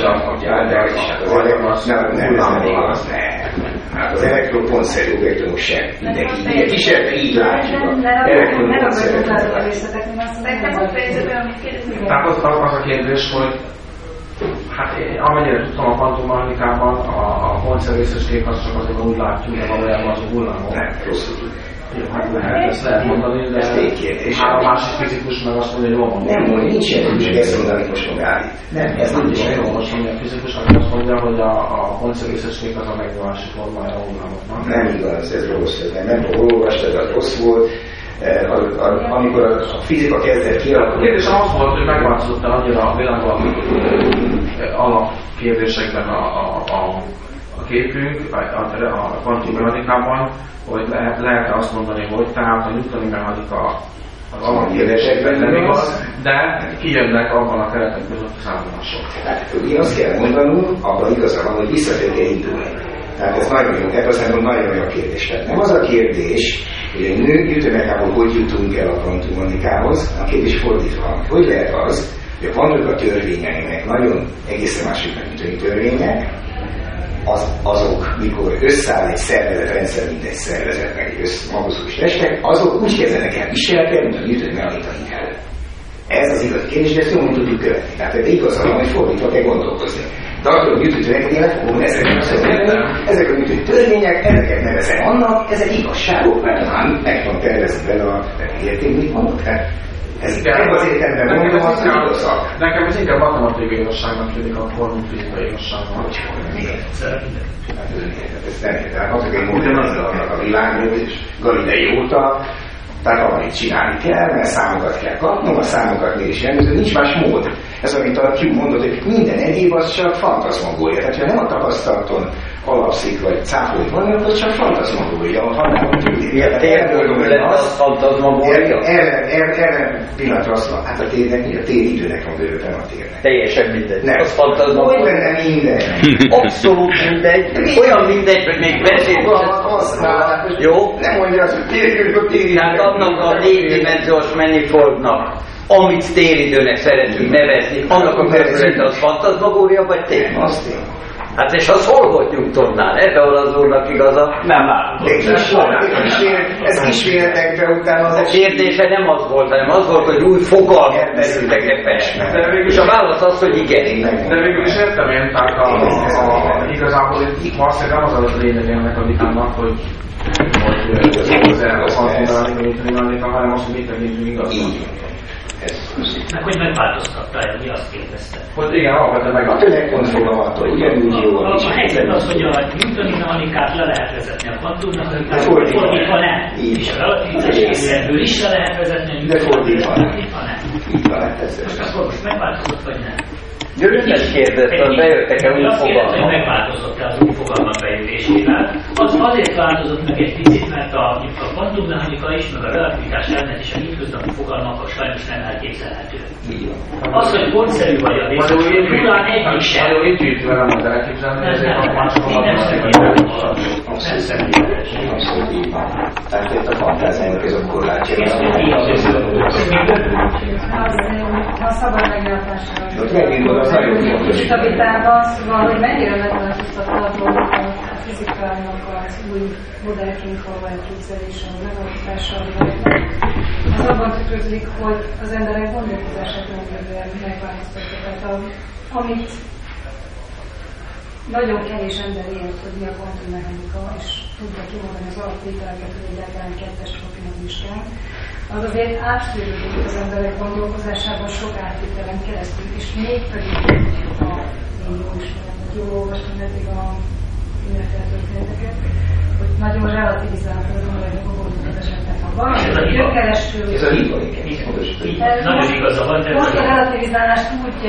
nem igaz, hát az elektronpontszerű objektumok sem. Mindenki kísérte, így látjuk a elektronpontszerű. Tehát az, az a kérdés, hogy hát amennyire tudtam a kvantummechanikában, a, a pontszerű részes kép az csak azért úgy látjuk, de valójában az a hullámok. Nem, rosszul tudjuk. Jó, hát lehet, ezt lehet mondani, de hát a másik fizikus meg azt mondja, hogy jól mondja. Nem mondja, nincs ilyen, hogy ezt mondani, amit most mond állít. Nem, ez nem is jól most mondja a fizikus, aki azt mondja, hogy a, a pontszerűszesték az a megvonási formája a hullámoknak. Nem igaz, ez rossz, ez nem hol olvastad, az rossz volt. A, a, amikor a, a fizika kezdett kialakulni. A kérdésem az volt, hogy megváltozott-e annyira a világban alapkérdésekben a, a, a, a képünk, a, a kvantummechanikában, hogy lehet, lehet azt mondani, hogy tehát a newtoni mechanika az alapkérdésekben nem igaz, de kijönnek abban a keretek között a számolások. Hát ugye azt kell mondanunk, abban igaza van, hogy vissza kell indulni. Tehát ez nagyon jó, tehát azt mondom, nagyon jó a kérdés. Tehát nem az a kérdés, hogy a newtoni mechanikában hogy jutunk el a kvantummechanikához, a kérdés fordítva. Hogy lehet az, hogy vannak a törvényeinek nagyon egészen másik, mint a törvények, Az, azok, mikor összeáll egy szervezetrendszer, mint egy szervezet, meg egy magazós testek, azok úgy kezdenek el viselkedni, mint a Newton mechanika hitel. Ez az igazi kérdés, de ezt jól tudjuk követni. Tehát ebben igazán van, hogy fordítva kell gondolkozni. De akkor a Newton törvényeket fogom ezeket beszélni, ezek a Newton törvények, ezeket nevezem annak, ezek igazságok, mert már meg van tervezni vele a érték, mit mondok? Ez nem az értelemben mondom, azt, hogy igazak. Nekem ez inkább matematikai igazságnak tűnik a formumfizikai igazságnak. Miért? Hát ez nem értem. Azok egy módon a világról, és Galilei óta, tehát valamit csinálni kell, mert számokat kell kapnom, a számokat mégis rendező, nincs más mód. Ez, amit a Q mondott, hogy minden egyéb az csak fantaszmagória. Tehát, ha nem a tapasztalaton alapszik, vagy cáfolni van, akkor csak fantaszmagória. Ha nem a tűnik. Térből lett az fantaszmagória? Erre pillanatra azt mondom, hát a térnek mi? A téridőnek van bőven, nem a térnek. Teljesen mindegy. Nem. Az fantaszmagória. Hogy benne minden? Abszolút mindegy. Olyan mindegy, hogy még beszélünk. Jó? Nem mondja azt, hogy téridőnek a téridőnek. Tehát annak a négydimenziós manifoldnak, amit téridőnek szeretünk nevezni, annak a körülete az fantaszmagória, vagy tény? Azt én. Hát és az hol volt Newtonnál? Ebbe van az úrnak igaza? Nem áll. Ez kísérletekben utána az a kérdése nem az volt, hanem az volt, hogy új fogalmak merültek-e fel. És a válasz az, hogy igen. De végül is értem én, tehát a, a, a, igazából itt valószínűleg nem az a lényeg ennek a vitának, hogy hogy az el a kvantummechanika, hanem az, hogy mit tekintünk igaznak. Meg hogy megváltoztatta, mi azt kérdezte. Hogy igen, alapvetően meg a tömegpont fogalmattól ugyanúgy jó. A, a helyzet az, hogy a newtoni mechanikát le lehet vezetni, a kvantummechanikát fordítva nem. És a relativitás érvényből is le lehet vezetni, a de fordítva nem. Így van, akkor most megváltozott, vagy nem? Györgyenes kérdezte, hogy bejöttek-e új fogalmak? Hogy megváltozott-e az új fogalmak bejövésével. Az azért változott meg egy picit, mert a, a kvantummechanika is, meg a relativitás elmélet és a hétköznapi fogalmak sajnos nem elképzelhető. Az, hogy pontszerű vagy a rész, talán egyik sem. Nagyon intuitívvel nem lehet elképzelni, ezért a másokat nem szemléletes. Abszolút így van. Tehát itt a fantáziának ez a korlátja. Ha szabad meglátásra. Az nagyon fontos. Itt a vitában, szóval, hogy mennyire megváltoztatta a fizikának az új modellként való elképzelése, a megalkotással, az abban tükröződik, hogy az emberek gondolkodását nem megváltoztatta. Tehát a, amit nagyon kevés ember ért, hogy mi a kvantummechanika, és tudja kimondani az alaptételeket, hogy egyáltalán kettes fokon vizsgál, az azért átfűrődik az emberek gondolkozásában sok átvételen keresztül, és még pedig a én jó ismerem, hogy jól olvastam eddig a mindenféle történeteket, hogy nagyon relativizálta az emberek a gondolkodásának. Ha valami gyökerestől... Ez a hívóik, ez fontos. Nagyon igaza van, de... Most a relativizálást úgy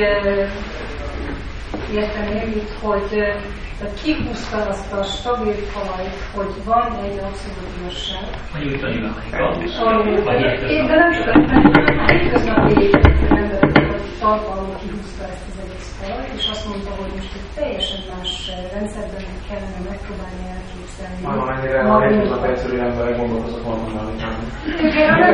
értenél itt, hogy kihúzta azt a stabil talajt, hogy van egy abszolút igazság. A newtoni mechanika. Én de nem tudom, mert hétköznapi embereket tartalmon kihúzta ezt az egész talajt, és azt mondta, hogy most egy teljesen más rendszerben kellene megpróbálni elképzelni. Már ennyire a hétköznapi egyszerű emberek gondolkoznak kvantummechanikában. Igen, nem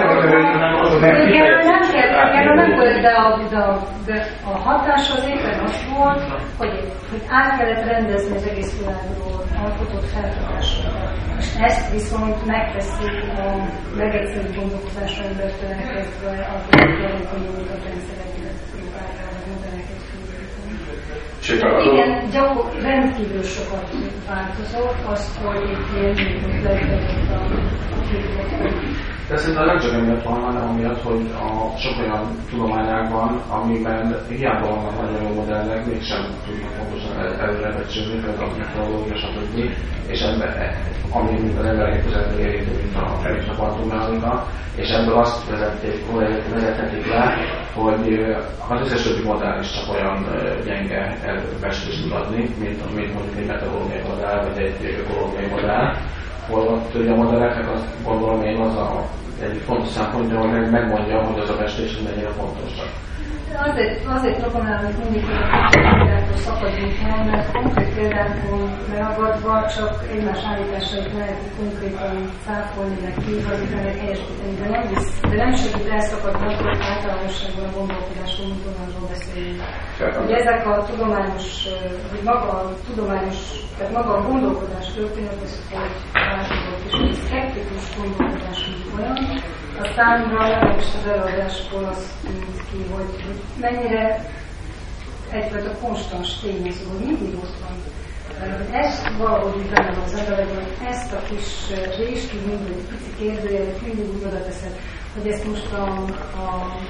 volt, de a hatás az éppen az volt, hogy át kellett rendezni az egész világról alkotott felfogásokat. És ezt viszont megteszi a legegyszerűbb gondolkodásra embertől elkezdve a gyakorlatilag rendszereket próbálja a modelleket fölépíteni. Igen, gyakor, rendkívül sokat változott azt, hogy itt ilyen legfeljött a képületben. De szerintem nem csak emiatt van, hanem amiatt, hogy a sok olyan tudományágban, amiben hiába vannak nagyon jó modellek, mégsem tudnak pontosan előrebecsülni, például a meteorológia, stb. És ebben, ami minden emberek közelben érintő, mint a, mint a kvantummechanika, és ebből azt vezethetik le, hogy az összes többi modell is csak olyan gyenge elbestést tud adni, mint, mint mondjuk egy meteorológiai modell, vagy egy ökológiai modell. Holott a modelleknek azt gondolom én az a egy fontos szempontja, hogy megmondja, hogy az a vestés mennyire fontos. Azért, azért proponálom, hogy mindig a példáktól szakadjunk el, mert konkrét példákon megadva csak egymás állításait lehet konkrétan cáfolni, meg kiigazítani, meg helyesíteni, de nem, visz, de nem segít elszakadni, akkor általánosságban a gondolkodásról, mint onnan beszélünk. Ugye ezek a tudományos, vagy maga a tudományos, tehát maga a gondolkodás történet, az, hogy változott, és hogy szkeptikus gondolkodás mint olyan, a számra legalábbis az előadásból azt tűnt ki, hogy mennyire egyfajta konstans tényező, hogy mindig ott van. Ezt valahogy úgy benne van az emberekben, hogy ezt a kis rést, mindig egy pici kérdőjelet mindig úgy oda teszed, hogy ezt most a, a,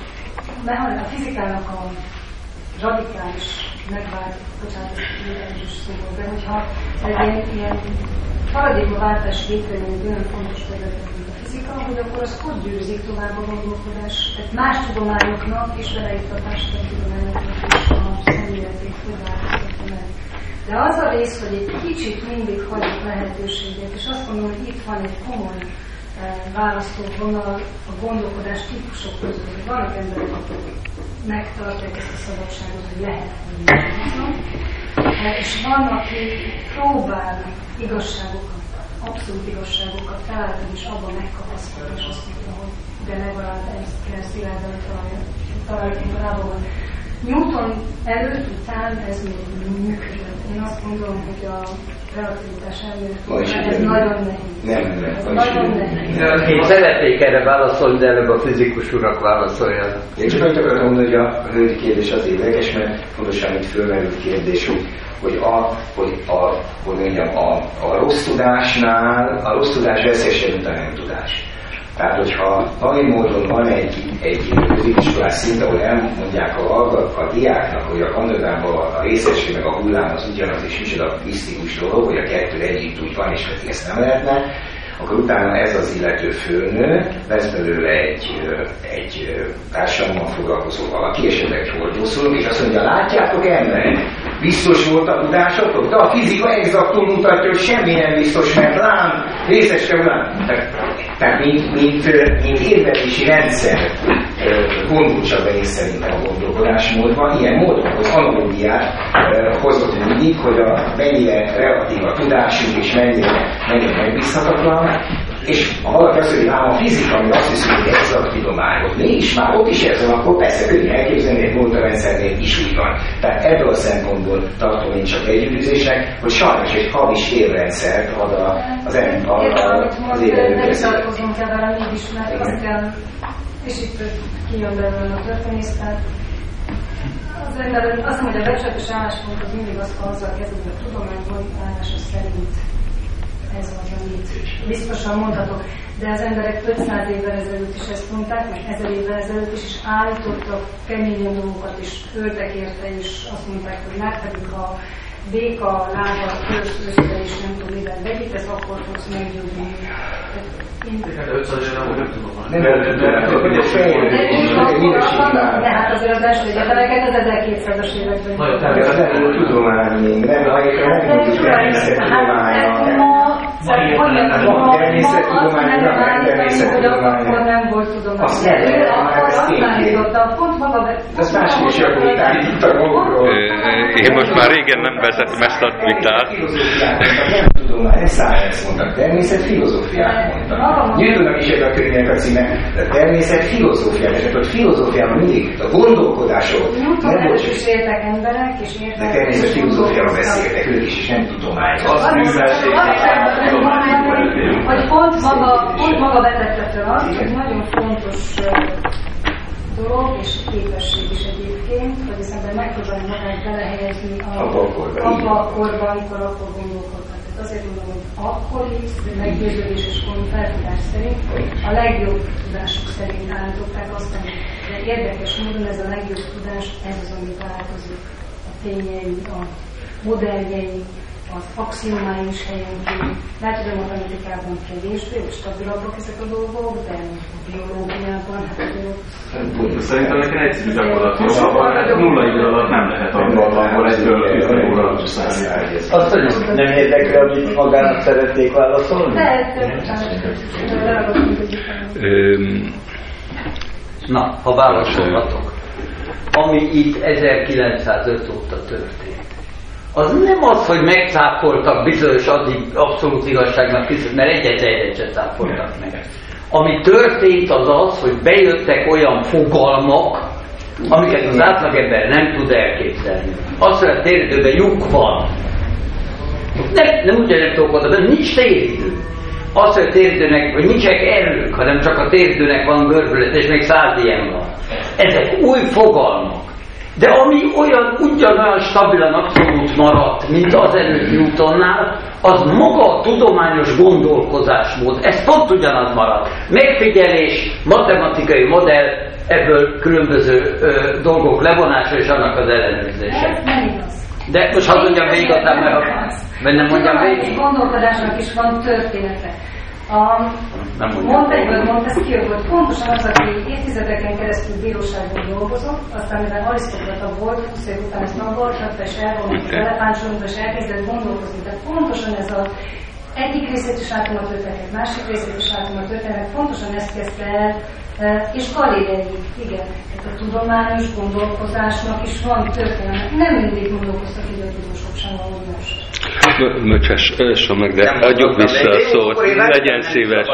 a fizikának a radikális megvált, bocsánat, ez is szóval, de hogyha egy ilyen, ilyen paradigmaváltás létrejön egy olyan fontos területet, mint a fizika, hogy akkor az hogy győzik tovább a gondolkodás, tehát más tudományoknak és beleitt a társadalomtudományoknak is a szemléletét hogy változtatja meg. De az a rész, hogy egy kicsit mindig hagyjuk lehetőséget, és azt mondom, hogy itt van egy komoly választóvonal a gondolkodás típusok között, hogy vannak emberek, akik megtartják ezt a szabadságot, hogy lehet, hogy nem. És van, aki próbál igazságokat, abszolút igazságokat találni, és abban megkapaszkodni, és azt mondja, hogy de legalább ezt kell szilárdan találni korábban. Newton előtt, után ez még működött. Én azt gondolom, hogy a relativitás előtt ez nagyon nehéz. Nem, nem, nem. Nagyon nehéz. Én szeretnék erre válaszolni, de előbb a fizikus urak válaszoljanak. Én csak azt akarom mondani, hogy a hölgyi kérdés az érdekes, mert fontosan itt fölmerült kérdés, hogy, hogy, a, hogy, a, hogy mondjam, a, a rossz tudásnál, a rossz tudás veszélyesebb, mint a nem tudás. Tehát, hogyha valami módon van egy, egy középiskolás szint, ahol elmondják a, a, a diáknak, hogy a kandidátban a részesség meg a hullám az ugyanaz, és micsoda misztikus dolog, hogy a kettő együtt úgy van, és pedig ezt nem lehetne, akkor utána ez az illető fölnő, lesz belőle egy, egy társadalommal foglalkozó valaki, esetleg egy hordószóló, és azt mondja, látjátok emberek, biztos volt a tudásotok, de a fizika exaktul mutatja, hogy semmi nem biztos, mert lám, részeske uram. Tehát mint, mint, mint érvelési rendszer gondoltsa be én szerintem a gondolkodásmódban, ilyen módon az analógiát hozott mindig, hogy a, mennyire relatív a tudásunk, és mennyire, mennyire megbízhatatlan. És ha valaki azt mondja, hogy a fizika, ami azt hiszi, hogy ez a tudomány, hogy mégis már ott is ez van, akkor persze könnyű elképzelni, hogy volt a rendszernél is úgy van. Tehát ebből a szempontból tartom én csak együttűzésnek, hogy sajnos egy hamis érrendszert ad az az érvelő nem tartozunk el vele mégis, mert azt kell, és itt kijön belőle a történész, tehát az ember azt mondja, hogy a becsületes álláspont az mindig azt azzal kezdődik, hogy a tudományból állása szerint ez az, amit biztosan mondhatok. De az emberek ötszáz évvel ezelőtt is ezt mondták, meg ezer évvel ezelőtt is, és állítottak keményen dolgokat, és öltek érte, és azt mondták, hogy már pedig a béka lába közt össze, és nem tudom, mivel vegyítesz, akkor fogsz meggyógyulni. De hát azért az első egyetemeket az ezerkétszázas években. Az nem volt tudomány még, nem, ha éppen nem volt természettudományra. Van természettudományra, nem természettudományra. Akkor nem volt tudomány. Azt nem, akkor azt állította, pont maga... Azt másik is akkor állítottak magukról. Én most már régen nem vezetem ezt a vitát. Nem tudomány, nem science mondtak, természetfilozófiát mondtak. Newtonnak is ebben a könyvnek a címe, de természetfilozófiát, és akkor filozófiában mindig a gondolkodások. Newton is értek emberek, és értek... De természetfilozófiában beszéltek ők is, és nem tudomány. Azt művelség. Hogy pont maga, pont maga vetette fel azt, hogy nagyon fontos dolog és képesség is egyébként, hogy az ember megpróbálja magát belehelyezni abba a korban, amikor akkor gondolkodnak. Tehát azért mondom, hogy akkori meggyőződés és felfogás szerint a legjobb tudások szerint állították azt, amit de érdekes módon ez a legjobb tudás, ez az, ami változik. A tényei, a modelljei, az axiomái is helyenként. Lehet, hogy a matematikában kevésbé, hogy stabilabbak ezek a dolgok, de a biológiában, hát azért... Szerintem nekem egyszerű gyakorlatok, nulla idő alatt nem lehet abban egyből ötven szállítani. Azt mondjuk, nem érdekel, amit magának szeretnék válaszolni? Lehet, Na, ha válaszolhatok. Ami itt ezerkilencszázöt óta történt. Az nem az, hogy megcáfoltak bizonyos addig abszolút igazságnak hiszem, mert egyet-egyet se cáfoltak meg. Ami történt az az, hogy bejöttek olyan fogalmak, amiket az átlagember nem tud elképzelni. Azt, hogy a téridőben lyuk van. Nem, nem úgy, hogy nem tudok oda, de nincs téridő. Azt, hogy a téridőnek, hogy nincsenek erők, hanem csak a téridőnek van görbület, és még száz ilyen van. Ezek új fogalmak. De ami olyan, ugyanolyan stabilan abszolút maradt, mint az előtt Newtonnál, az maga a tudományos gondolkozásmód. Ez pont ugyanaz maradt. Megfigyelés, matematikai modell, ebből különböző ö, dolgok levonása és annak az ellenőrzése. De most hadd mondjam végig, aztán mert nem mondjam végig. A gondolkodásnak is van története. A Montaigne Montesquieu volt pontosan az, aki évtizedeken keresztül bíróságon dolgozott, aztán mivel arisztokrata volt, húsz év után ezt megoldatta, és elvonult az elefántsorokba, és elkezdett gondolkozni. Tehát pontosan ez az egyik részét is látom a történetek, másik részét is látom a történetek, pontosan ezt kezdte el, és Galilei, igen, tehát a tudományos gondolkozásnak is van történet. Nem mindig gondolkoztak így a tudósok sem, ahogy most. Möcses, össön meg, de adjuk vissza a szót, legyen szíves.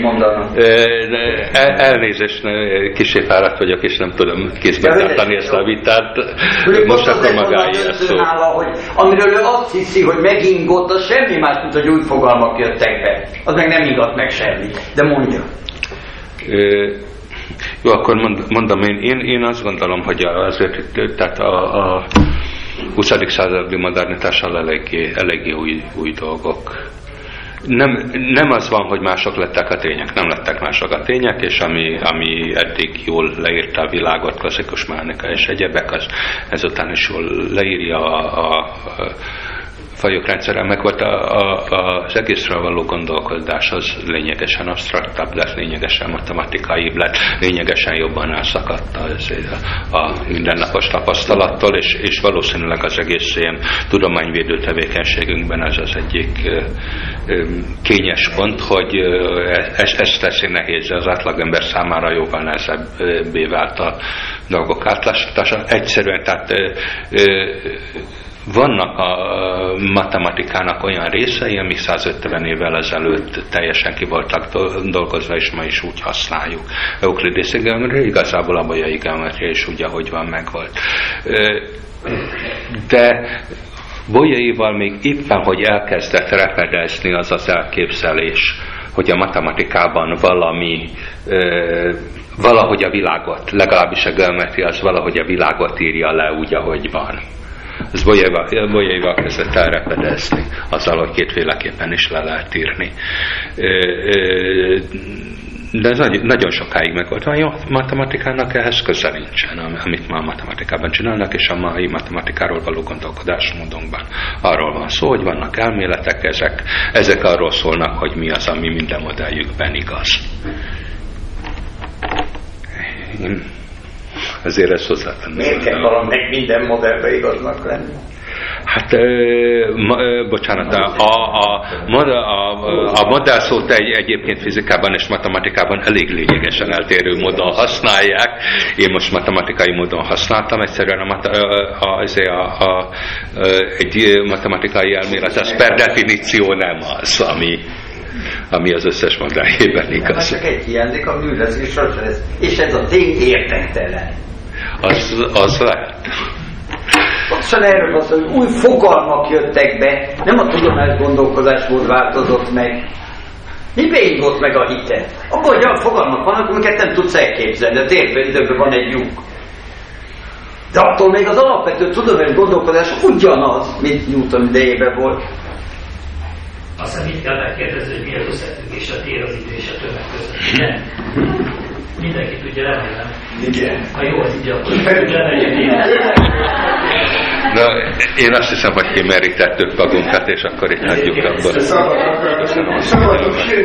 El, elnézést, kissé fáradt vagyok, és nem tudom kézben tartani ezt a vitát. Most akkor magáé a szó. Amiről ő azt hiszi, hogy megingott, az semmi más, mint hogy új fogalmak jöttek be. Az meg nem ingott meg semmi. De mondja. Jó, akkor mondom én, én, én azt gondolom, hogy azért, tehát a, a huszadik századi modernitással eléggé, eléggé új, új dolgok nem, nem az van, hogy mások lettek a tények, nem lettek mások a tények, és ami, ami eddig jól leírta a világot, klasszikus mechanika és egyebek, az ezután is jól leírja a, a, a fajok rendszere, meg volt a, a, az egészről való gondolkodás, az lényegesen absztraktabb lett, lényegesen matematikaibb lett, lényegesen jobban elszakadt a, a mindennapos tapasztalattól, és, és valószínűleg az egész ilyen tudományvédő tevékenységünkben ez az egyik ö, ö, kényes pont, hogy ez, ez teszi nehéz az átlagember számára jóval nehezebbé vált a dolgok átlásítása. Egyszerűen, tehát ö, ö, vannak a matematikának olyan részei, amik százötven évvel ezelőtt teljesen ki voltak dolgozva, és ma is úgy használjuk. Euklidészi geometria, igazából a bolyai geometria is úgy, ahogy van, megvolt. De Bolyaival még éppen, hogy elkezdett repedezni az az elképzelés, hogy a matematikában valami, valahogy a világot, legalábbis a geometria az valahogy a világot írja le úgy, ahogy van. Ez Bolyaival kezdett elrepedezni, azzal, hogy kétféleképpen is le lehet írni. De ez nagyon sokáig meg volt. A matematikának ehhez köze nincsen, amit ma a matematikában csinálnak, és a mai matematikáról való gondolkodásmódunkban. Arról van szó, hogy vannak elméletek, ezek, ezek arról szólnak, hogy mi az, ami minden modelljükben igaz. Én ezért ezt hozzátenném. Miért kell valamelyik minden modellbe igaznak lenni? Hát, ö, ma, ö, bocsánat, a, a, a, a, a modell szót egy, egyébként fizikában és matematikában elég lényegesen eltérő módon használják. Én most matematikai módon használtam, egyszerűen a, a, a, a, a, egy matematikai elmélet, az per definíció nem az, ami, ami az összes modelljében igaz. Csak egy hiányzik, a művelés, és ez a tény értektelen. Az, az lehet. Pontosan erről az, hogy új fogalmak jöttek be, nem a tudományos gondolkodásmód változott meg. Mibe égott meg a hitet? Abban, hogy olyan fogalmak vannak, amiket nem tudsz elképzelni, de térben időben van egy lyuk. De attól még az alapvető tudományos gondolkodás ugyanaz, mint Newton idejében volt. Aztán mit kell megkérdezni, hogy mi az összefüggés a tér, az idő és a tömeg között? Nem. Mindenki tudja, remélem. Igen. Ha jó az idő, akkor tudja, remélem. Na, én azt hiszem, hogy kimerítettük magunkat, és akkor itt hagyjuk abban. Szabad, szabad,